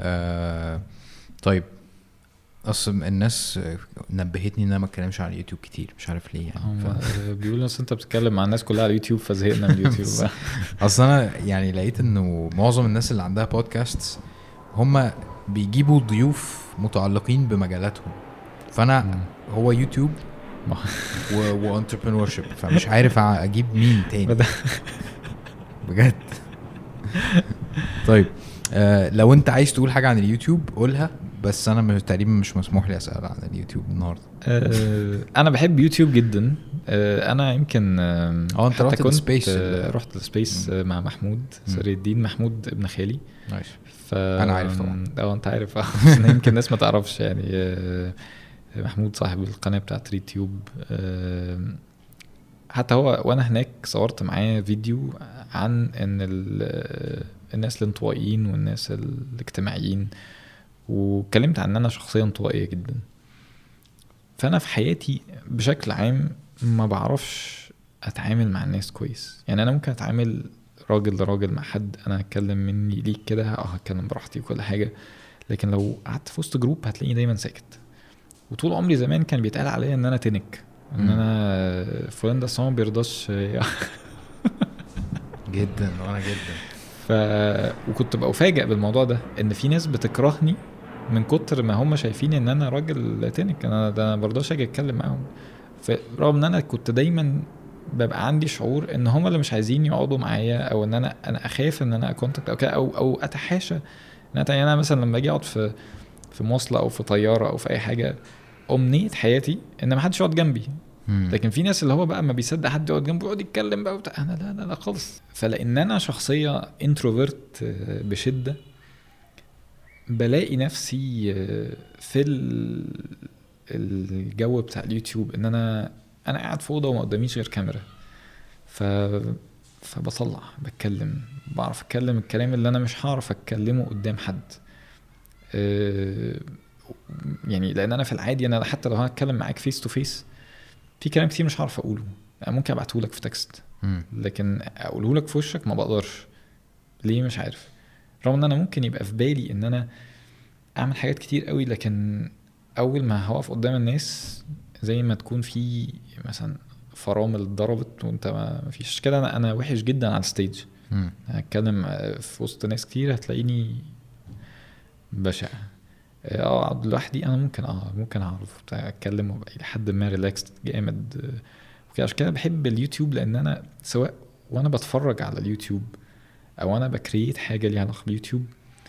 Speaker 1: آه طيب اصلا الناس نبهتني ان انا ما اتكلمش على اليوتيوب كتير مش عارف ليه يعني
Speaker 2: ف... بيقولوا ان انت بتتكلم مع الناس كلها على اليوتيوب فزهقنا من اليوتيوب.
Speaker 1: اصلا انا يعني لقيت انه معظم الناس اللي عندها بودكاست هم بيجيبوا ضيوف متعلقين بمجالاتهم فانا م. هو يوتيوب وانتربرنور شيب فمش عارف اجيب مين تاني بجد. طيب آه لو انت عايز تقول حاجه عن اليوتيوب قولها بس انا مش تقريبا مش مسموح لي اسال عن اليوتيوب النهارده.
Speaker 2: أه انا بحب يوتيوب جدا. أه انا يمكن
Speaker 1: اه انت رحت السبيس
Speaker 2: أه رحت السبيس مع محمود سري الدين، محمود ابن خالي.
Speaker 1: ماشي.
Speaker 2: ف
Speaker 1: انا عارف طبعا.
Speaker 2: اه انت عارف. يمكن الناس ما تعرفش يعني. أه محمود صاحب القناه بتاعه اليوتيوب. أه حتى هو وانا هناك صورت معاه فيديو عن ان الناس الانطوائيين والناس الاجتماعيين، واتكلمت عن ان انا شخصيا انطوائيه جدا. فانا في حياتي بشكل عام ما بعرفش اتعامل مع الناس كويس. يعني انا ممكن اتعامل راجل لراجل مع حد، انا هتكلم مني ليك كده اه هتكلم براحتي وكل حاجه، لكن لو قعدت في وسط جروب هتلاقيني دايما ساكت. وطول عمري زمان كان بيتقال عليا ان انا تنك، ان انا فلان ده صام بيرضاش
Speaker 1: جدا وانا جدا.
Speaker 2: ف وكنت بقى افاجئ بالموضوع ده، ان في ناس بتكرهني من كتر ما هم شايفين ان انا راجل تنك، انا ده انا برضاش اجي اتكلم معاهم. فرغم ان انا كنت دايما ببقى عندي شعور ان هم اللي مش عايزين يقعدوا معايا، او ان انا انا اخاف ان انا اكونتاكت او كده، او او اتحاشى ان انا يعني انا مثلا لما اجي اقعد في في مواصله او في طياره او في اي حاجه، امنيه حياتي ان ما حدش يقعد جنبي. لكن في ناس اللي هو بقى ما بيصدق حد يقعد جنبه يقعد يتكلم بقى وبتاع. انا لا لا لا خالص. فلان انا شخصيه انتروفيرت بشده، بلاقي نفسي في الجو بتاع اليوتيوب ان انا انا قاعد في اوضه وما قداميش غير كاميرا، ف فبطلع بتكلم، بعرف اتكلم الكلام اللي انا مش هعرف اتكلمه قدام حد. يعني لان انا في العادي انا حتى لو هتكلم معاك فيس تو فيس في كلام كتير مش عارف اقوله، يعني ممكن ابعته لك في تكست لكن اقوله لك في وشك ما بقدرش. ليه؟ مش عارف. رغم ان انا ممكن يبقى في بالي ان انا اعمل حاجات كتير قوي، لكن اول ما هوقف قدام الناس زي ما تكون في مثلا فرامل ضربت وانت ما فيش كده. انا انا وحش جدا على الستيج، هتكلم في وسط ناس كتير هتلاقيني بشع. اقعد لوحدي انا ممكن اه ممكن اعرف اتكلم وابقى لحد ما ريلاكس جامد وكده. عشان كده بحب اليوتيوب، لان انا سواء وانا بتفرج على اليوتيوب او انا بكريت حاجه ليها علاقه باليوتيوب،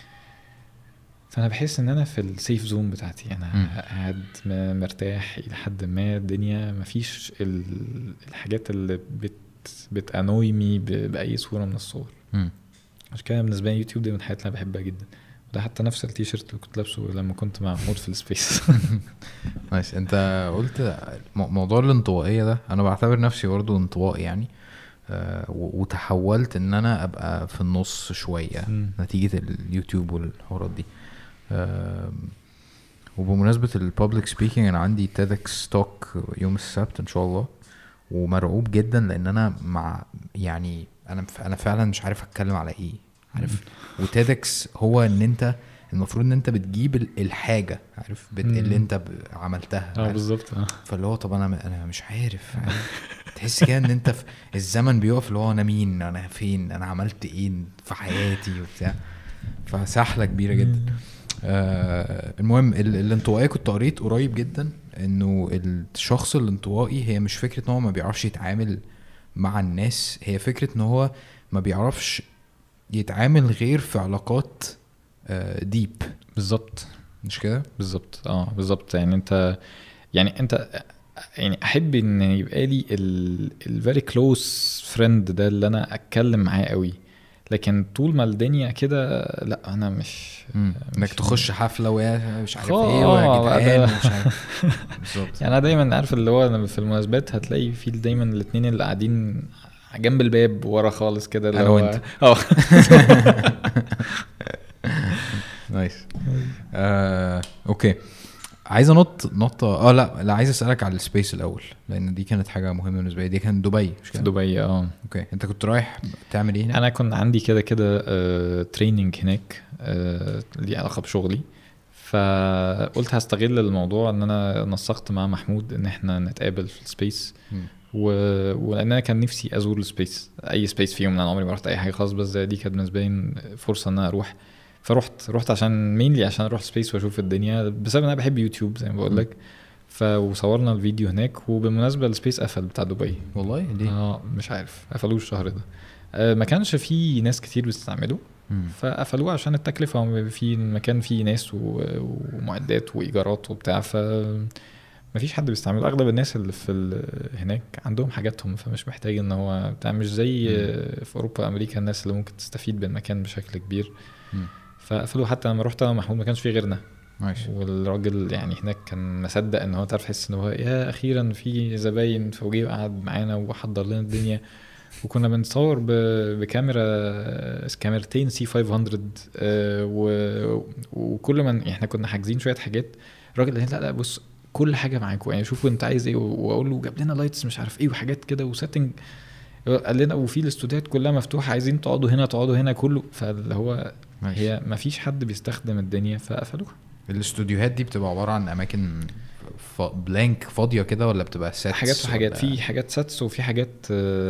Speaker 2: فانا بحس ان انا في السيف زون بتاعتي، انا قاعد مرتاح الى حد ما. الدنيا مفيش الحاجات اللي بت بتانوي مي باي صوره من الصور. عشان كده بالنسبه لي اليوتيوب دي من الحاجات اللي انا بحبها جدا. ده حتى نفس التيشيرت اللي كنت لابسه لما كنت مع محمود في السبيس.
Speaker 1: ماشي. انت قلت موضوع الانطوائيه ده، انا بعتبر نفسي برضو انطوائي يعني، أه وتحولت ان انا ابقى في النص شويه م. نتيجه اليوتيوب والحوارات دي. أه وبمناسبه البابليك سبيكينج، انا عندي تيدكس توك يوم السبت ان شاء الله، ومرعوب جدا لان انا مع يعني انا انا فعلا مش عارف اتكلم على ايه، عارف. وتيدكس هو ان انت المفروض ان انت بتجيب الحاجه، عارف، اللي انت عملتها.
Speaker 2: اه بالظبط. اه
Speaker 1: فاللي هو طب انا انا مش عارف، تحس كده ان انت في الزمن بيقف، اللي هو انا مين، انا فين، انا عملت ايه في حياتي وبتاع. فسحله كبيره جدا. آه المهم الانطوائيه، كنت قريت قريب جدا انه الشخص الانطوائي هي مش فكره ان هو ما بيعرفش يتعامل مع الناس، هي فكره ان هو ما بيعرفش يتعامل غير في علاقات آه ديب.
Speaker 2: بالظبط.
Speaker 1: مش كده؟
Speaker 2: بالظبط. اه بالظبط. يعني انت يعني انت يعني احب ان يبقى لي الفيري كلوز فريند ده اللي انا اتكلم معاه قوي، لكن طول ما الدنيا كده لا انا مش
Speaker 1: انك تخش حفله ويا مش عارف ايه ويا جدعان مش عارف. بالظبط.
Speaker 2: يعني انا دايما عارف اللي هو في المناسبات هتلاقي في دايما الاثنين اللي قاعدين جنب الباب ورا خالص كده اللي هو
Speaker 1: انت.
Speaker 2: اه
Speaker 1: نايس. آه، اوكي. عايز انط نقطه اه لا لا عايز اسالك على السبيس الاول، لان دي كانت حاجه مهمه بالنسبه لي. دي كانت دبي مش كده؟
Speaker 2: في دبي. اه
Speaker 1: اوكي. انت كنت رايح تعمل ايه هناك؟
Speaker 2: انا كنت عندي كده كده آه تريننج هناك آه ليه علاقه بشغلي، فقلت هستغل الموضوع ان انا نسقت مع محمود ان احنا نتقابل في السبيس. و... ولان انا كان نفسي ازور السبيس، اي سبيس فيهم، انا عمري ما رحت اي حاجه خالص، بس دي كانت بالنسبه لي فرصه ان انا اروح. فرحت رحت عشان مينلي عشان اروح سبيس واشوف الدنيا، بسبب ان انا بحب يوتيوب زي ما بقول لك. فوصورنا الفيديو هناك. وبالمناسبه السبيس قفل بتاع دبي.
Speaker 1: والله ليه؟
Speaker 2: اه مش عارف، قفلوه الشهر ده. آه ما كانش فيه ناس كتير بتستعمله، فقفلوه عشان التكلفه، في المكان فيه ناس ومعدات وايجارات وبتاع، ف مفيش حد بيستعمل. اغلب الناس اللي في هناك عندهم حاجاتهم، فمش محتاج ان هو بتاع، مش زي في اوروبا وامريكا الناس اللي ممكن تستفيد بالمكان بشكل كبير. فقفلوا. حتى لما رحت انا محمود ما كانش فيه غيرنا، والراجل يعني هناك كان مصدق ان هو تعرف حس ان هو يا اخيرا في زباين، فوجي وقعد معانا وحضر لنا الدنيا. وكنا بنصور بكاميرا كاميرتين سي خمسمية، وكل ما احنا كنا حاجزين شويه حاجات، الراجل قال لا لا بص كل حاجه معاكم يعني، شوفوا انت عايز ايه. واقول له جاب لنا لايتس مش عارف ايه وحاجات كده وسيتنج، قال لنا وفي الاستوديوهات كلها مفتوحه، عايزين تقعدوا هنا تقعدوا هنا كله. فاللي هو هي ما فيش حد بيستخدم الدنيا فقفلوها.
Speaker 1: الاستوديوهات دي بتبقى عباره عن اماكن ف... بلانك فاضيه كده، ولا بتبقى ساتس؟
Speaker 2: حاجات وحاجات، في حاجات ساتس وفي حاجات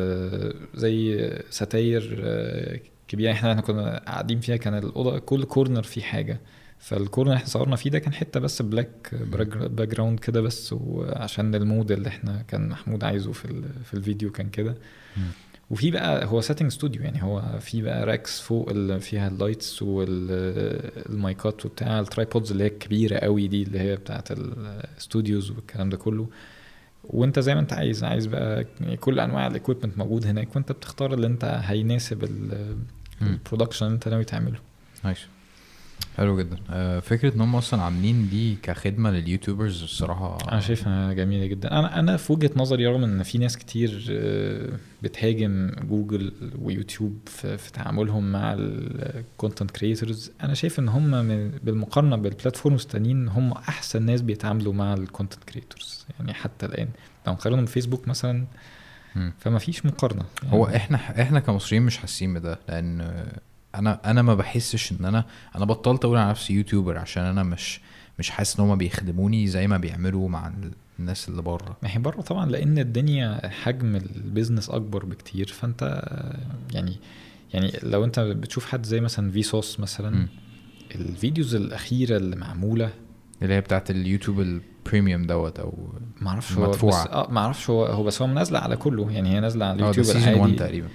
Speaker 2: زي ستاير كبيره. احنا احنا كنا قاعدين فيها، كان الاوضه كل كورنر فيه حاجه، فالكورنر احنا صورنا فيه ده كان حته بس بلاك باك جراوند كده بس، وعشان المود اللي احنا كان محمود عايزه في في الفيديو كان كده. وفي بقى هو سيتنج ستوديو يعني، هو في بقى راكس فوق اللي فيها اللايتس والمايكات وبتاع الترايبودز اللي هي الكبيره قوي دي اللي هي بتاعه الاستوديوز والكلام ده كله. وانت زي ما انت عايز عايز بقى كل انواع الايكويبمنت موجود هناك، وانت بتختار اللي انت هيناسب البرودكشن اللي انت ناوي تعمله.
Speaker 1: ماشي، حلو جدا. فكره ان هم اصلا عاملين دي كخدمه لليوتيوبرز الصراحه
Speaker 2: انا شايفها جميله جدا. انا انا في وجهه نظري، رغم ان في ناس كتير بتهاجم جوجل ويوتيوب في, في تعاملهم مع الكونتنت كرييتورز، انا شايف ان هم بالمقارنه بالبلاتفورمز التانيين هم احسن ناس بيتعاملوا مع الكونتنت كرييتورز يعني. حتى الان لو نقارنهم بفيسبوك مثلا فما فيش مقارنه يعني.
Speaker 1: هو احنا احنا كمصريين مش حاسين بده، لان انا انا ما بحسش ان انا انا بطلت اقول على نفسي يوتيوبر، عشان انا مش مش حاسس ان هم بيخدموني زي ما بيعملوا مع الناس اللي بره.
Speaker 2: ما هي بره طبعا، لان الدنيا حجم البيزنس اكبر بكتير. فانت يعني يعني لو انت بتشوف حد زي مثلا فيسوس مثلا، م. الفيديوز الاخيره اللي معموله
Speaker 1: اللي هي بتاعت اليوتيوب البريميوم دوت او
Speaker 2: ما اعرفش هو بس اه ما اعرفش هو هو بس هو منزله على كله يعني. هي نازله على اليوتيوب
Speaker 1: العادي تقريبا.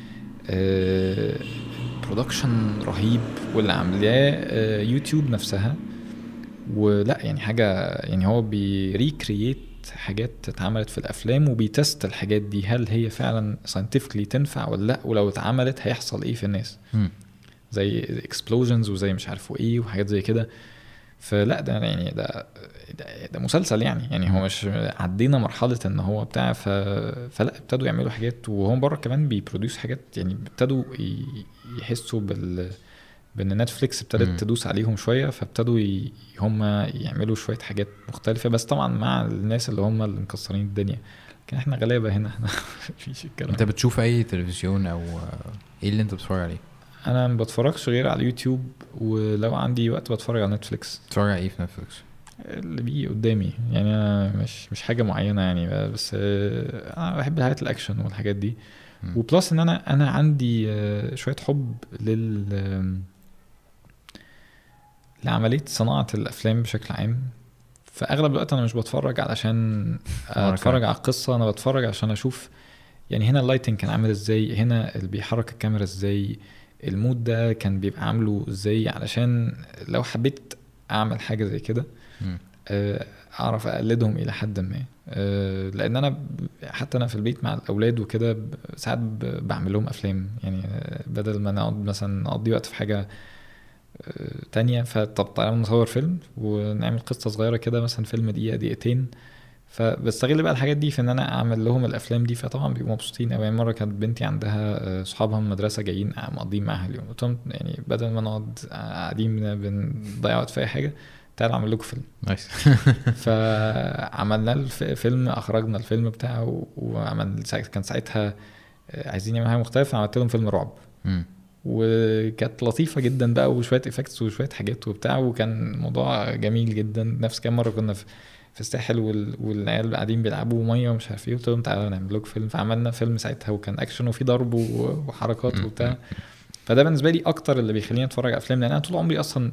Speaker 2: آه برودكشن رهيب، واللي عاملاه يوتيوب نفسها. ولا يعني حاجه يعني هو بيريكرييت حاجات اتعملت في الافلام، وبيتست الحاجات دي هل هي فعلا ساينتفكلي تنفع ولا لا، ولو اتعملت هيحصل ايه في الناس. م. زي اكسبلوجنز وزي مش عارف ايه وحاجات زي كده. فلا ده يعني ده ده, ده مسلسل يعني يعني هو مش عدينا مرحله ان هو بتاع ف... فلا ابتدوا يعملوا حاجات، وهم بره كمان بيبروديوس حاجات يعني. ابتدوا يحسوا بال بان نتفليكس ابتدت تدوس عليهم شويه، فابتدوا ي... هم يعملوا شويه حاجات مختلفه، بس طبعا مع الناس اللي هم اللي مكسرين الدنيا. لكن احنا غلابه هنا احنا مفيش الكلام.
Speaker 1: انت بتشوف اي تلفزيون او ايه اللي انت بتتفرج عليه؟
Speaker 2: انا ما بتفرجش غير على اليوتيوب، ولو عندي وقت بتفرج على نتفليكس.
Speaker 1: بتتفرج على ايه في نتفليكس؟
Speaker 2: اللي بيجي قدامي يعني. انا مش مش حاجه معينه يعني، بس انا بحب الحاجات الاكشن والحاجات دي. م. وبلس ان انا انا عندي شويه حب لل لعمليه صناعه الافلام بشكل عام. فاغلب الوقت انا مش بتفرج علشان اتفرج على القصه، انا بتفرج عشان اشوف يعني هنا اللايتنج كان عامل ازاي، هنا اللي بيحرك الكاميرا ازاي، المود ده كان بيبقى عامله ازاي، علشان لو حبيت اعمل حاجه زي كده اعرف اقلدهم الى حد ما. لان انا حتى انا في البيت مع الاولاد وكده ساعات بعمل لهم افلام يعني، بدل ما نقعد مثلا نقضي وقت في حاجه تانية، فطب تعالى نصور فيلم ونعمل قصه صغيره كده مثلا فيلم دقيقه دقيقتين. فبستغل بقى الحاجات دي في ان انا اعمل لهم الافلام دي، فطبعا بيبقوا مبسوطين قوي. مره كانت بنتي عندها اصحابها من المدرسه جايين مقضيين معاها اليوم، قلت لهم يعني بدل ما نقعد قاعدين بنضيع وقت في اي حاجه تعالوا اعمل لكم فيلم.
Speaker 1: نايس.
Speaker 2: فعملنا الفيلم، اخرجنا الفيلم بتاعه، وعمل كان ساعتها عايزين يعملوا حاجه مختلفه، عملت لهم فيلم رعب. م. وكانت لطيفه جدا بقى، وشويه افكتس وشويه حاجات وبتاع، وكان الموضوع جميل جدا. نفس كام مره كنا في في الساحل والعيال قاعدين بيلعبوا ميه ومش عارف ايه، قلت لهم تعالوا نعمل لكم فيلم. فعملنا فيلم ساعتها، وكان اكشن وفي ضرب وحركات وبتاع. فده بالنسبه لي اكتر اللي بيخليني اتفرج على افلام، لان انا طول عمري اصلا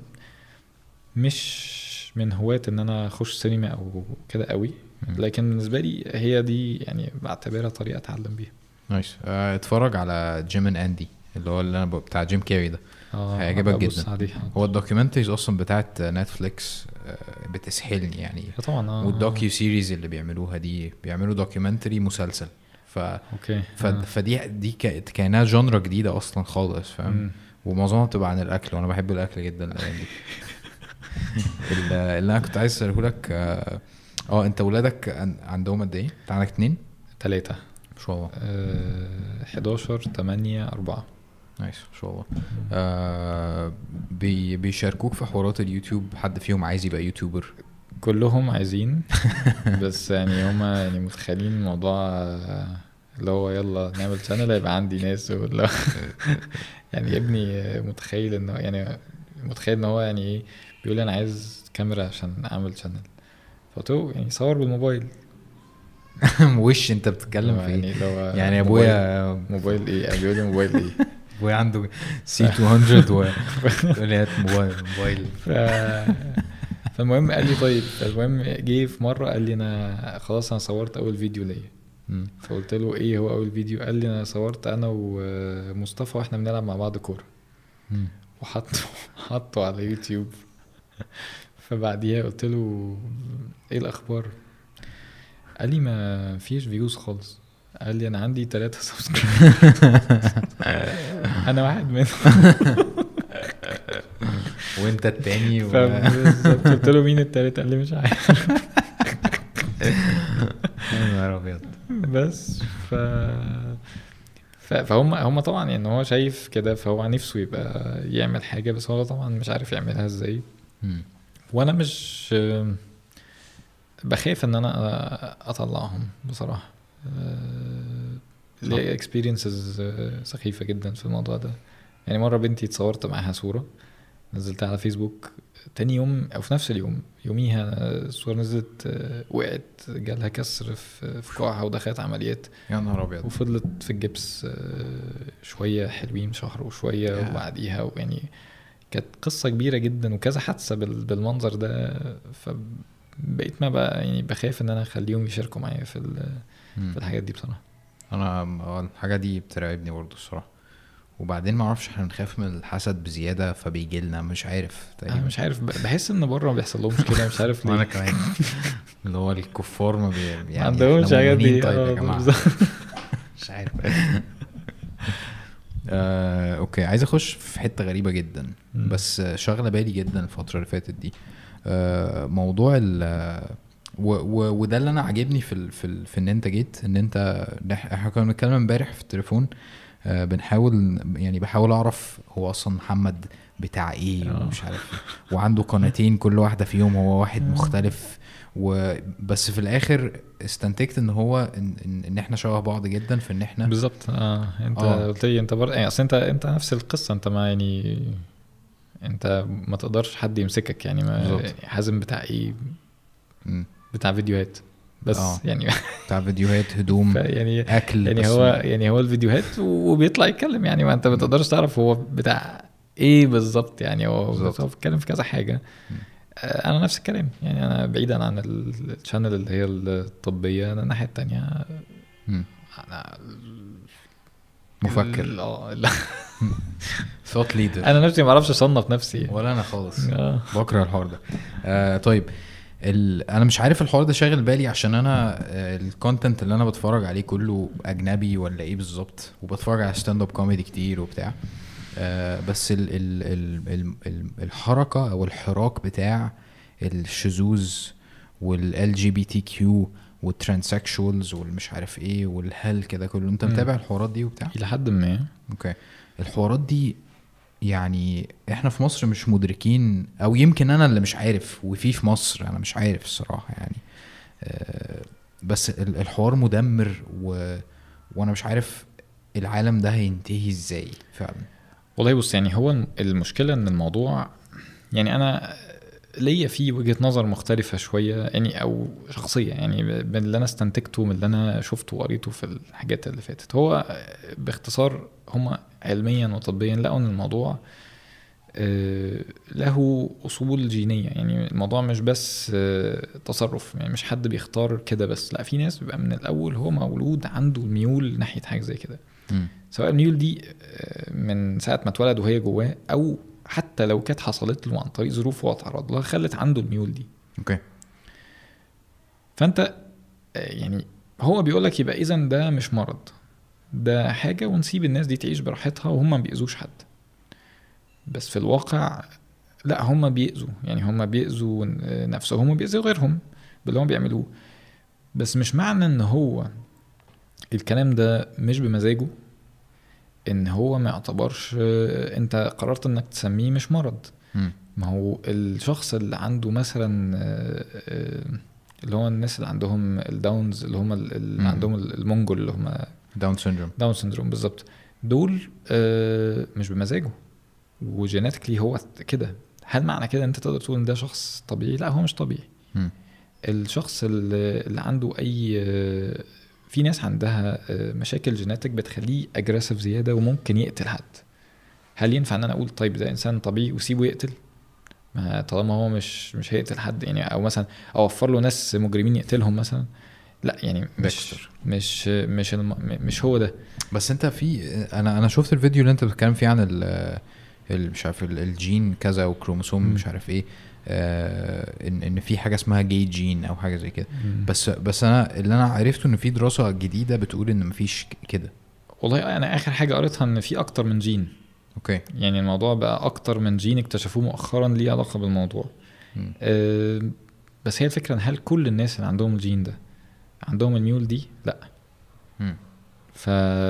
Speaker 2: مش من هواة ان انا اخش سينما او كده قوي، لكن بالنسبه لي هي دي يعني بعتبرها طريقه اتعلم بيها.
Speaker 1: نايس. اتفرج على جيم اند اندي، اللي هو اللي انا ب- بتاع جيم كاري ده.
Speaker 2: اه
Speaker 1: هيعجبك
Speaker 2: هبص
Speaker 1: جدا.
Speaker 2: عليه.
Speaker 1: هو الدوكيومنتريز اصلا بتاعت نتفليكس آه، بتسحلني يعني.
Speaker 2: هي طبعا اه
Speaker 1: والدوكيو سيريز اللي بيعملوها دي بيعملوا دوكيومنتري مسلسل. ف
Speaker 2: اوكي
Speaker 1: ف
Speaker 2: آه.
Speaker 1: فدي دي ك- كانها جانرا جديده اصلا خالص فاهم.
Speaker 2: مم.
Speaker 1: ومعظمها بتبقى عن الاكل وانا بحب الاكل جدا الايام دي. ال- اللي انا كنت عايز اساله لك اه آه، انت ولادك عن- عندهم قد ايه؟ انت عندك اتنين
Speaker 2: تلاتة
Speaker 1: ما شاء الله.
Speaker 2: آه، حداشر تمانية أربعة.
Speaker 1: نايس ما شاء الله. آه بي بيشاركوك في حوارات اليوتيوب؟ حد فيهم عايز يبقى يوتيوبر؟
Speaker 2: كلهم عايزين بس يعني هما يعني متخيلين الموضوع آه، اللي هو يلا نعمل شانل هيبقى عندي ناس ولا يعني يا ابني متخيل انه يعني متخيل ان هو يعني ايه بيقول لي انا عايز كاميرا عشان اعمل شانل. فقلت له يعني صور بالموبايل.
Speaker 1: وش انت بتتكلم في
Speaker 2: يعني
Speaker 1: ايه؟
Speaker 2: لو
Speaker 1: يعني ابويا
Speaker 2: موبايل ايه يعني بيقول لي موبايل ايه
Speaker 1: ابويا عنده سي مئتين و يقول لي هات موبايل موبايل
Speaker 2: ف... فالمهم قال لي طيب. فالمهم جه في مره قال لي انا خلاص انا صورت اول فيديو ليا.
Speaker 1: مم.
Speaker 2: فقلت له ايه هو اول فيديو؟ قال لي انا صورت انا ومصطفى واحنا بنلعب مع بعض كوره
Speaker 1: مم.
Speaker 2: وحطه حطه على يوتيوب. فبعديها قلت له ايه الاخبار؟ قال لي ما فيش فيوز خالص. قال لي انا عندي ثلاثة سبسكرايب انا واحد منهم
Speaker 1: وانت التاني و...
Speaker 2: فبالظبط قلت له مين التالت؟ قال لي مش عارف.
Speaker 1: يا نهار ابيض.
Speaker 2: بس ف ف- فهم هم طبعا يعني هو شايف كده فهو نفسه يبقى يعمل حاجة بس هو طبعا مش عارف يعملها ازاي.
Speaker 1: مم.
Speaker 2: وانا مش بخاف ان انا اطلعهم بصراحة. ليه اكسبيرينسز سخيفة جدا في الموضوع ده. يعني مرة بنتي اتصورت معاها صورة نزلتها على فيسبوك تاني يوم او في نفس اليوم يوميها الصورة نزلت آه، وقعت جالها كسر في في كوعها ودخلت عمليات
Speaker 1: يا نهار ابيض.
Speaker 2: وفضلت في الجبس آه، شوية حلوين شهر وشوية
Speaker 1: يا.
Speaker 2: وبعديها يعني كانت قصة كبيرة جدا وكذا حادثة بال- بالمنظر ده. فبقيت ما بقى يعني بخاف ان انا اخليهم يشاركوا معايا في ال-
Speaker 1: مم.
Speaker 2: في الحاجات دي بصراحة.
Speaker 1: انا آه، الحاجه دي بترعبني برضو الصراحه. وبعدين ما اعرفش احنا بنخاف من الحسد بزياده فبيجي لنا مش عارف
Speaker 2: انا
Speaker 1: تقريبا.
Speaker 2: مش عارف ب- بحس ان بره ما بيحصل لهمش كده مش عارف
Speaker 1: وانا
Speaker 2: ليه.
Speaker 1: كمان اللي هو الكفار ما بي... يعني
Speaker 2: ما عندهمش
Speaker 1: إحنا
Speaker 2: حاجات
Speaker 1: مؤمنين
Speaker 2: دي.
Speaker 1: طيب يا
Speaker 2: آه،
Speaker 1: جماعه
Speaker 2: بالظبط.
Speaker 1: مش عارف. آه، اوكي عايز اخش في حته غريبه جدا
Speaker 2: مم.
Speaker 1: بس شغله بالي جدا الفتره اللي فاتت دي. آه، موضوع ال و و وده اللي انا عاجبني في ال في, ال في ان انت جيت ان انت نح- احنا كنا بنتكلم امبارح في التليفون. آه، بنحاول يعني بحاول اعرف هو اصلا محمد بتاع ايه
Speaker 2: آه.
Speaker 1: ومش عارف إيه. وعنده قناتين كل واحده فيهم هو واحد مختلف. وبس في الاخر استنتجت ان هو ان, إن, إن احنا شبه بعض جدا في ان احنا
Speaker 2: بالظبط. اه انت
Speaker 1: آه.
Speaker 2: قلت لي انت برضه يعني اصل انت انت نفس القصه. انت ما يعني انت ما تقدرش حد يمسكك يعني ما
Speaker 1: بالظبط.
Speaker 2: يعني حازم بتاع ايه
Speaker 1: مم.
Speaker 2: بتاع فيديوهات بس
Speaker 1: آه.
Speaker 2: يعني
Speaker 1: بتاع فيديوهات هدوم
Speaker 2: يعني
Speaker 1: اكل
Speaker 2: يعني
Speaker 1: بس
Speaker 2: هو يعني هو الفيديوهات وبيطلع يتكلم يعني ما انت ما تقدرش تعرف هو بتاع ايه بالظبط. يعني هو
Speaker 1: بالظبط.
Speaker 2: هو بيتكلم في كذا حاجه. آه، انا نفس الكلام يعني انا بعيدا عن الشانل اللي هي الطبيه انا الناحيه التانية
Speaker 1: مم.
Speaker 2: انا
Speaker 1: مفكر
Speaker 2: لا لا
Speaker 1: ثوت ليدر.
Speaker 2: انا نفسي ما اعرفش اصنف نفسي.
Speaker 1: ولا انا خالص
Speaker 2: آه.
Speaker 1: بكره الحوار ده. آه طيب ال... انا مش عارف الحوار ده شاغل بالي عشان انا آه الكونتنت اللي انا بتفرج عليه كله اجنبي ولا ايه بالظبط. وبتفرج على ستاند اب كوميدي كتير وبتاع. آه بس ال... ال... ال... ال... ال... الحركه او الحراك بتاع الشذوذ والال جي بي تي كيو والترانسكشوالز والمش عارف ايه والهل كده كله انت
Speaker 2: مم.
Speaker 1: متابع الحوارات دي وبتاع؟
Speaker 2: الى حد ما.
Speaker 1: اوكي. الحوارات دي يعني احنا في مصر مش مدركين او يمكن انا اللي مش عارف وفي في مصر انا مش عارف الصراحة يعني. آه، بس ال- الحوار مدمر و... وانا مش عارف العالم ده هينتهي ازاي فعلا.
Speaker 2: والله بص يعني هو المشكله ان الموضوع يعني انا ليا فيه وجهه نظر مختلفه شويه يعني او شخصيه يعني من اللي انا استنتجته من اللي انا شفته وقريته في الحاجات اللي فاتت. هو باختصار هم علميا وطبيا لقوا ان الموضوع له أصول جينية. يعني الموضوع مش بس تصرف، يعني مش حد بيختار كده بس، لا في ناس بيبقى من الأول هو مولود عنده الميول ناحية حاجة زي كده، سواء الميول دي من ساعة ما اتولد وهي جواه، أو حتى لو كانت حصلت له عن طريق ظروف واتعرض لها خلت عنده الميول دي.
Speaker 1: اوكي.
Speaker 2: فأنت يعني هو بيقولك يبقى إذن ده مش مرض، ده حاجة ونسيب الناس دي تعيش براحتها وهم ما بيأذوش حد. بس في الواقع لا، هم بيأذوا، يعني هم بيأذوا نفسهم وبيأذوا غيرهم باللي هم بيعملوه. بس مش معنى ان هو الكلام ده مش بمزاجه ان هو ما يعتبرش انت قررت انك تسميه مش مرض.
Speaker 1: م.
Speaker 2: ما هو الشخص اللي عنده مثلا اللي هو الناس اللي عندهم الداونز، اللي هم اللي م. عندهم المونجول اللي هم
Speaker 1: داون سيندروم
Speaker 2: داون سيندروم بالظبط، دول مش بمزاجه وجيناتيكلي هو كده. هل معنى كده انت تقدر تقول ان ده شخص طبيعي؟ لا، هو مش طبيعي.
Speaker 1: م.
Speaker 2: الشخص اللي عنده اي، في ناس عندها مشاكل جيناتيك بتخليه اجريسيف زياده وممكن يقتل حد. هل ينفع ان انا اقول طيب ده انسان طبيعي وسيبه يقتل؟ ما طالما هو مش مش هيقتل حد يعني، او مثلا اوفر له ناس مجرمين يقتلهم مثلا، لا يعني مش مش مش مش هو ده.
Speaker 1: بس انت في انا انا شفت الفيديو اللي انت بتتكلم فيه عن ال مش عارف الجين كذا وكروموسوم مش عارف ايه، آه ان ان في حاجه اسمها جاي جين او حاجه زي كده. بس بس انا اللي انا عرفته ان في دراسه جديده بتقول ان مفيش كده.
Speaker 2: والله انا اخر حاجه قريتها ان في اكتر من جين.
Speaker 1: اوكي.
Speaker 2: يعني الموضوع بقى اكتر من جين اكتشفوه مؤخرا ليه علاقه بالموضوع. آه بس هي الفكره ان هل كل الناس اللي عندهم الجين ده عندهم الميول دي؟ لا.
Speaker 1: م.
Speaker 2: ف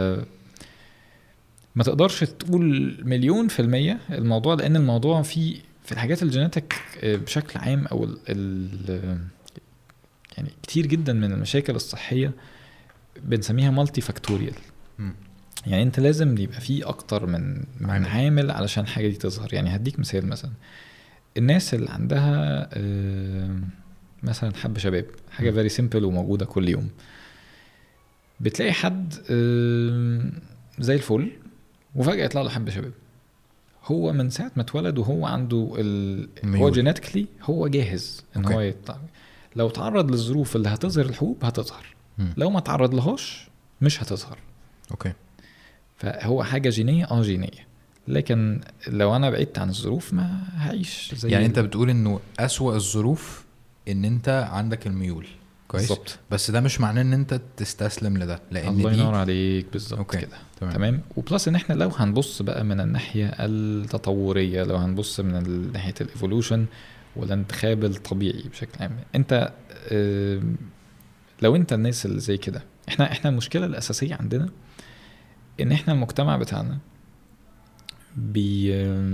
Speaker 2: ما تقدرش تقول مليون في المية الموضوع، لأن الموضوع في في الحاجات الجيناتيك بشكل عام أو ال ال يعني كتير جدا من المشاكل الصحية بنسميها مالتي فاكتوريال. يعني انت لازم يبقى فيه أكتر من من عامل علشان الحاجة دي تظهر. يعني هديك مثال، مثلا الناس اللي عندها مثلا حب شباب، حاجة فيري سيمبل وموجودة كل يوم، بتلاقي حد زي الفل وفجأة يطلع له حب شباب. هو من ساعة ما اتولد وهو عنده ال... هو جيناتيكلي هو جاهز ان أوكي. هو يطلع. لو تعرض للظروف اللي هتظهر الحبوب هتظهر، م. لو ما تعرض لهاش مش هتظهر.
Speaker 1: اوكي.
Speaker 2: فهو حاجة جينية اه جينية، لكن لو انا بعدت عن الظروف ما هعيش زي
Speaker 1: يعني انت بتقول انه أسوأ الظروف ان انت عندك الميول كويس
Speaker 2: بالظبط،
Speaker 1: بس ده مش معناه ان انت تستسلم لده، لان
Speaker 2: الله ينور عليك بالظبط كده.
Speaker 1: تمام.
Speaker 2: تمام. وبلس ان احنا لو هنبص بقى من الناحيه التطوريه، لو هنبص من ناحيه الايفولوشن والانتخاب الطبيعي بشكل عام، انت اه لو انت الناس اللي زي كده، احنا احنا المشكله الاساسيه عندنا ان احنا المجتمع بتاعنا بي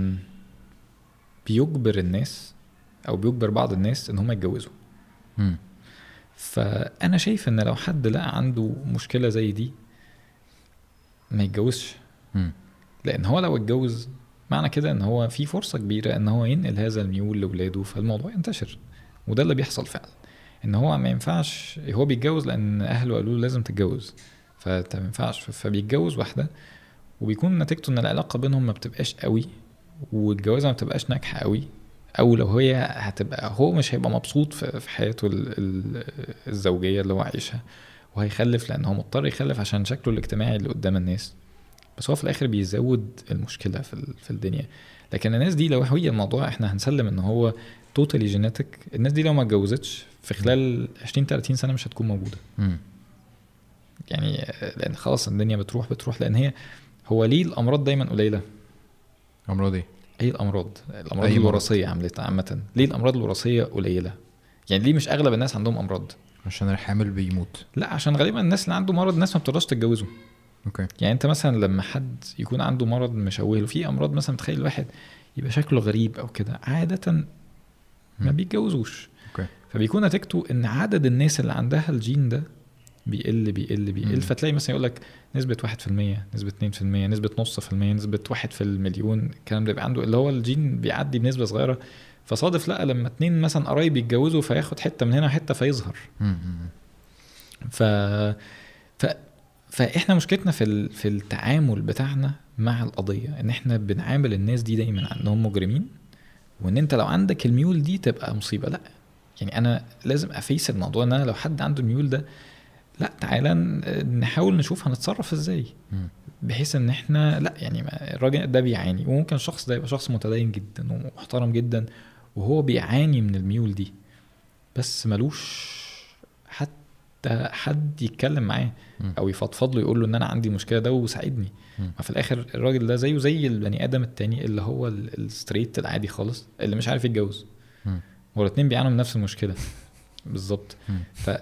Speaker 2: بيجبر الناس او بيجبر بعض الناس ان هم يتجوزوا.
Speaker 1: امم
Speaker 2: فانا شايف ان لو حد لقى عنده مشكله زي دي ما يتجوزش.
Speaker 1: م.
Speaker 2: لان هو لو اتجوز معنى كده ان هو في فرصه كبيره ان هو ينقل هذا الميول لاولاده، فالموضوع ينتشر. وده اللي بيحصل فعلا، ان هو ما ينفعش هو بيتجوز لان اهله قالوا له لازم تتجوز، فما ينفعش، فبيتجوز واحده وبيكون نتيجته ان العلاقه بينهم ما بتبقاش قوي والجوازه ما بتبقاش ناجحه قوي، او لو هي هتبقى هو مش هيبقى مبسوط في حياته الزوجيه اللي هو عايشها، وهيخلف لان هو مضطر يخلف عشان شكله الاجتماعي اللي قدام الناس. بس هو في الاخر بيزود المشكله في في الدنيا. لكن الناس دي لو هي الموضوع احنا هنسلم ان هو توتالي جينيتك، الناس دي لو ما اتجوزتش في خلال عشرين ثلاثين سنه مش هتكون موجوده.
Speaker 1: م.
Speaker 2: يعني لان خلاص الدنيا بتروح بتروح لان هي هو ليه الامراض دايما قليله؟
Speaker 1: امراض ايه؟
Speaker 2: ايه الامراض الامراض الوراثيه عملت عامه ليه الامراض الوراثيه قليله؟ يعني ليه مش اغلب الناس عندهم امراض؟
Speaker 1: عشان الحامل بيموت؟
Speaker 2: لا، عشان غالبا الناس اللي عنده مرض الناس ما بتقدرش تتجوزه.
Speaker 1: اوكي.
Speaker 2: يعني انت مثلا لما حد يكون عنده مرض مشوه له، في امراض مثلا تخيل الواحد يبقى شكله غريب او كده، عاده ما بيتجوزوش.
Speaker 1: اوكي.
Speaker 2: فبيكون نتيجته ان عدد الناس اللي عندها الجين ده بيقل بيقل بيقل. فتلاقي مثلا يقول لك نسبه واحد في المية، نسبه اتنين في المية، نسبه نص في المية، نسبه واحد في المليون. الكلام ده يبقى عنده اللي هو الجين بيعدي بنسبه صغيره. فصادف لا لما اتنين مثلا قرايب يتجوزوا فياخد حته من هنا حته فيظهر.
Speaker 1: م-
Speaker 2: ف ف فاحنا مشكلتنا في ال- في التعامل بتاعنا مع القضيه، ان احنا بنعامل الناس دي دايما انهم مجرمين، وان انت لو عندك الميول دي تبقى مصيبه. لا يعني انا لازم افيس الموضوع ان انا لو حد عنده الميول ده، لا تعالى ن- نحاول نشوف هنتصرف ازاي،
Speaker 1: مم.
Speaker 2: بحيث ان احنا لا يعني ما- الراجل ده بيعاني، وممكن الشخص ده يبقى شخص متدين جدا ومحترم جدا وهو بيعاني من الميول دي، بس ملوش حتى حد يتكلم معاه
Speaker 1: مم.
Speaker 2: او يفضفض له يقول له ان انا عندي مشكله ده وساعدني.
Speaker 1: مم.
Speaker 2: ما في الاخر الراجل ده زيه زي البني ادم التاني اللي هو ال- الستريت العادي خالص اللي مش عارف يتجوز،
Speaker 1: مم.
Speaker 2: هو الاتنين بيعانوا من نفس المشكله بالظبط.
Speaker 1: مم.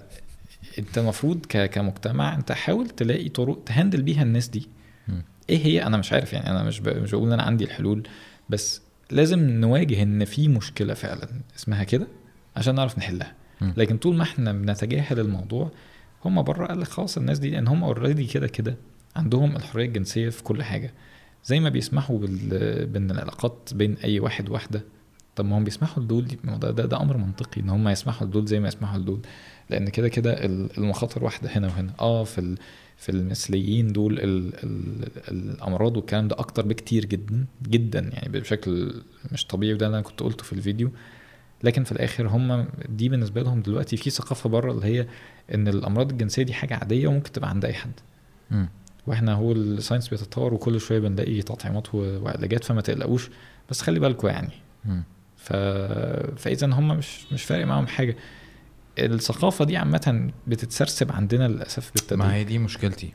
Speaker 2: فانت المفروض ك- كمجتمع انت حاول تلاقي طرق تهندل بيها الناس دي.
Speaker 1: مم.
Speaker 2: ايه هي؟ انا مش عارف يعني، انا مش ب- مش بقول ان انا عندي الحلول، بس لازم نواجه ان في مشكله فعلا اسمها كده عشان نعرف نحلها.
Speaker 1: مم.
Speaker 2: لكن طول ما احنا بنتجاهل الموضوع، هم بره قال لك خلاص الناس دي ان هم اوريدي كده كده عندهم الحريه الجنسيه في كل حاجه، زي ما بيسمحوا بال... بين العلاقات بين اي واحد واحده. طب ما هم بيسمحوا لدول دي، ما ده, ده ده امر منطقي ان هم يسمحوا لدول زي ما يسمحوا لدول، لان كده كده ال- المخاطر واحده هنا وهنا. اه في ال... في المثليين دول ال... ال... الامراض والكلام ده اكتر بكتير جدا جدا يعني بشكل مش طبيعي، وده اللي انا كنت قلته في الفيديو. لكن في الاخر هم دي بالنسبه لهم دلوقتي في ثقافه بره اللي هي ان الامراض الجنسيه دي حاجه عاديه وممكن تبقى عند اي حد.
Speaker 1: مم.
Speaker 2: واحنا هو الساينس بيتطور وكل شويه بنلاقي تطعيمات و- وعلاجات، فما تقلقوش، بس خلي بالكم يعني.
Speaker 1: مم.
Speaker 2: ف... فاذا هم مش مش فارق معاهم حاجه. الثقافه دي عامه بتتسرسب عندنا للاسف بالتدريج.
Speaker 1: ما هي دي مشكلتي.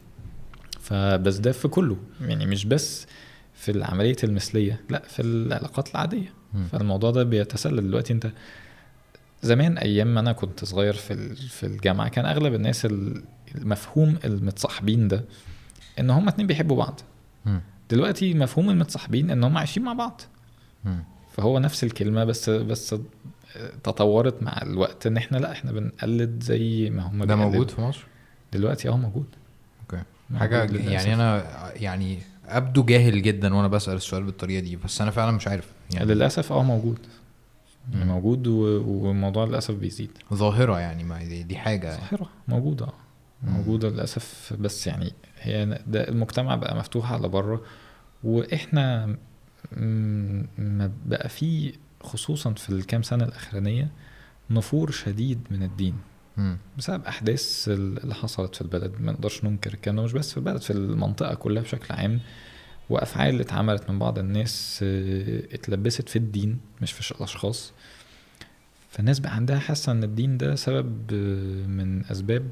Speaker 2: فبس ده في كله يعني، مش بس في العمليه المثليه، لا في العلاقات العاديه.
Speaker 1: مم.
Speaker 2: فالموضوع ده بيتسلل دلوقتي. انت زمان ايام ما انا كنت صغير في ال- في الجامعه كان اغلب الناس ال- المفهوم المتصاحبين ده ان هم اتنين بيحبوا بعض.
Speaker 1: مم.
Speaker 2: دلوقتي مفهوم المتصاحبين ان هم عايشين مع بعض.
Speaker 1: مم.
Speaker 2: فهو نفس الكلمه بس بس تطورت مع الوقت ان احنا لا احنا بنقلد زي ما هم
Speaker 1: ده
Speaker 2: بيقلدوا.
Speaker 1: موجود في مصر؟
Speaker 2: دلوقتي اه موجود.
Speaker 1: اوكي.
Speaker 2: موجود
Speaker 1: حاجه
Speaker 2: للأسف.
Speaker 1: يعني انا يعني ابدو جاهل جدا وانا بسال السؤال بالطريقه دي، بس انا فعلا مش عارف يعني.
Speaker 2: للاسف اه موجود.
Speaker 1: مم.
Speaker 2: موجود و- والموضوع للاسف بيزيد.
Speaker 1: ظاهره يعني، ما دي, دي حاجه.
Speaker 2: ظاهره موجوده
Speaker 1: مم.
Speaker 2: موجوده للاسف، بس يعني هي ده المجتمع بقى مفتوح على بره، واحنا م- ما بقى فيه خصوصا في الكام سنه الاخرانيه نفور شديد من الدين
Speaker 1: مم.
Speaker 2: بسبب احداث اللي حصلت في البلد. ما نقدرش ننكر الكلام ده، مش بس في البلد، في المنطقه كلها بشكل عام، وافعال اللي اتعملت من بعض الناس آه، اتلبست في الدين مش في الاشخاص. فالناس بقى عندها حاسه ان الدين ده سبب آه، من اسباب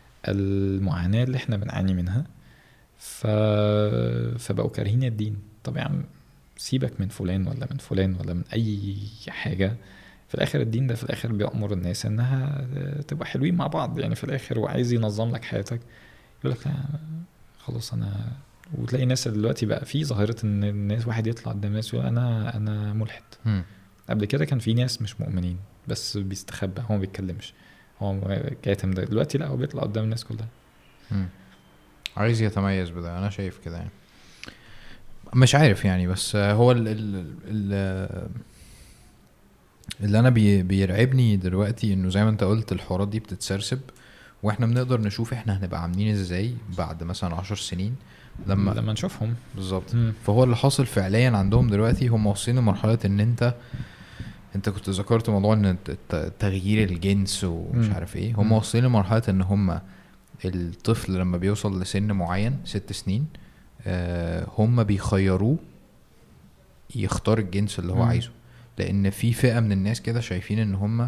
Speaker 2: المعاناه اللي احنا بنعاني منها. ف... فبقوا كارهين الدين. طب يا عم سيبك من فلان ولا من فلان ولا من اي حاجه، في الاخر الدين ده في الاخر بيأمر الناس انها تبقى حلوين مع بعض يعني في الاخر، وعايز ينظم لك حياتك. يقول لك لا خلاص انا. وتلاقي ناس دلوقتي بقى في ظاهره ان الناس واحد يطلع قدام الناس يقول انا انا ملحد.
Speaker 1: مم.
Speaker 2: قبل كده كان في ناس مش مؤمنين بس بيستخبى، هو ما بيتكلمش، هو كاتم. ده دلوقتي لا، هو بيطلع قدام الناس كلها.
Speaker 1: مم. عايز يتميز بده، انا شايف كده يعني. مش عارف يعني، بس هو ال ال ال اللي انا بي بيرعبني دلوقتي انه زي ما انت قلت الحوارات دي بتتسرسب، واحنا بنقدر نشوف احنا هنبقى عاملين ازاي بعد مثلا عشر سنين لما
Speaker 2: لما نشوفهم
Speaker 1: بالظبط.
Speaker 2: مم.
Speaker 1: فهو اللي حاصل فعليا عندهم دلوقتي، هم واصلين لمرحله ان انت انت كنت ذكرت موضوع ان الت- تغيير الجنس ومش
Speaker 2: مم.
Speaker 1: عارف ايه. هم
Speaker 2: مم.
Speaker 1: واصلين لمرحله ان هم الطفل لما بيوصل لسن معين ست سنين آه هم بيخيروه يختار الجنس اللي هو
Speaker 2: مم.
Speaker 1: عايزه، لان في فئه من الناس كده شايفين ان هم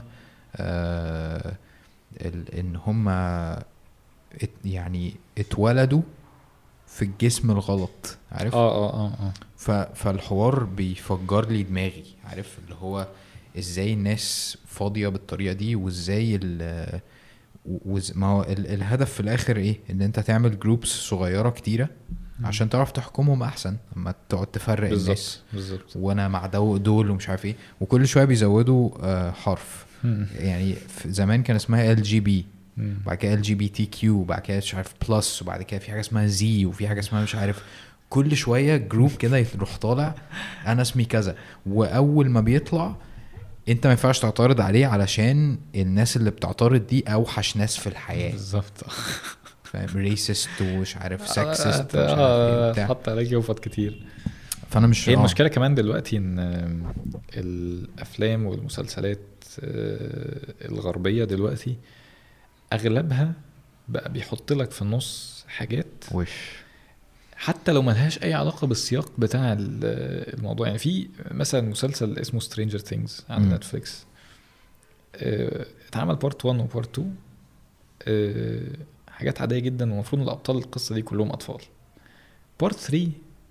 Speaker 1: آه ال- ان هم ات يعني اتولدوا في الجسم الغلط، عارف.
Speaker 2: اه اه اه اه
Speaker 1: ف فالحوار بيفجر لي دماغي، عارف اللي هو ازاي الناس فاضيه بالطريقه دي، وازاي ال وز... ما هو ال... الهدف في الاخر ايه؟ ان انت تعمل جروبس صغيره كتيره عشان تعرف تحكمهم احسن اما تقعد تفرق الناس.
Speaker 2: بالظبط بالظبط.
Speaker 1: وانا مع دو دول ومش عارف ايه، وكل شويه بيزودوا آه حرف.
Speaker 2: مم.
Speaker 1: يعني في زمان كان اسمها ال جي بي،
Speaker 2: مم.
Speaker 1: بعد كده ال جي بي تي كيو، بعد كده مش عارف بلس، وبعد كده في حاجه اسمها زي، وفي حاجه اسمها مش عارف. كل شويه جروب كده يروح طالع انا اسمي كذا، واول ما بيطلع انت ما ينفعش تعترض عليه علشان الناس اللي بتعترض دي اوحش ناس في الحياه.
Speaker 2: بالظبط.
Speaker 1: فاهم؟ ريسست ومش عارف سكسست ومش عارف
Speaker 2: اه
Speaker 1: ايه بتاع.
Speaker 2: حط عليك يوفط كتير.
Speaker 1: فانا مش
Speaker 2: هي
Speaker 1: آه.
Speaker 2: المشكله كمان دلوقتي ان الافلام والمسلسلات الغربيه دلوقتي اغلبها بقى بيحط لك في النص حاجات
Speaker 1: وش
Speaker 2: حتى لو ملهاش اي علاقه بالسياق بتاع الموضوع. يعني في مثلا مسلسل اسمه سترينجر ثينجز على
Speaker 1: مم.
Speaker 2: نتفليكس، اه اتعمل بارت واحد وبارت اتنين، اه حاجات عاديه جدا ومفروض الابطال القصه دي كلهم اطفال. بارت تلاتة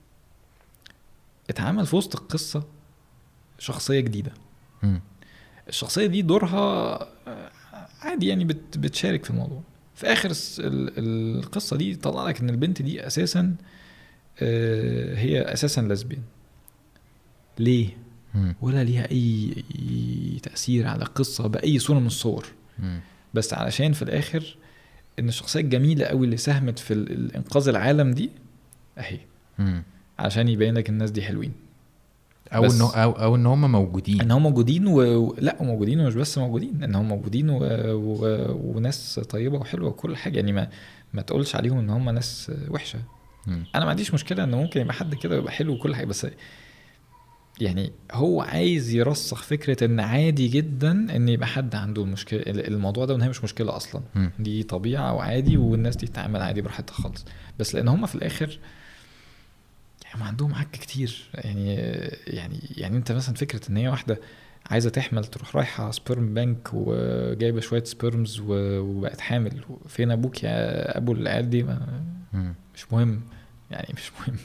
Speaker 2: اتعمل في وسط القصه شخصيه جديده.
Speaker 1: مم.
Speaker 2: الشخصيه دي دورها عادي يعني بت بتشارك في الموضوع. في اخر القصه دي طلع لك ان البنت دي اساسا هي اساسا لسبين. ليه؟
Speaker 1: مم.
Speaker 2: ولا ليها اي تاثير على القصه باي صوره من الصور.
Speaker 1: مم.
Speaker 2: بس علشان في الاخر ان الشخصيه الجميله قوي اللي ساهمت في انقاذ العالم دي اهي،
Speaker 1: مم.
Speaker 2: عشان يبين لك الناس دي حلوين
Speaker 1: او انه او او ان هم موجودين
Speaker 2: ان هم موجودين و... لا موجودين ومش بس موجودين، ان هم موجودين و... و... وناس طيبه وحلوه وكل حاجه. يعني ما ما تقولش عليهم ان هم ناس وحشه.
Speaker 1: م.
Speaker 2: انا ما عنديش مشكله ان ممكن يبقى حد كده يبقى حلو وكل حاجه، بس يعني هو عايز يرسخ فكره ان عادي جدا ان يبقى حد عنده المشكله الموضوع ده، وان هي مش مشكله اصلا.
Speaker 1: م.
Speaker 2: دي طبيعه وعادي والناس دي تتعامل عادي براحتها خالص. بس لان هم في الاخر ما عندهم حق كتير. يعني يعني يعني انت مثلا فكره ان هي واحده عايزه تحمل تروح رايحه سبيرم بانك وجايبه شويه سبيرمز وبقت حامل، فين ابوك يا ابو العيال دي؟ مش مهم يعني مش مهم.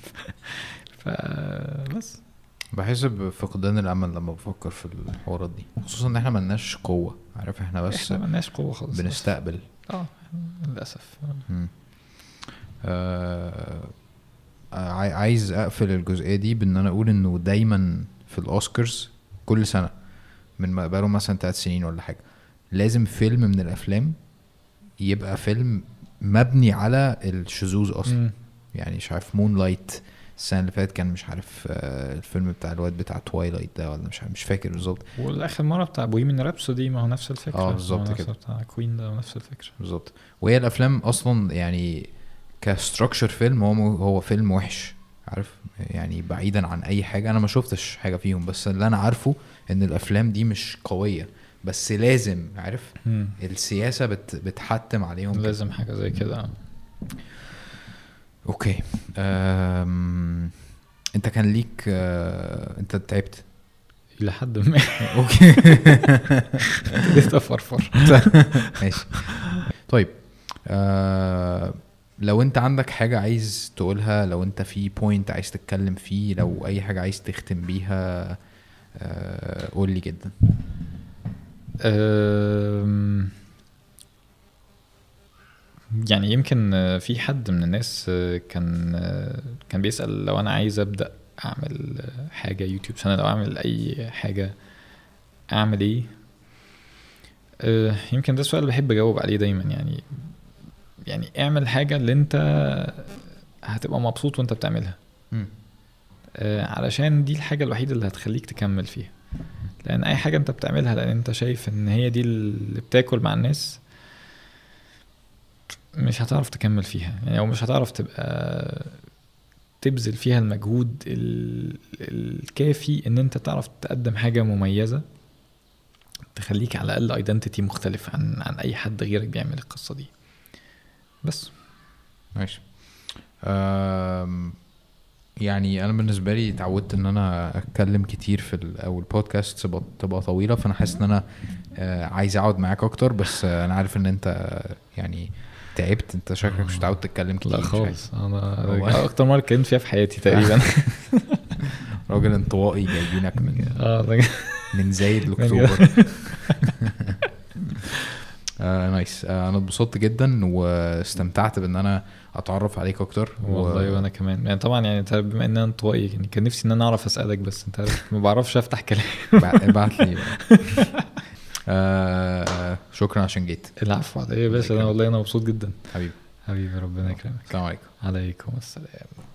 Speaker 2: فبس
Speaker 1: بحس بفقدان الامل لما بفكر في الحوارات دي، خصوصا ان احنا ملناش قوه، عارف احنا بس
Speaker 2: احنا ملناش قوه خالص،
Speaker 1: بنستقبل.
Speaker 2: اه للاسف.
Speaker 1: آه عايز اقفل الجزئيه دي بان انا اقول انه دايما في الاوسكارز كل سنه من بقاله مثلا ثلاث سنين ولا حاجه لازم فيلم من الافلام يبقى فيلم مبني على الشذوذ اصلا. م. يعني مش عارف مون لايت السنه اللي فاتت كان مش عارف الفيلم بتاع الواد بتاع توايلايت ده ولا مش مش فاكر بالظبط.
Speaker 2: والاخر مره بتاع بوهيميان رابسودي ما هو نفس الفكره.
Speaker 1: اه بالظبط كده
Speaker 2: بتاع كوين ده نفس الفكره
Speaker 1: بالظبط. وهي الافلام اصلا يعني كستراكشر فيلم هو هو فيلم وحش، عارف يعني بعيدا عن اي حاجه. انا ما شفتش حاجه فيهم، بس اللي انا عارفه ان الافلام دي مش قويه، بس لازم عارف م. السياسه بت بتحتم عليهم
Speaker 2: لازم
Speaker 1: كده.
Speaker 2: حاجه زي كده.
Speaker 1: اوكي أم... انت كان ليك أه... انت تعبت
Speaker 2: الى حد ما.
Speaker 1: اوكي
Speaker 2: ابتديت افرفر.
Speaker 1: ماشي طيب. أه... لو انت عندك حاجة عايز تقولها، لو انت في بوينت عايز تتكلم فيه، لو اي حاجة عايز تختم بيها أه... قول لي جدا.
Speaker 2: أم... يعني يمكن في حد من الناس كان كان بيسأل لو انا عايز ابدأ اعمل حاجة يوتيوب شانل او اعمل اي حاجة اعمل ايه. أه... يمكن ده السؤال اللي بحب اجاوب عليه دايما. يعني يعني اعمل حاجة اللي انت هتبقى مبسوط وانت بتعملها. آه علشان دي الحاجة الوحيدة اللي هتخليك تكمل فيها. لان اي حاجة انت بتعملها لان انت شايف ان هي دي اللي بتاكل مع الناس مش هتعرف تكمل فيها. يعني او مش هتعرف تبقى تبذل فيها المجهود الكافي ان انت تعرف تقدم حاجة مميزة تخليك على الاقل ايدنتيتي مختلف عن عن اي حد غيرك بيعمل القصة دي. بس
Speaker 1: ماشي. يعني انا بالنسبه لي اتعودت ان انا اتكلم كتير في الاول بودكاست تبقى طويله، فانا حاسس ان انا عايز اقعد معاك اكتر، بس انا عارف ان انت يعني تعبت. انت شكلك مش متعود تتكلم كتير.
Speaker 2: لا خالص، انا اكتر مره اتكلمت فيها في حياتي تقريبا.
Speaker 1: راجل انطوائي جايبينك من
Speaker 2: اه
Speaker 1: من زايد لاكتوبر. آه نايس. آه انا اتبسطت جدا واستمتعت بان انا اتعرف عليك اكتر.
Speaker 2: والله و... وانا كمان يعني طبعا يعني انت بما ان انا انطوائي يعني كان نفسي ان انا اعرف اسالك، بس انت عارف ما بعرفش افتح كلام.
Speaker 1: ابعت لي. آه شكرا عشان جيت.
Speaker 2: العفو على ايه يا باشا، انا والله انا مبسوط جدا.
Speaker 1: حبيبي
Speaker 2: حبيبي ربنا يكرمك.
Speaker 1: السلام عليكم.
Speaker 2: عليكم السلام.